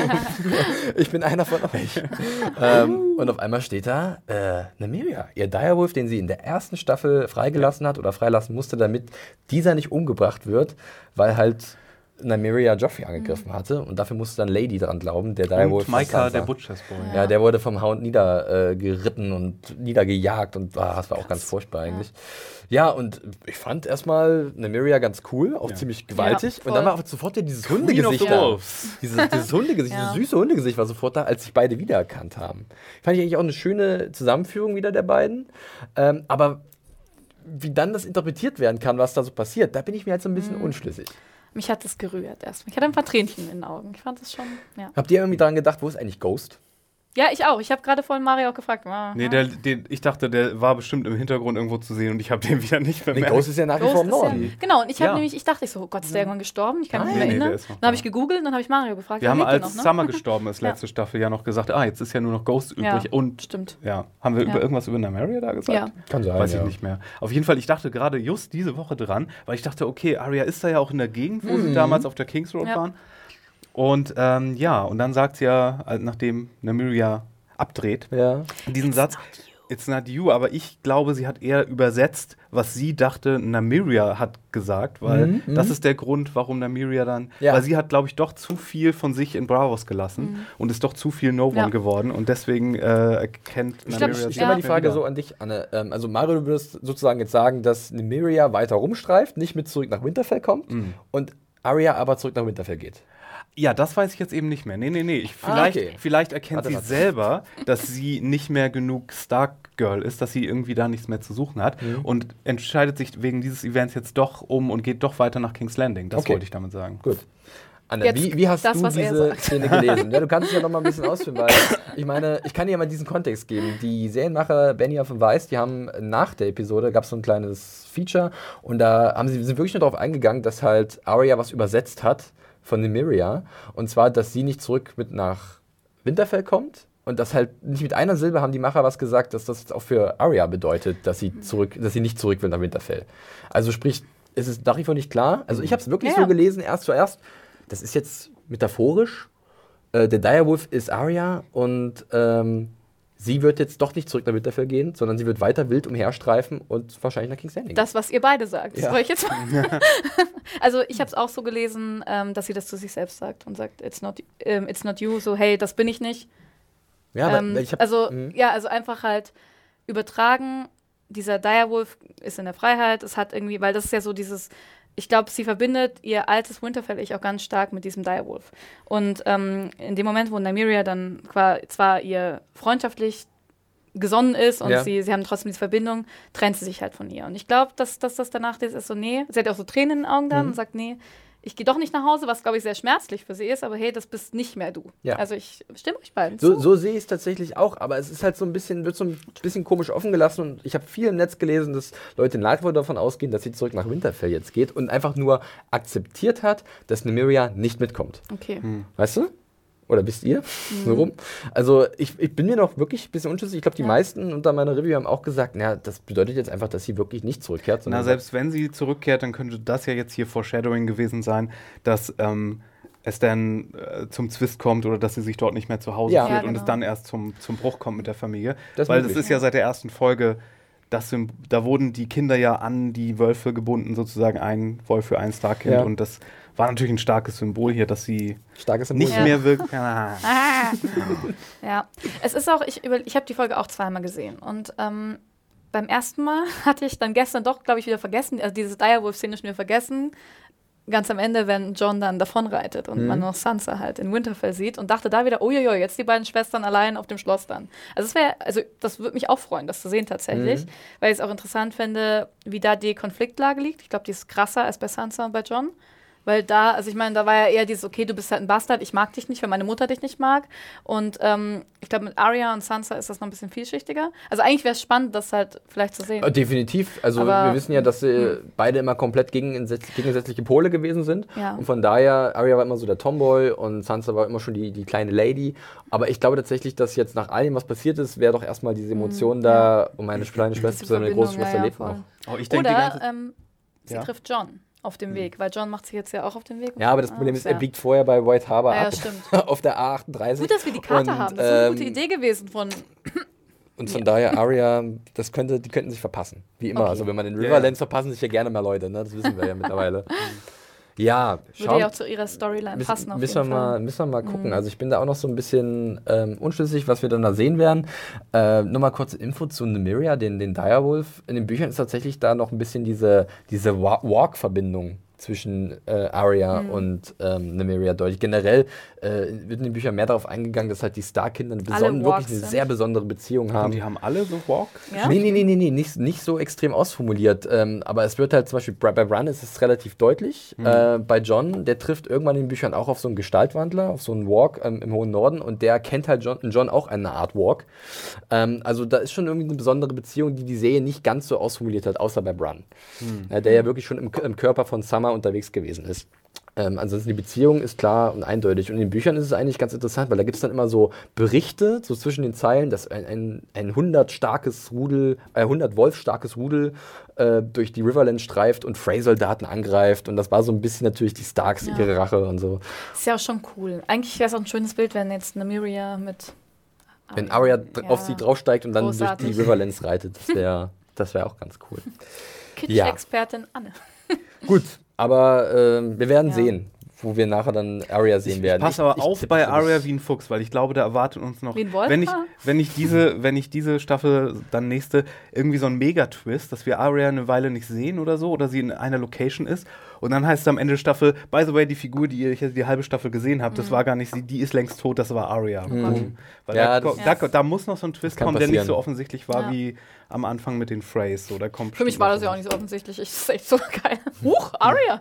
Ich bin einer von euch. ähm, und auf einmal steht da äh, Nymeria, ihr Direwolf, den sie in der ersten Staffel freigelassen hat oder freilassen musste, damit dieser nicht umgebracht wird, weil halt Nymeria Joffrey angegriffen hatte. Und dafür musste dann Lady dran glauben, der Direwolf Und von Micah, Sansa. der Butchers Boy. Ja, der wurde vom Hound niedergeritten äh, geritten und niedergejagt und ah, das war auch ganz furchtbar eigentlich. Ja, und ich fand erstmal Nymeria ganz cool, auch Ja. ziemlich gewaltig. Ja, und dann voll. war aber sofort ja dieses Queen of Hundegesicht the da. Wolves. Dieses, dieses Hundegesicht, Ja. dieses süße Hundegesicht war sofort da, als sich beide wiedererkannt haben. Fand ich eigentlich auch eine schöne Zusammenführung wieder der beiden. Ähm, aber wie dann das interpretiert werden kann, was da so passiert, da bin ich mir jetzt so ein bisschen unschlüssig. Mich hat das gerührt erstmal. Ich hatte ein paar Tränchen in den Augen. Ich fand das schon, ja. Habt ihr irgendwie daran gedacht, wo ist eigentlich Ghost? Ja, ich auch. Ich habe gerade vorhin Mario auch gefragt. Ah, Nee, der, den, ich dachte, der war bestimmt im Hintergrund irgendwo zu sehen und ich habe den wieder nicht Nee, bemerkt. Ghost ist ja nach wie vor Ghost im ist ja, Norden. genau, und ich habe Ja. nämlich, ich dachte ich so, oh Gott, ist der irgendwann gestorben? Ich kann mich Nein. nicht mehr Nee, nee, erinnern. der ist noch dann habe da. ich gegoogelt und dann habe ich Mario gefragt. Wir ja, haben, lebt der als noch, ne? Summer gestorben ist, letzte Staffel, ja noch gesagt, ah, jetzt ist ja nur noch Ghost übrig. Ja, Und stimmt. ja, haben wir Ja. über irgendwas über Nymeria da gesagt? Ja. Kann sein, Weiß ja. ich nicht mehr. Auf jeden Fall, ich dachte gerade just diese Woche dran, weil ich dachte, okay, Arya ist da ja auch in der Gegend, wo sie damals auf der Kings Road Ja. waren. Und ähm, ja, und dann sagt sie ja, äh, nachdem Nymeria abdreht, Ja. diesen Satz, It's not you, aber ich glaube, sie hat eher übersetzt, was sie dachte, Nymeria hat gesagt, weil Mhm, das mhm. ist der Grund, warum Nymeria dann, Ja. weil sie hat, glaube ich, doch zu viel von sich in Bravos gelassen und ist doch zu viel No One Ja. geworden und deswegen äh, erkennt Ich Nymeria stelle sich stell mal Ja. die nicht mehr Frage wieder. so an dich, Anne. Ähm, also Mario, du würdest sozusagen jetzt sagen, dass Nymeria weiter rumstreift, nicht mit zurück nach Winterfell kommt und Arya aber zurück nach Winterfell geht. Ja, das weiß ich jetzt eben nicht mehr. Nee, nee, nee. Ich, Ah, vielleicht, okay. vielleicht erkennt Warte, sie warte. selber, dass sie nicht mehr genug Stark-Girl ist, dass sie irgendwie da nichts mehr zu suchen hat Mhm. und entscheidet sich wegen dieses Events jetzt doch um und geht doch weiter nach King's Landing. Das Okay. wollte ich damit sagen. Gut. Anne, Jetzt wie, wie hast das, du was er diese sagt. Szene gelesen? Ja, du kannst es ja noch mal ein bisschen ausführen, weil ich meine, ich kann dir ja mal diesen Kontext geben. Die Serienmacher Benioff und Weiss, die haben nach der Episode, gab es so ein kleines Feature und da haben sie sind wirklich nur darauf eingegangen, dass halt Arya was übersetzt hat von Nymeria und zwar, dass sie nicht zurück mit nach Winterfell kommt und das halt nicht mit einer Silbe haben die Macher was gesagt, dass das jetzt auch für Arya bedeutet, dass sie zurück, dass sie nicht zurück will nach Winterfell. Also sprich, es ist nach wie vor nicht klar. Also ich habe es wirklich Ja. so gelesen, erst zuerst. Das ist jetzt metaphorisch. Äh, der Direwolf ist Arya und ähm, sie wird jetzt doch nicht zurück nach Winterfell gehen, sondern sie wird weiter wild umherstreifen und wahrscheinlich nach King's Landing. Das, was ihr beide sagt. Ja. Das soll ich jetzt mal. Also ich habe es auch so gelesen, ähm, dass sie das zu sich selbst sagt und sagt, it's not, ähm, it's not you, so hey, das bin ich nicht. ja, aber ähm, ich hab, also Mhm. ja, also einfach halt übertragen, dieser Direwolf ist in der Freiheit, es hat irgendwie, weil das ist ja so dieses, ich glaube, sie verbindet ihr altes Winterfell-Ich auch ganz stark mit diesem Direwolf. Und ähm, in dem Moment, wo Nymeria dann qua- zwar ihr freundschaftlich gesonnen ist und Ja. sie, sie haben trotzdem diese Verbindung, trennt sie sich halt von ihr. Und ich glaube, dass, dass das danach ist, ist so, nee, sie hat auch so Tränen in den Augen dann Mhm. und sagt, nee, ich gehe doch nicht nach Hause, was, glaube ich, sehr schmerzlich für sie ist, aber hey, das bist nicht mehr du. Ja. Also ich stimme euch beiden So, zu. so sehe ich es tatsächlich auch, aber es ist halt so ein bisschen, wird so ein bisschen komisch offen gelassen und ich habe viel im Netz gelesen, dass Leute nach wie vor davon ausgehen, dass sie zurück nach Winterfell jetzt geht und einfach nur akzeptiert hat, dass Nymeria nicht mitkommt. Okay. Weißt du? Oder wisst ihr? So rum. Also ich, ich bin mir noch wirklich ein bisschen unschlüssig. Ich glaube, die Ja. meisten unter meiner Review haben auch gesagt, na, das bedeutet jetzt einfach, dass sie wirklich nicht zurückkehrt. Na, sondern selbst wenn sie zurückkehrt, dann könnte das ja jetzt hier Foreshadowing gewesen sein, dass ähm, es dann äh, zum Zwist kommt oder dass sie sich dort nicht mehr zu Hause Ja. fühlt Ja, und genau. es dann erst zum, zum Bruch kommt mit der Familie. Das ist Weil möglich. das ist ja seit der ersten Folge, das Symb- da wurden die Kinder ja an die Wölfe gebunden, sozusagen ein Wolf für ein Starkind. Ja. Und das war natürlich ein starkes Symbol hier, dass sie starkes Symbol. nicht Ja. mehr wirklich. Ah. Ah. Ja, es ist auch, ich, über, ich habe die Folge auch zweimal gesehen und ähm, beim ersten Mal hatte ich dann gestern doch, glaube ich, wieder vergessen, also diese Direwolf-Szene schon wieder vergessen, ganz am Ende, wenn Jon dann davonreitet und Mhm. man noch Sansa halt in Winterfell sieht und dachte da wieder, uiuiui, jetzt die beiden Schwestern allein auf dem Schloss dann. Also es wäre, also das würde mich auch freuen, das zu sehen tatsächlich, Mhm. weil ich es auch interessant finde, wie da die Konfliktlage liegt. Ich glaube, die ist krasser als bei Sansa und bei Jon. Weil da, also ich meine, da war ja eher dieses, okay, du bist halt ein Bastard, ich mag dich nicht, weil meine Mutter dich nicht mag. Und ähm, ich glaube, mit Arya und Sansa ist das noch ein bisschen vielschichtiger. Also eigentlich wäre es spannend, das halt vielleicht zu sehen. Äh, Definitiv. Also Aber- wir wissen ja, dass sie beide immer komplett gegensätz- gegensätzliche Pole gewesen sind. Ja. Und von daher, Arya war immer so der Tomboy und Sansa war immer schon die, die kleine Lady. Aber ich glaube tatsächlich, dass jetzt nach allem, was passiert ist, wäre doch erstmal diese Emotion da und meine kleine Schwester, Diese meine große Verbindung, Schwester ja, lebt voll. noch. Oh, ich denke die ganze Oder ähm, sie Ja. trifft John auf dem Weg, weil John macht sich jetzt ja auch auf den Weg. Ja, aber das Ah, Problem ist, ja. er biegt vorher bei White Harbor Ja, ja, ab. stimmt. Auf der A achtunddreißig. Gut, dass wir die Karte Und, haben. Das ist eine gute ähm, Idee gewesen von. Und von daher, Arya, das könnte, die könnten sich verpassen. Wie immer. Okay. Also wenn man in Ja, Riverlands verpassen sich ja gerne mal Leute, ne? Das wissen wir ja mittlerweile. Ja, Würde ja auch zu ihrer Storyline passen. Müssen, Auf müssen, wir jeden mal, Fall. müssen wir mal gucken. Also ich bin da auch noch so ein bisschen ähm, unschlüssig, was wir dann da sehen werden. Äh, nur mal kurze Info zu Nymeria, den, den Direwolf. In den Büchern ist tatsächlich da noch ein bisschen diese, diese Wa- Walk-Verbindung zwischen äh, Arya Mhm. und ähm, Nymeria deutlich. Generell äh, wird in den Büchern mehr darauf eingegangen, dass halt die Starkinder eine Alle beson- Walks wirklich eine sind. sehr besondere Beziehung Und haben. die haben alle so Walk? Ja? Nee, nee, nee, nee, nee, nicht, nicht so extrem ausformuliert. Ähm, aber es wird halt zum Beispiel bei, bei Bran ist es relativ deutlich. Äh, bei Jon, der trifft irgendwann in den Büchern auch auf so einen Gestaltwandler, auf so einen Walk ähm, im hohen Norden und der kennt halt Jon, Jon auch eine Art Walk. Ähm, also da ist schon irgendwie eine besondere Beziehung, die die Serie nicht ganz so ausformuliert hat, außer bei Bran. Ja, der ja wirklich schon im, im Körper von Summer unterwegs gewesen ist. Ähm, ansonsten die Beziehung ist klar und eindeutig. Und in den Büchern ist es eigentlich ganz interessant, weil da gibt es dann immer so Berichte, so zwischen den Zeilen, dass ein, ein, ein hundert starkes Rudel, ein hundert Wolf starkes Rudel äh, durch die Riverlands streift und Frey-Soldaten angreift. Und das war so ein bisschen natürlich die Starks, Ja. ihre Rache und so. Ist ja auch schon cool. Eigentlich wäre es auch ein schönes Bild, wenn jetzt Nymeria mit Wenn Arya d- Ja. auf sie draufsteigt und dann Großartig. durch die Riverlands reitet, das wäre das wär auch ganz cool. Kitsch-Expertin Anne. Gut, aber äh, wir werden Ja. sehen, wo wir nachher dann Arya sehen Ich werden. passe aber Ich- ich auf tippe bei wirklich- Arya wie ein Fuchs, weil ich glaube, da erwartet uns noch, Wie ein Wolf? wenn ich, Ah. wenn ich diese, wenn ich diese Staffel, dann nächste, irgendwie so ein Mega-Twist, dass wir Arya eine Weile nicht sehen oder so, oder sie in einer Location ist und dann heißt es am Ende der Staffel, by the way, die Figur, die ihr ich die halbe Staffel gesehen habt, Mhm. das war gar nicht sie, die ist längst tot, das war Arya. Mhm. Weil Ja, da, das- ko- da, da muss noch so ein Twist kann kommen, der nicht passieren. so offensichtlich war Ja. wie am Anfang mit den Freys. So, da kommt Für mich war das ja auch nicht so offensichtlich. Ich, das ist echt so geil. Huch, Arya.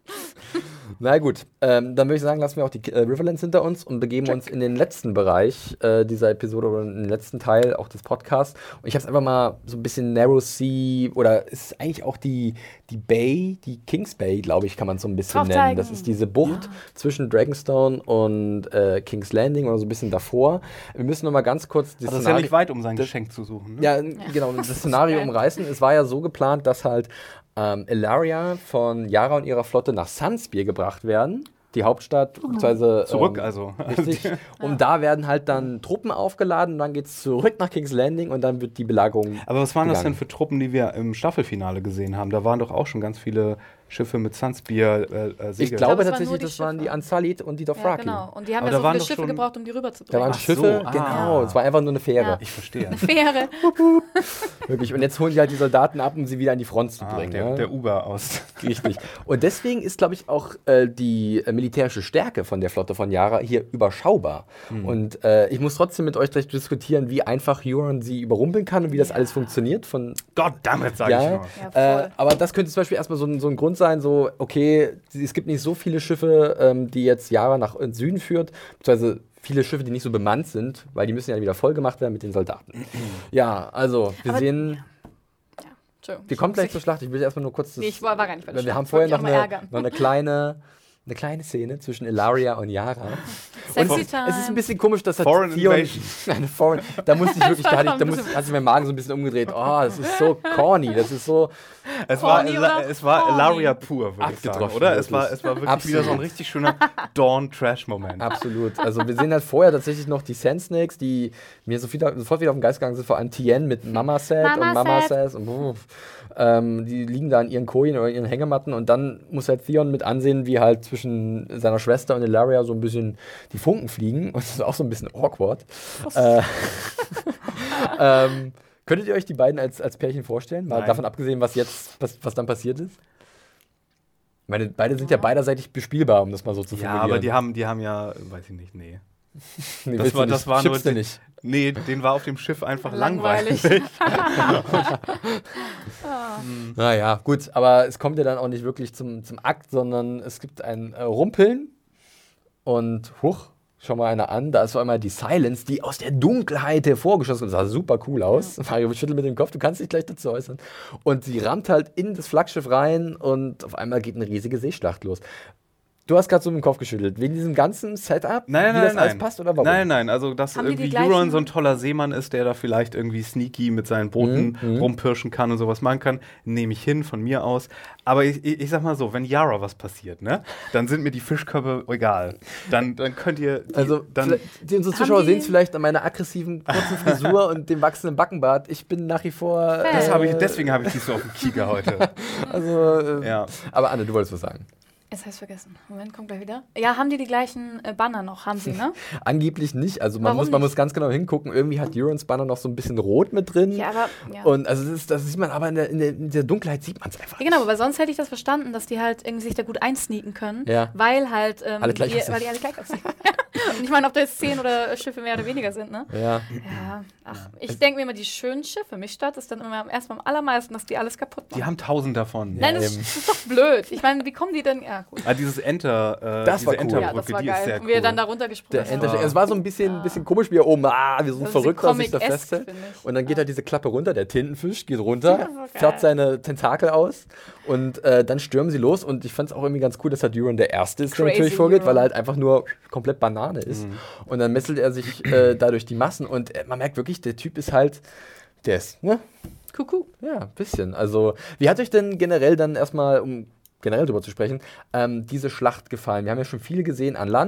Na gut, ähm, dann würde ich sagen, lassen wir auch die äh, Riverlands hinter uns und begeben uns in den letzten Bereich äh, dieser Episode oder in den letzten Teil auch des Podcasts. Und ich habe es einfach mal so ein bisschen Narrow Sea oder es ist eigentlich auch die, die Bay, die Kings Bay, glaube ich, kann man so ein bisschen Drauf nennen. zeigen. Das ist diese Bucht zwischen Dragonstone und äh, King's Landing oder so ein bisschen davor. Wir müssen noch mal ganz kurz das Also das ist ja nicht weit, um sein das- Geschenk zu suchen. Ne? Ja, genau, das Szenario geil. umreißen. Es war ja so geplant, dass halt ähm, Ilaria von Yara und ihrer Flotte nach Sunspear gebracht werden. Die Hauptstadt, beziehungsweise Zurück ähm, also. Richtig. Und da werden halt dann Truppen aufgeladen und dann geht es zurück nach King's Landing und dann wird die Belagerung. Aber was waren das denn begangen. für Truppen, die wir im Staffelfinale gesehen haben? Da waren doch auch schon ganz viele Schiffe mit Sunspear äh, äh, Ich Segel. glaube glaube, es waren tatsächlich, nur die das waren die Schiffe. Ansalit und die Ja, Dothraki. genau. Und die haben Aber ja da so waren viele doch Schiffe schon- gebraucht, um die Da rüberzubringen. waren Ach so, Schiffe, ah. genau. Es war einfach nur eine Fähre. Ja. Ich verstehe. Fähre. Wirklich. Und jetzt holen die halt die Soldaten ab, um sie wieder an die Front zu Ah, bringen. der, ja? der Uber aus. Richtig. Und deswegen ist, glaube ich, auch äh, die äh, militärische Stärke von der Flotte von Yara hier überschaubar. Und äh, ich muss trotzdem mit euch gleich diskutieren, wie einfach Euron sie überrumpeln kann und wie das alles funktioniert. Von, Goddammit, sag ich ja, nur. Ja, voll. äh, aber das könnte zum Beispiel erstmal so ein, so ein Grund sein, so, okay, es gibt nicht so viele Schiffe, ähm, die jetzt Yara nach äh, Süden führt, beziehungsweise viele Schiffe, die nicht so bemannt sind, weil die müssen ja wieder voll gemacht werden mit den Soldaten. Ja, also, wir Aber- sehen, Entschuldigung. wir kommen gleich zur Schlacht. Ich will erstmal nur kurz das Nee, ich war, war gar nicht bei der wir haben Schlacht. vorher Ich noch wollte mich auch eine, mal ärgern. noch eine kleine, eine kleine Szene zwischen Ilaria und Yara. Sexy Es Time. ist ein bisschen komisch, dass das Foreign Theon, Invasion. eine Foreign, da musste ich wirklich, da, hatte ich, war da, ein muss, bisschen hat sich mein Magen so ein bisschen umgedreht. Oh, das ist so corny, das ist so, Es war, Corny, Ela- oder? es war Corny. Ilaria pur, würde ich sagen, Abgedroschen, oder? Es war, wirklich. es war wirklich Absolut. wieder so ein richtig schöner Dawn-Trash-Moment. absolut. Also wir sehen halt vorher tatsächlich noch die Sand Snakes, die mir so wieder, sofort wieder auf den Geist gegangen sind, vor allem Tien mit Mama Set Mama und Mama Set. Set und uff. Ähm, die liegen da in ihren Kojen oder in ihren Hängematten und dann muss halt Theon mit ansehen, wie halt zwischen seiner Schwester und Ilaria so ein bisschen die Funken fliegen und das ist auch so ein bisschen awkward. äh, ähm, könntet ihr euch die beiden als, als Pärchen vorstellen? Mal Nein. davon abgesehen, was jetzt, was, was dann passiert ist? Ich meine, beide sind ja beiderseitig bespielbar, um das mal so zu Ja, formulieren. aber die haben, die haben ja, weiß ich nicht, nee. Nee, Das willst du war, nicht. das war Schippst nur, du nicht. Nee, den war auf dem Schiff einfach langweilig. Langweilig. Naja, gut, aber es kommt ja dann auch nicht wirklich zum, zum Akt, sondern es gibt ein äh, Rumpeln und huch, schau mal einer an, da ist auf einmal die Silence, die aus der Dunkelheit hervorgeschossen ist. Das sah super cool aus. Mario schüttelt mit dem Kopf, du kannst dich gleich dazu äußern. Und sie rammt halt in das Flaggschiff rein und auf einmal geht eine riesige Seeschlacht los. Du hast gerade so mit dem Kopf geschüttelt. Wegen diesem ganzen Setup, Nein, nein, wie das nein, alles nein. passt oder warum? Nein, nein, also dass Haben die die irgendwie gleichen- Euron so ein toller Seemann ist, der da vielleicht irgendwie sneaky mit seinen Booten Mhm, mhm. rumpirschen kann und sowas machen kann, nehme ich hin von mir aus. Aber ich, ich, ich sag mal so, wenn Yara was passiert, ne, dann sind mir die Fischköpfe egal. Dann, dann könnt ihr die, Also, dann vielleicht- die, unsere Haben Zuschauer die- sehen es vielleicht an meiner aggressiven, kurzen Frisur und dem wachsenden Backenbart. Ich bin nach wie vor. das äh, habe ich, deswegen habe ich die so auf dem Kieker heute. Also, äh, Ja. Aber Anne, du wolltest was sagen. Jetzt habe ich vergessen. Moment, kommt gleich wieder. Ja, haben die die gleichen äh, Banner noch? Haben sie, ne? Angeblich nicht. Also man Warum muss, man nicht? muss ganz genau hingucken. Irgendwie hat Eurons Banner noch so ein bisschen rot mit drin. Ja, aber. Ja. Und also das, ist, das sieht man aber in der, in der, in der Dunkelheit sieht man es einfach. Ja, genau, aber sonst hätte ich das verstanden, dass die halt irgendwie sich da gut einsneaken können, Ja. weil halt ähm, Alle gleich die, aussehen. weil die alle gleich aussehen. Und ich meine, ob da jetzt zehn oder Schiffe mehr oder weniger sind, ne? Ja. Ja, ach, ich denke mir immer, die schönen Schiffe, mich stört es dann immer erstmal am allermeisten, dass die alles kaputt machen. Die haben tausend davon. Nein, das, eben. das ist doch blöd. Ich meine, wie kommen die denn? Ja, gut. Ah, dieses Enter, äh, Das diese war cool. Enterbrücke, Ja, das war die ist geil. sehr Und wie er cool. dann da runtergesprungen Der ist. Enter Ja. Es war so ein bisschen, bisschen komisch, wie er oben, ah, wir sind Das ist verrückt, dass sich da Comic-esque, festhält. finde ich. Und dann geht Ja. halt diese Klappe runter, der Tintenfisch geht runter, Das war geil. fährt seine Tentakel aus und äh, dann stürmen sie los. Und ich fand es auch irgendwie ganz cool, dass halt Euron der Erste ist, der Crazy natürlich vorgeht, weil er Euron. halt einfach nur komplett Banane ist. Und dann messelt er sich äh, dadurch die Massen und äh, man merkt wirklich, der Typ ist halt, der ist, ne? Kuckuck. Ja, ein bisschen. Also, wie hat euch denn generell dann erstmal, um generell drüber zu sprechen, ähm, diese Schlacht gefallen? Wir haben ja schon viel gesehen an Land,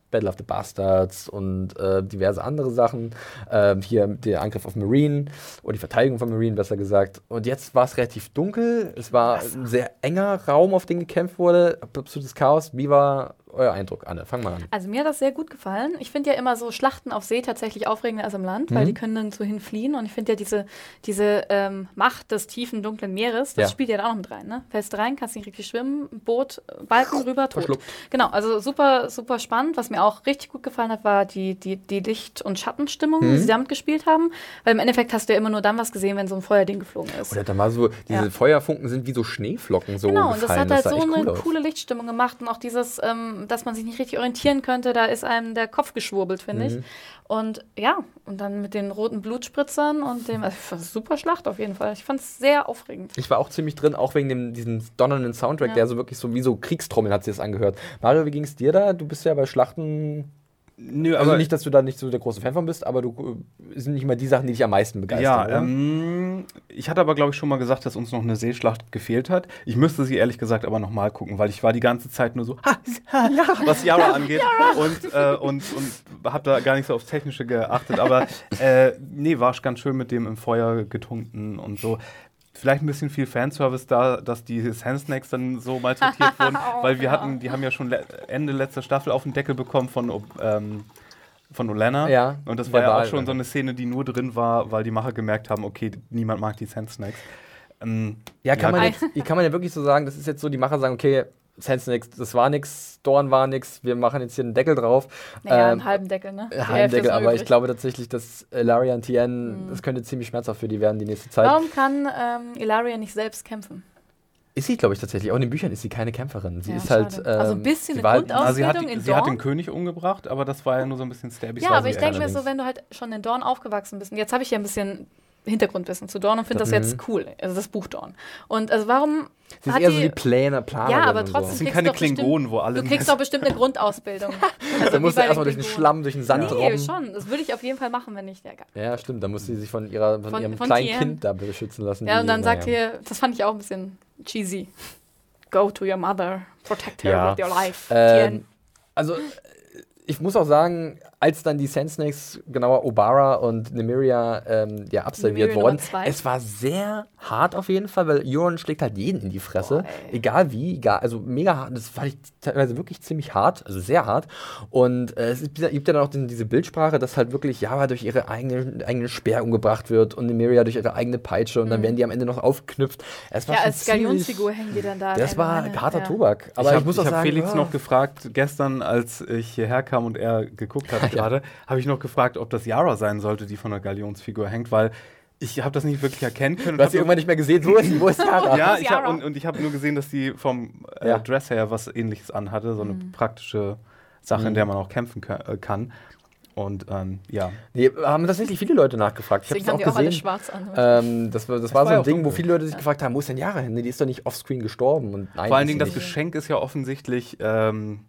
Battle of the Bastards und äh, diverse andere Sachen. Äh, hier der Angriff auf Marine oder die Verteidigung von Marine, besser gesagt. Und jetzt war es relativ dunkel. Es war Was? ein sehr enger Raum, auf den gekämpft wurde. Absolutes Chaos. Wie war euer Eindruck, Anne? Fang mal an. Also mir hat das sehr gut gefallen. Ich finde ja immer so Schlachten auf See tatsächlich aufregender als im Land, mhm. weil die können dann so hinfliehen. Und ich finde ja diese, diese ähm, Macht des tiefen, dunklen Meeres, das ja. spielt ja da auch noch mit rein. Ne? Fällst rein, kannst nicht richtig schwimmen, Boot, Balken rüber, tot. Verschluckt. Genau, also super, super spannend. Was mir auch richtig gut gefallen hat, war die, die, die Licht- und Schattenstimmung, mhm. die sie damit gespielt haben. Weil im Endeffekt hast du ja immer nur dann was gesehen, wenn so ein Feuerding geflogen ist. Oder dann war so, diese ja. Feuerfunken sind wie so Schneeflocken so Genau, gefallen. und das hat halt das so eine cool coole aus. Lichtstimmung gemacht. Und auch dieses, ähm, dass man sich nicht richtig orientieren könnte, da ist einem der Kopf geschwurbelt, finde mhm. ich. Und ja, und dann mit den roten Blutspritzern und dem, also super Schlacht auf jeden Fall. Ich fand es sehr aufregend. Ich war auch ziemlich drin, auch wegen dem, diesem donnernden Soundtrack, ja. der so wirklich so wie so Kriegstrommeln hat sich das angehört. Mario, wie ging es dir da? Du bist ja bei Schlachten... Nö, also nicht, dass du da nicht so der große Fan von bist, aber du sind nicht mal die Sachen, die dich am meisten begeistern. Ja, ähm, ich hatte aber, glaube ich, schon mal gesagt, dass uns noch eine Seeschlacht gefehlt hat. Ich müsste sie ehrlich gesagt aber noch mal gucken, weil ich war die ganze Zeit nur so, ha, ha, was Yara angeht und, äh, und, und habe da gar nicht so aufs Technische geachtet. Aber äh, nee, war ganz schön mit dem im Feuer getunkten und so. Vielleicht ein bisschen viel Fanservice da, dass die Sand Snakes dann so malträtiert wurden, oh, weil wir ja. hatten, die haben ja schon le- Ende letzter Staffel auf den Deckel bekommen von, ähm, von Olenna. Ja, und das war ja auch schon so eine Szene, die nur drin war, weil die Macher gemerkt haben, okay, niemand mag die Sand Snakes. Ähm, ja, kann, ja, man jetzt, kann man ja wirklich so sagen, das ist jetzt so, die Macher sagen, okay, Sand Snakes, das war nix, Dorn war nix, wir machen jetzt hier einen Deckel drauf. Naja, ähm, einen halben Deckel, ne? Einen halben Deckel, aber übrig. Ich glaube tatsächlich, dass Ilaria und Tien, mhm. das könnte ziemlich schmerzhaft für die werden die nächste Zeit. Warum kann ähm, Ilaria nicht selbst kämpfen? Ist sie, glaube ich, tatsächlich. Auch in den Büchern ist sie keine Kämpferin. Sie ja, ist halt. Ähm, also ein bisschen eine Grundausbildung also sie hat, in sie Dorn. Sie hat den König umgebracht, aber das war ja nur so ein bisschen stabby. Ja, aber ich denke mir so, wenn du halt schon in Dorn aufgewachsen bist, und jetzt habe ich ja ein bisschen Hintergrundwissen zu Dorn und finde das, das jetzt cool, also das Buch Dorn. Und also warum Sie ist eher so die Pläne, Planer. Ja, aber trotzdem so. Das sind keine Klingonen, wo alle... Du kriegst doch bestimmt eine Grundausbildung. Also da musst du erstmal durch den Schlamm, durch den Sand nee, robben. schon. Das würde ich auf jeden Fall machen, wenn ich der Gab. Ja, stimmt. Da muss sie sich von, ihrer, von, von ihrem von kleinen Tien. Kind da beschützen lassen. Ja, und dann sagt ihr, das fand ich auch ein bisschen cheesy. Go to your mother, protect her ja. with your life. Ähm, also, ich muss auch sagen, als dann die Sand Snakes, genauer Obara und Nymeria, ähm, ja, absolviert wurden, es war sehr hart auf jeden Fall, weil Euron schlägt halt jeden in die Fresse, Boah, egal wie, egal, also mega hart, das fand ich teilweise wirklich ziemlich hart, also sehr hart. Und äh, es gibt ja dann auch den, diese Bildsprache, dass halt wirklich Yara durch ihre eigene, eigene Speer umgebracht wird und Nymeria durch ihre eigene Peitsche und mhm. dann werden die am Ende noch aufgeknüpft. Es war ja, als Galionsfigur hängen die dann da. Das war eine, harter ja. Tobak. Aber ich, ich muss auch ich sagen, Felix oh. noch gefragt, gestern, als ich hierher kam und er geguckt hat gerade, ja. habe ich noch gefragt, ob das Yara sein sollte, die von der Galionsfigur hängt, weil ich habe das nicht wirklich erkennen können. Du hast sie irgendwann nicht mehr gesehen, wo ist, wo ist Yara? Ja, ich hab, und, und ich habe nur gesehen, dass die vom äh, ja. Dress her was Ähnliches anhatte, so eine mhm. praktische Sache, mhm. in der man auch kämpfen kann. Und ähm, ja. Nee, haben tatsächlich viele Leute nachgefragt. Ich habe es auch gesehen. Auch schwarz an, ähm, das war, das das war so ein Ding, dunkel. Wo viele Leute sich ja. gefragt haben, wo ist denn Yara hin? Die ist doch nicht offscreen gestorben. Und nein, vor allen Dingen, das Geschenk ist ja offensichtlich ähm,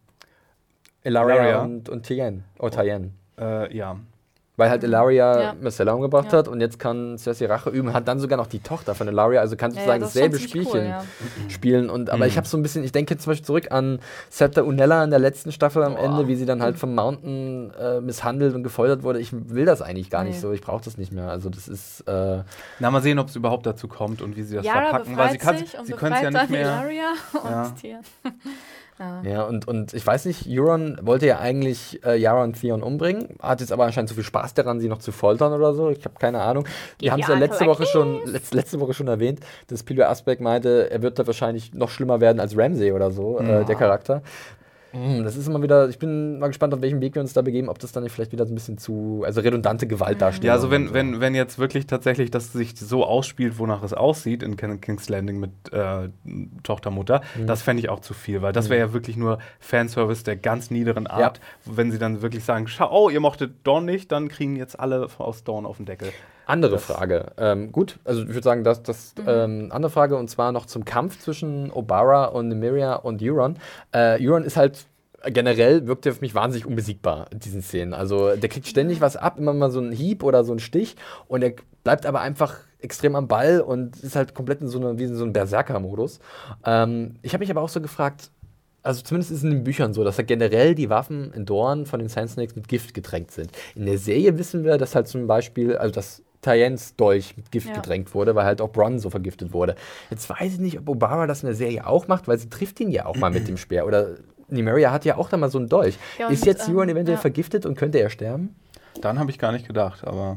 Ilaria und, und Tien. Oh, Tien. Äh, ja. Weil halt Ilaria ja. Myrcella umgebracht ja. hat und jetzt kann Cersei Rache üben, hat dann sogar noch die Tochter von Ilaria, also kann sozusagen ja, ja, das dasselbe Spielchen cool, ja. spielen. Und, aber mhm. ich habe so ein bisschen, ich denke zum Beispiel zurück an Septa Unella in der letzten Staffel am oh. Ende, wie sie dann halt vom Mountain äh, misshandelt und gefoltert wurde. Ich will das eigentlich gar nee. nicht so, ich brauche das nicht mehr. Also das ist... Äh Na, mal sehen, ob es überhaupt dazu kommt und wie sie das Yara verpacken, weil sie kann sie können es ja nicht mehr... Ilaria und ja. Tien. Ja, ja und, und ich weiß nicht, Euron wollte ja eigentlich äh, Yara und Theon umbringen, hat jetzt aber anscheinend so viel Spaß daran, sie noch zu foltern oder so. Ich habe keine Ahnung. Wir haben es ja letzte Woche schon letzt, letzte Woche schon erwähnt, dass Peter Asbeck meinte, er wird da wahrscheinlich noch schlimmer werden als Ramsay oder so, ja. äh, der Charakter. Das ist immer wieder, ich bin mal gespannt, auf welchem Weg wir uns da begeben, ob das dann nicht vielleicht wieder so ein bisschen zu, also redundante Gewalt darstellt. Ja, also wenn, so. wenn, wenn jetzt wirklich tatsächlich das sich so ausspielt, wonach es aussieht in King's Landing mit äh, Tochter, Mutter, mhm. das fände ich auch zu viel, weil das wäre ja wirklich nur Fanservice der ganz niederen Art, ja. wenn sie dann wirklich sagen, schau, oh, ihr mochtet Dorn nicht, dann kriegen jetzt alle aus Dorn auf den Deckel. Andere das Frage. Ähm, gut, also ich würde sagen, das das mhm. ähm, andere Frage, und zwar noch zum Kampf zwischen Obara und Nymeria und Euron. Äh, Euron ist halt generell, wirkt er für mich wahnsinnig unbesiegbar in diesen Szenen. Also der kriegt ständig was ab, immer mal so einen Hieb oder so einen Stich, und er bleibt aber einfach extrem am Ball und ist halt komplett in so einer, wie in so einem Berserker-Modus. Ähm, ich habe mich aber auch so gefragt, also zumindest ist es in den Büchern so, dass ja generell die Waffen in Dorne von den Sand Snakes mit Gift getränkt sind. In der Serie wissen wir, dass halt zum Beispiel, also dass Tyens Dolch mit Gift Ja. getränkt wurde, weil halt auch Bronn so vergiftet wurde. Jetzt weiß ich nicht, ob Obara das in der Serie auch macht, weil sie trifft ihn ja auch mal mit dem Speer. Oder Nymeria hat ja auch da mal so einen Dolch. Ja, und, ist jetzt ähm, Euron eventuell ja. vergiftet und könnte er sterben? Daran habe ich gar nicht gedacht, aber.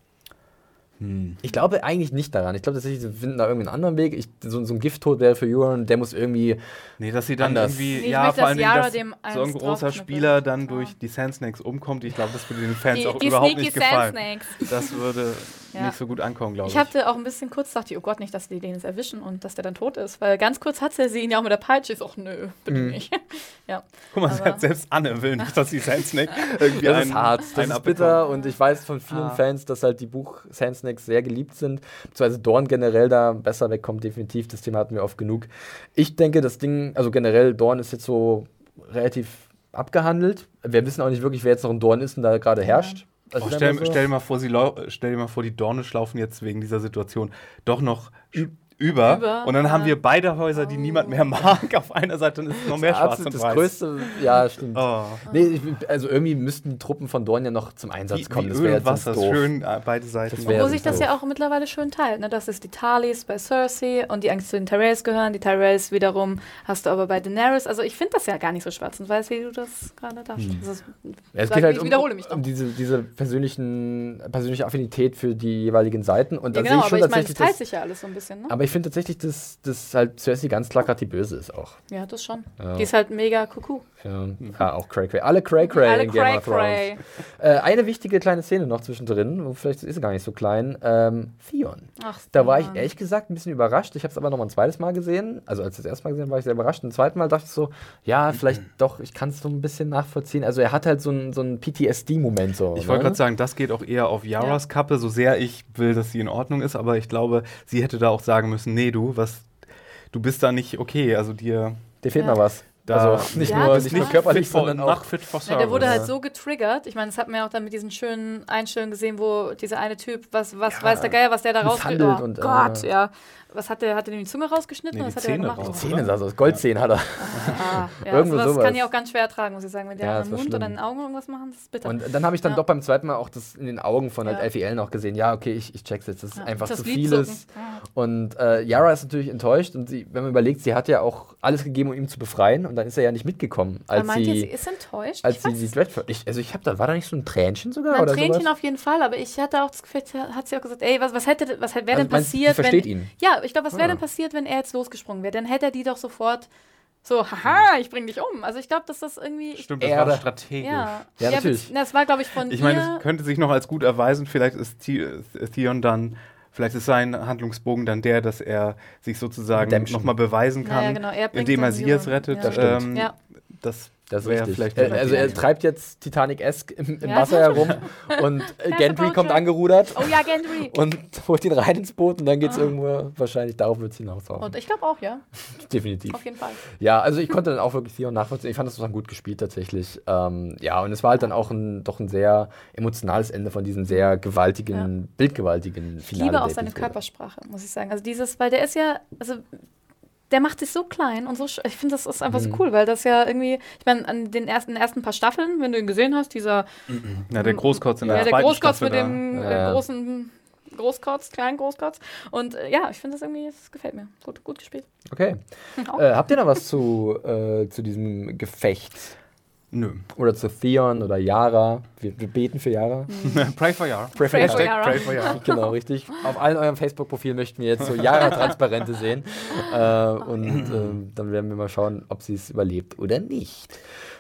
Hm. Ich glaube eigentlich nicht daran. Ich glaube tatsächlich, sie finden da irgendwie einen anderen Weg. Ich, so, so ein Gifttod wäre für Euron, der muss irgendwie. Nee, dass sie dann Anders. irgendwie, Nee, ich ja, möchte, vor dass allen Dingen, Yara dass dem eins so ein großer draufknüppelt. Spieler dann Ja. durch die Sand Snakes umkommt. Ich glaube, das würde den Fans Die, auch die überhaupt Sneaky nicht gefallen. Sand Snakes. Das würde Ja. nicht so gut ankommen, glaube ich. Ich hatte auch ein bisschen kurz gedacht, oh Gott, nicht, dass die den jetzt erwischen und dass der dann tot ist. Weil ganz kurz hat sie ihn ja auch mit der Peitsche. Ich so, ach nö, bitte Mhm. nicht. Ja. Guck mal, aber- selbst Anne will nicht, dass die Sand Snake irgendwie Das einen, ist hart, das einen ist abbekommt. bitter und ich weiß von vielen Ah. Fans, dass halt die Buch Sand Snakes sehr geliebt sind, beziehungsweise Dorn generell da besser wegkommt, definitiv, das Thema hatten wir oft genug. Ich denke, das Ding, also generell Dorn ist jetzt so relativ abgehandelt. Wir wissen auch nicht wirklich, wer jetzt noch ein Dorn ist und da gerade herrscht. Also Oh, ist stell, einfach so. stell, dir mal vor, sie lau- stell dir mal vor, die Dornish laufen jetzt wegen dieser Situation doch noch ü- über. Über, Und dann haben ja. wir beide Häuser, die Oh. niemand mehr mag. Auf einer Seite ist noch mehr schwarz Absolut und das weiß. größte, ja, stimmt. Oh. Nee, ich, also irgendwie müssten die Truppen von Dorn ja noch zum Einsatz Wie, kommen. wie Das Öl wäre und jetzt Wasser, sonst doof. schön äh, beide Seiten. Das wär- Wo sich das so. ja auch mittlerweile schön teilt. Ne? Das ist die Tarlys bei Cersei und die eigentlich zu den Tyrells gehören. Die Tyrells wiederum hast du aber bei Daenerys. Also ich finde das ja gar nicht so schwarz und weiß, wie du das gerade darstellst. Das ist, Ja, es sag, geht halt ich um, wiederhole mich noch. um diese, diese persönlichen, persönliche Affinität für die jeweiligen Seiten. Und da ja, sehe genau, ich schon aber ich meine, es tatsächlich, teilt dass, sich ja alles so ein bisschen. Ne? aber ich finde tatsächlich, dass, dass halt Cersei ganz klar gerade die Böse ist auch. Ja, das schon. Ja. Die ist halt mega Kuckuck. Ja, ja auch Cray Cray. Alle Cray Cray Alle in Game cray of Thrones. cray. Äh, eine wichtige kleine Szene noch zwischendrin, wo vielleicht ist sie gar nicht so klein. Ähm, Theon. Ach, Da war ich Mann. ehrlich gesagt ein bisschen überrascht. Ich habe es aber noch mal ein zweites Mal gesehen. Also als ich das erste Mal gesehen habe, war ich sehr überrascht. Und zweiten Mal dachte ich so, ja, vielleicht doch, ich kann es so ein bisschen nachvollziehen. Also er hat halt so einen so einen P T S D-Moment so. Ich wollte ne? gerade sagen, das geht auch eher auf Yaras Kappe, so sehr ich will, dass sie in Ordnung ist, aber ich glaube, sie hätte da auch sagen müssen, nee, du, was, du bist da nicht okay, also dir Dir fehlt Ja. mal was. da Also nicht Ja, nur, das nicht nur war- körperlich, fit for, sondern not auch. fit for Ja, service. der wurde halt Ja. so getriggert. Ich meine, das hat man ja auch dann mit diesen schönen Einstellungen gesehen, wo dieser eine Typ, was, was Ja, weiß der Geier, was der da misshandelt rausgeschnitten und, äh, Gott, ja. Was hat der, hat der ihm die Zunge rausgeschnitten? Nee, oder was die hat er Zähne gemacht? raus. Zähne sah so aus. Goldzähne hat er. Ah, ja, Irgendwo sowas, sowas. kann ich auch ganz schwer ertragen, muss ich sagen. Wenn der Ja, ja, das im war Mund schlimm. oder in den Augen irgendwas machen, das ist bitter. Und dann habe ich dann Ja. doch beim zweiten Mal auch das in den Augen von halt Ja. L V L noch gesehen. Ja, okay, ich, ich check's jetzt. Das ist Ja, einfach das zu Lidzucken. vieles. Ja. Und äh, Yara ist natürlich enttäuscht. Und sie, wenn man überlegt, sie hat ja auch alles gegeben, um ihn zu befreien. Und dann ist er ja nicht mitgekommen, Aber als meint ihr, sie sie, ist enttäuscht? als Ich sie weiß die es Dreadford. Ich, also ich habe da, war da nicht so ein Tränchen sogar? Ein oder Tränchen sowas? auf jeden Fall, aber ich hatte auch das Gefühl, hat sie auch gesagt, ey, was, was hätte, was wäre Also denn meinst du, sie passiert, versteht wenn... ihn? Ja, ich glaube, was wäre Ah. denn passiert, wenn er jetzt losgesprungen wäre? Dann hätte er die doch sofort so, haha, ich bring dich um. Also ich glaube, dass das irgendwie... Stimmt, das Erde. war strategisch. Ja, Ja, natürlich. bez- Das war, glaube ich, von Ich ihr... meine, es könnte sich noch als gut erweisen, vielleicht ist The- Theon dann, vielleicht ist sein Handlungsbogen dann der, dass er sich sozusagen Redemption. nochmal beweisen kann, Naja, genau, er bringt indem er dann sie Euron. jetzt rettet. Ja. Das stimmt. Ähm, Ja. Das, Das ist wäre richtig. vielleicht Äh, eine also er Idee. treibt jetzt Titanic-esque im, im Ja. Wasser herum. Und äh, Ja, Gendry verbaut kommt schon. angerudert. Oh ja, Gendry. Und holt ihn rein ins Boot und dann geht's Ah. irgendwo, wahrscheinlich darauf wird es hinauslaufen. Und ich glaube auch, ja, Definitiv. auf jeden Fall. Ja, also ich konnte dann auch wirklich Theon nachvollziehen. Ich fand das dann gut gespielt tatsächlich. Ähm, ja, und es war halt dann auch ein, doch ein sehr emotionales Ende von diesem sehr gewaltigen, bildgewaltigen Ich Finale. liebe auch der seine Episode. Körpersprache, muss ich sagen. Also dieses, weil der ist ja, also der macht sich so klein und so, sch- ich finde, das ist einfach Mhm. so cool, weil das ja irgendwie, ich meine, an den ersten, ersten paar Staffeln, wenn du ihn gesehen hast, dieser, Na, der Großkotz in der ja, der zweiten Großkotz Staffel mit dem da. äh, Ja. großen Großkotz, kleinen Großkotz. Und äh, ja, ich finde das irgendwie, das gefällt mir. Gut, gut gespielt. Okay. Auch. Äh, habt ihr noch was zu, äh, zu diesem Gefecht? Nö. Oder zu Theon oder Yara? Wir, wir beten für Yara. Pray for Yara. Pray for Pray for Yara. Yara. Pray for Yara. Genau, richtig. Auf allen euren Facebook-Profilen möchten wir jetzt so Yara-Transparente sehen. Äh, und ähm, dann werden wir mal schauen, ob sie es überlebt oder nicht.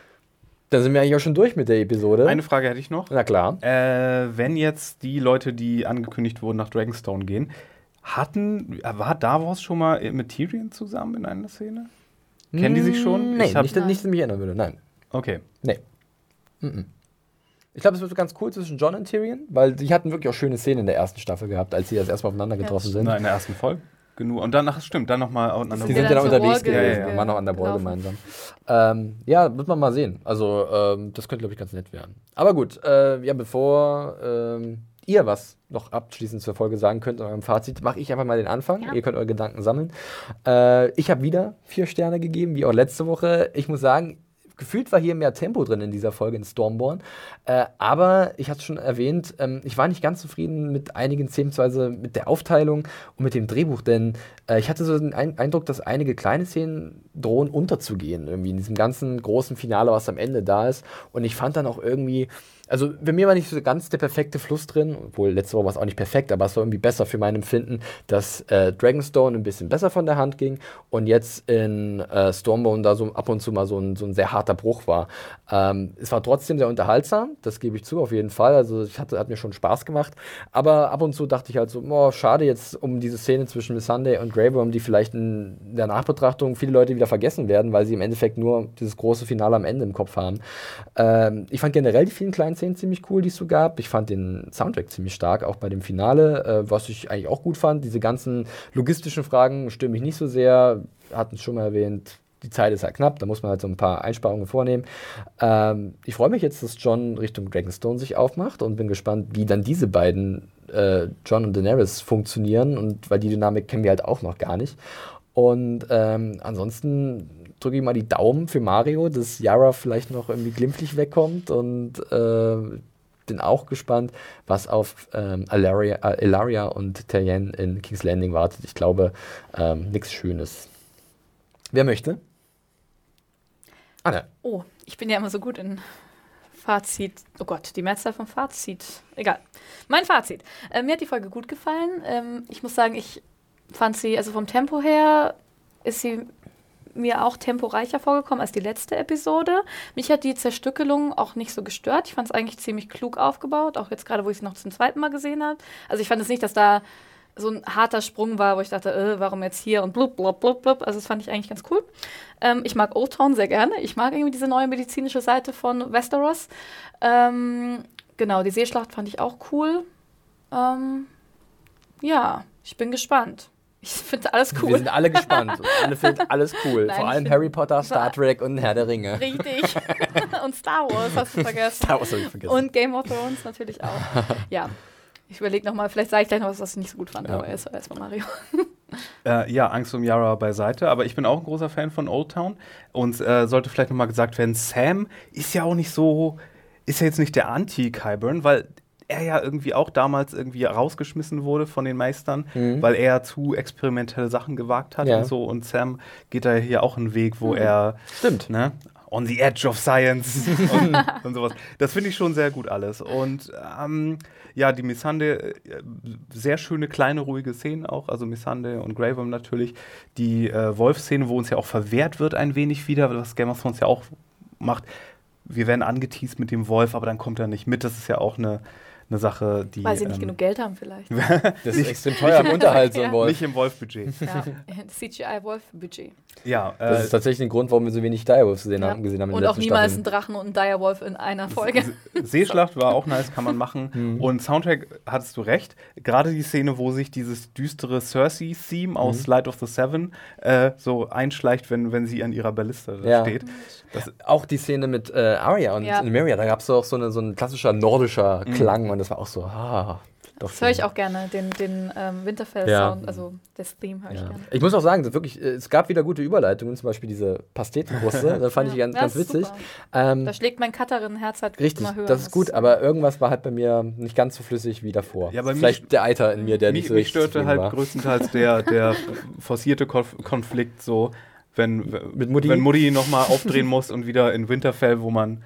Dann sind wir eigentlich auch schon durch mit der Episode. Eine Frage hätte ich noch. Na klar. Äh, wenn jetzt die Leute, die angekündigt wurden, nach Dragonstone gehen, hatten, war Davos schon mal mit Tyrion zusammen in einer Szene? Kennen die sich schon? Nee, Ich hab- nicht, nicht, dass ich mich erinnern würde. Nein. Okay. Nee. Mhm. Ich glaube, es wird so ganz cool zwischen Jon und Tyrion, weil die hatten wirklich auch schöne Szenen in der ersten Staffel gehabt, als sie das erstmal aufeinander getroffen sind. Na, in der ersten Folge. Genug. Und danach, stimmt, dann nochmal auseinander. Die Ja, sind ja dann noch zur unterwegs Wall gewesen, ge- ja, waren noch an der Wall gelaufen. gemeinsam. Ähm, ja, wird man mal sehen. Also, ähm, das könnte, glaube ich, ganz nett werden. Aber gut, äh, ja, bevor ähm, ihr was noch abschließend zur Folge sagen könnt, in eurem Fazit, mache ich einfach mal den Anfang. Ja. Ihr könnt eure Gedanken sammeln. Äh, ich habe wieder vier Sterne gegeben, wie auch letzte Woche. Ich muss sagen, gefühlt war hier mehr Tempo drin in dieser Folge in Stormborn. Äh, aber ich hatte es schon erwähnt, ähm, ich war nicht ganz zufrieden mit einigen Szenen, beziehungsweise mit der Aufteilung und mit dem Drehbuch, denn äh, ich hatte so den Ein- Eindruck, dass einige kleine Szenen drohen unterzugehen, irgendwie in diesem ganzen großen Finale, was am Ende da ist. Und ich fand dann auch irgendwie, also bei mir war nicht so ganz der perfekte Fluss drin, obwohl letzte Woche war es auch nicht perfekt, aber es war irgendwie besser für mein Empfinden, dass äh, Dragonstone ein bisschen besser von der Hand ging und jetzt in äh, Stormborn da so ab und zu mal so ein, so ein sehr harter Bruch war. Ähm, es war trotzdem sehr unterhaltsam, das gebe ich zu, auf jeden Fall. Also ich hatte, hat mir schon Spaß gemacht, aber ab und zu dachte ich halt so, oh, schade jetzt um diese Szene zwischen Missandei und Grey Worm, die vielleicht in der Nachbetrachtung viele Leute wieder vergessen werden, weil sie im Endeffekt nur dieses große Finale am Ende im Kopf haben. Ähm, ich fand generell die vielen kleinen Szenen ziemlich cool, die es so gab. Ich fand den Soundtrack ziemlich stark, auch bei dem Finale, äh, was ich eigentlich auch gut fand. Diese ganzen logistischen Fragen stören mich nicht so sehr. Hatten es schon mal erwähnt, die Zeit ist halt knapp, da muss man halt so ein paar Einsparungen vornehmen. Ähm, ich freue mich jetzt, dass Jon Richtung Dragonstone sich aufmacht und bin gespannt, wie dann diese beiden, äh, Jon und Daenerys, funktionieren, und weil die Dynamik kennen wir halt auch noch gar nicht. Und ähm, ansonsten drücke ich mal die Daumen für Mario, dass Yara vielleicht noch irgendwie glimpflich wegkommt, und äh, bin auch gespannt, was auf ähm, Ellaria, äh, Ellaria und Tyrion in King's Landing wartet. Ich glaube, ähm, nichts Schönes. Wer möchte? Anne. Oh, ich bin ja immer so gut in Fazit. Oh Gott, die Mehrzahl vom Fazit. Egal. Mein Fazit. Äh, mir hat die Folge gut gefallen. Ähm, ich muss sagen, ich fand sie, also vom Tempo her ist sie mir auch temporeicher vorgekommen als die letzte Episode. Mich hat die Zerstückelung auch nicht so gestört. Ich fand es eigentlich ziemlich klug aufgebaut, auch jetzt gerade, wo ich sie noch zum zweiten Mal gesehen habe. Also ich fand es nicht, dass da so ein harter Sprung war, wo ich dachte, äh, warum jetzt hier und blub, blub, blub, blub. Also das fand ich eigentlich ganz cool. Ähm, ich mag Old Town sehr gerne. Ich mag irgendwie diese neue medizinische Seite von Westeros. Ähm, genau, die Seeschlacht fand ich auch cool. Ähm, ja, ich bin gespannt. Ich finde alles cool. Wir sind alle gespannt. Alle finden alles cool. Nein, Vor allem Harry Potter, Star Trek und Herr der Ringe. Richtig. Und Star Wars hast du vergessen. Star Wars habe ich vergessen. Und Game of Thrones natürlich auch. Ja, ich überlege nochmal, vielleicht sage ich gleich noch was, was ich nicht so gut fand, ja. Aber erst erstmal Mario. Äh, ja, Angst um Yara beiseite, aber ich bin auch ein großer Fan von Old Town. Und äh, sollte vielleicht nochmal gesagt werden, Sam ist ja auch nicht so, ist ja jetzt nicht der Anti-Qyburn, weil er ja irgendwie auch damals irgendwie rausgeschmissen wurde von den Meistern, mhm. weil er zu experimentelle Sachen gewagt hat, ja. und so. Und Sam geht da hier auch einen Weg, wo mhm. er Stimmt. Ne, on the edge of science und, und sowas. Das finde ich schon sehr gut alles. Und ähm, ja, die Missandei, sehr schöne, kleine, ruhige Szenen auch. Also Missandei und Grey Worm natürlich. Die äh, Wolf-Szene, wo uns ja auch verwehrt wird ein wenig wieder, was Game of Thrones ja auch macht. Wir werden angeteased mit dem Wolf, aber dann kommt er nicht mit. Das ist ja auch eine eine Sache, die... Weil sie nicht ähm, genug Geld haben vielleicht. Das ist extrem teuer im Unterhalt, so ein Wolf. Nicht im Wolf-Budget. Ja, C G I-Wolf-Budget. Ja, äh, das ist tatsächlich ein Grund, warum wir so wenig Direwolves gesehen, ja. haben, gesehen haben in und den auch letzten niemals Staffeln. ein Drachen und ein Direwolf in einer Folge. Seeschlacht war auch nice, kann man machen. Mhm. Und Soundtrack, hattest du recht. Gerade die Szene, wo sich dieses düstere Cersei-Theme aus mhm. Light of the Seven äh, so einschleicht, wenn, wenn sie an ihrer Ballista ja. steht. Das, auch die Szene mit äh, Arya und ja. Nymeria, da gab es auch so, eine, so ein klassischer nordischer mhm. Klang, und das war auch so, ah, Das höre ich auch gerne, den, den ähm, Winterfell-Sound, ja. also das Theme höre ich ja. gerne. Ich muss auch sagen, wirklich, es gab wieder gute Überleitungen, zum Beispiel diese Pastetenkruste, das fand ja. ich ganz, ja, ganz witzig. Ähm, da schlägt mein Cutterinnenherz halt richtig, immer höher. Das ist gut, aber irgendwas war halt bei mir nicht ganz so flüssig wie davor. Ja, vielleicht mich, der Eiter in mir, der mich, nicht so mich störte halt war. größtenteils der, der forcierte Konflikt, so wenn, Mit Mutti? wenn Mutti nochmal aufdrehen muss und wieder in Winterfell, wo man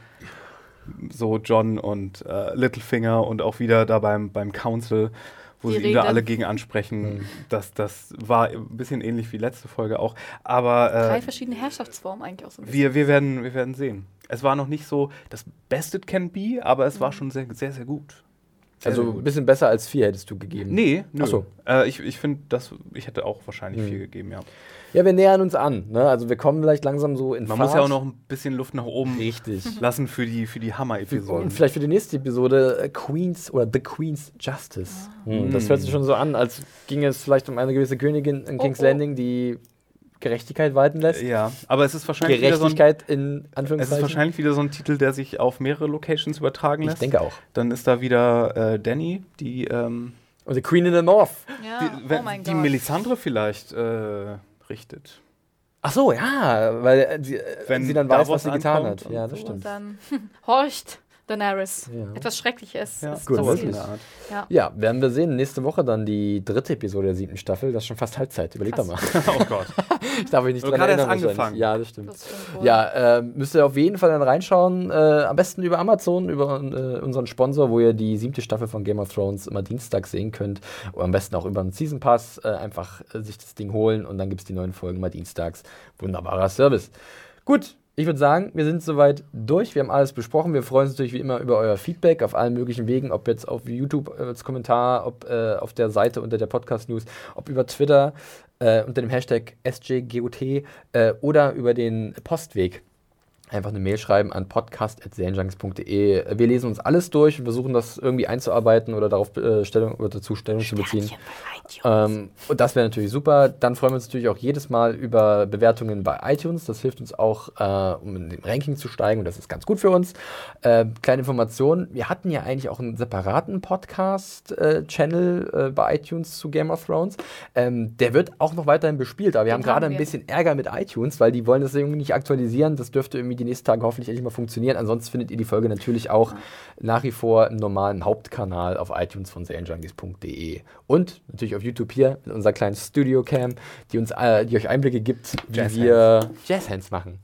so Jon und äh, Littlefinger und auch wieder da beim, beim Council, wo die sie ihn da alle gegen ansprechen. Mhm. Das, das war ein bisschen ähnlich wie letzte Folge auch. Aber äh, drei verschiedene Herrschaftsformen eigentlich auch so ein bisschen. Wir, wir, werden, wir werden sehen. Es war noch nicht so das Best it can be, aber es mhm. war schon sehr, sehr, sehr gut. Sehr, also ein bisschen besser als vier hättest du gegeben. Nee, nö. Ach so. Äh, ich ich finde, ich hätte auch wahrscheinlich mhm. vier gegeben, ja. Ja, wir nähern uns an. Ne? Also wir kommen vielleicht langsam so in Man Fahrt. muss ja auch noch ein bisschen Luft nach oben Richtig. lassen für die, für die Hammer-Episoden. Und vielleicht für die nächste Episode äh, Queen's oder The Queen's Justice. Ah. Hm, das hört sich schon so an, als ging es vielleicht um eine gewisse Königin in King's oh, oh. Landing, die Gerechtigkeit walten lässt. Ja, aber es ist wahrscheinlich Gerechtigkeit wieder so ein, in Anführungszeichen. Es ist wahrscheinlich wieder so ein Titel, der sich auf mehrere Locations übertragen lässt. Ich denke auch. Dann ist da wieder äh, Danny, die ähm, und The Queen in the North. Ja, die, wenn, oh mein die Gott. Melisandre vielleicht äh, richtet. Ach so, ja, weil äh, sie, Wenn sie dann weiß, Davos was sie getan ankommt hat. Ja, und das so. stimmt. Und dann horcht Daenerys. Ja. Etwas Schreckliches. Ja, ist gut, sowas passiert. in der Art. Ja. Ja, werden wir sehen. Nächste Woche dann die dritte Episode der siebten Staffel. Das ist schon fast Halbzeit. Überleg doch mal. Oh Gott. Ich darf mich nicht Und dran gerade erinnern. erst angefangen. wahrscheinlich. Ja, das stimmt. Das stimmt wohl. Ja, äh, müsst ihr auf jeden Fall dann reinschauen. Äh, am besten über Amazon, über äh, unseren Sponsor, wo ihr die siebte Staffel von Game of Thrones immer dienstags sehen könnt. Oder am besten auch über einen Season Pass äh, einfach äh, sich das Ding holen und dann gibt es die neuen Folgen mal dienstags. Wunderbarer Service. Gut. Ich würde sagen, wir sind soweit durch. Wir haben alles besprochen. Wir freuen uns natürlich wie immer über euer Feedback auf allen möglichen Wegen, ob jetzt auf YouTube als Kommentar, ob äh, auf der Seite unter der Podcast-News, ob über Twitter äh, unter dem Hashtag S J G O T äh, oder über den Postweg. Einfach eine Mail schreiben an podcast at serienjunkies punkt de. Wir lesen uns alles durch und versuchen das irgendwie einzuarbeiten oder darauf äh, Stellung oder dazu Stellung zu beziehen. Ähm, und das wäre natürlich super. Dann freuen wir uns natürlich auch jedes Mal über Bewertungen bei iTunes. Das hilft uns auch, äh, um in dem Ranking zu steigen und das ist ganz gut für uns. Äh, kleine Information, wir hatten ja eigentlich auch einen separaten Podcast-Channel äh, bei iTunes zu Game of Thrones. Ähm, der wird auch noch weiterhin bespielt, aber wir Den haben gerade haben ein wir. bisschen Ärger mit iTunes, weil die wollen das irgendwie nicht aktualisieren. Das dürfte irgendwie die nächsten Tage hoffentlich endlich mal funktionieren. Ansonsten findet ihr die Folge natürlich auch ja. nach wie vor im normalen Hauptkanal auf iTunes von serienjunkies punkt de. Und natürlich auf YouTube hier mit unserer kleinen Studio-Cam, die uns äh, die euch Einblicke gibt, wie Jazz wir Jazz-Hands machen.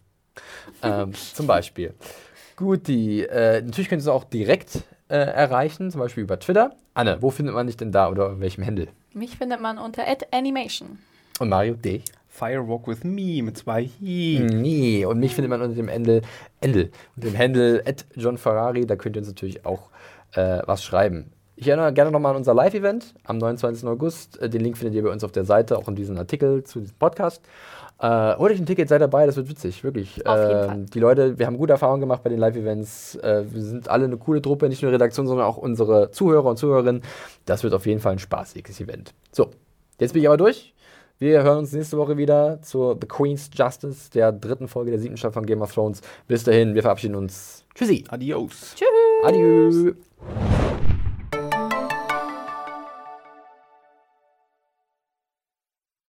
ähm, zum Beispiel. Gut, die, äh, natürlich könnt ihr es auch direkt äh, erreichen, zum Beispiel über Twitter. Anne, wo findet man dich denn da oder in welchem Handle? Mich findet man unter @animation. Und Mario, dich? Firewalk with me mit zwei Hi. Nee, und mich findet man unter dem Handle, Handle, unter dem Handle at John Ferrari, da könnt ihr uns natürlich auch äh, was schreiben. Ich erinnere gerne nochmal an unser Live-Event am neunundzwanzigsten August. Äh, den Link findet ihr bei uns auf der Seite, auch in diesem Artikel zu diesem Podcast. Äh, holt euch ein Ticket, seid dabei, das wird witzig, wirklich. Auf jeden äh, Fall. Die Leute, wir haben gute Erfahrungen gemacht bei den Live-Events. Äh, wir sind alle eine coole Truppe, nicht nur Redaktion, sondern auch unsere Zuhörer und Zuhörerinnen. Das wird auf jeden Fall ein spaßiges Event. So, jetzt bin ich aber durch. Wir hören uns nächste Woche wieder zur The Queen's Justice, der dritten Folge der siebten Staffel von Game of Thrones. Bis dahin, wir verabschieden uns. Tschüssi. Adios. Tschüss. Adieu.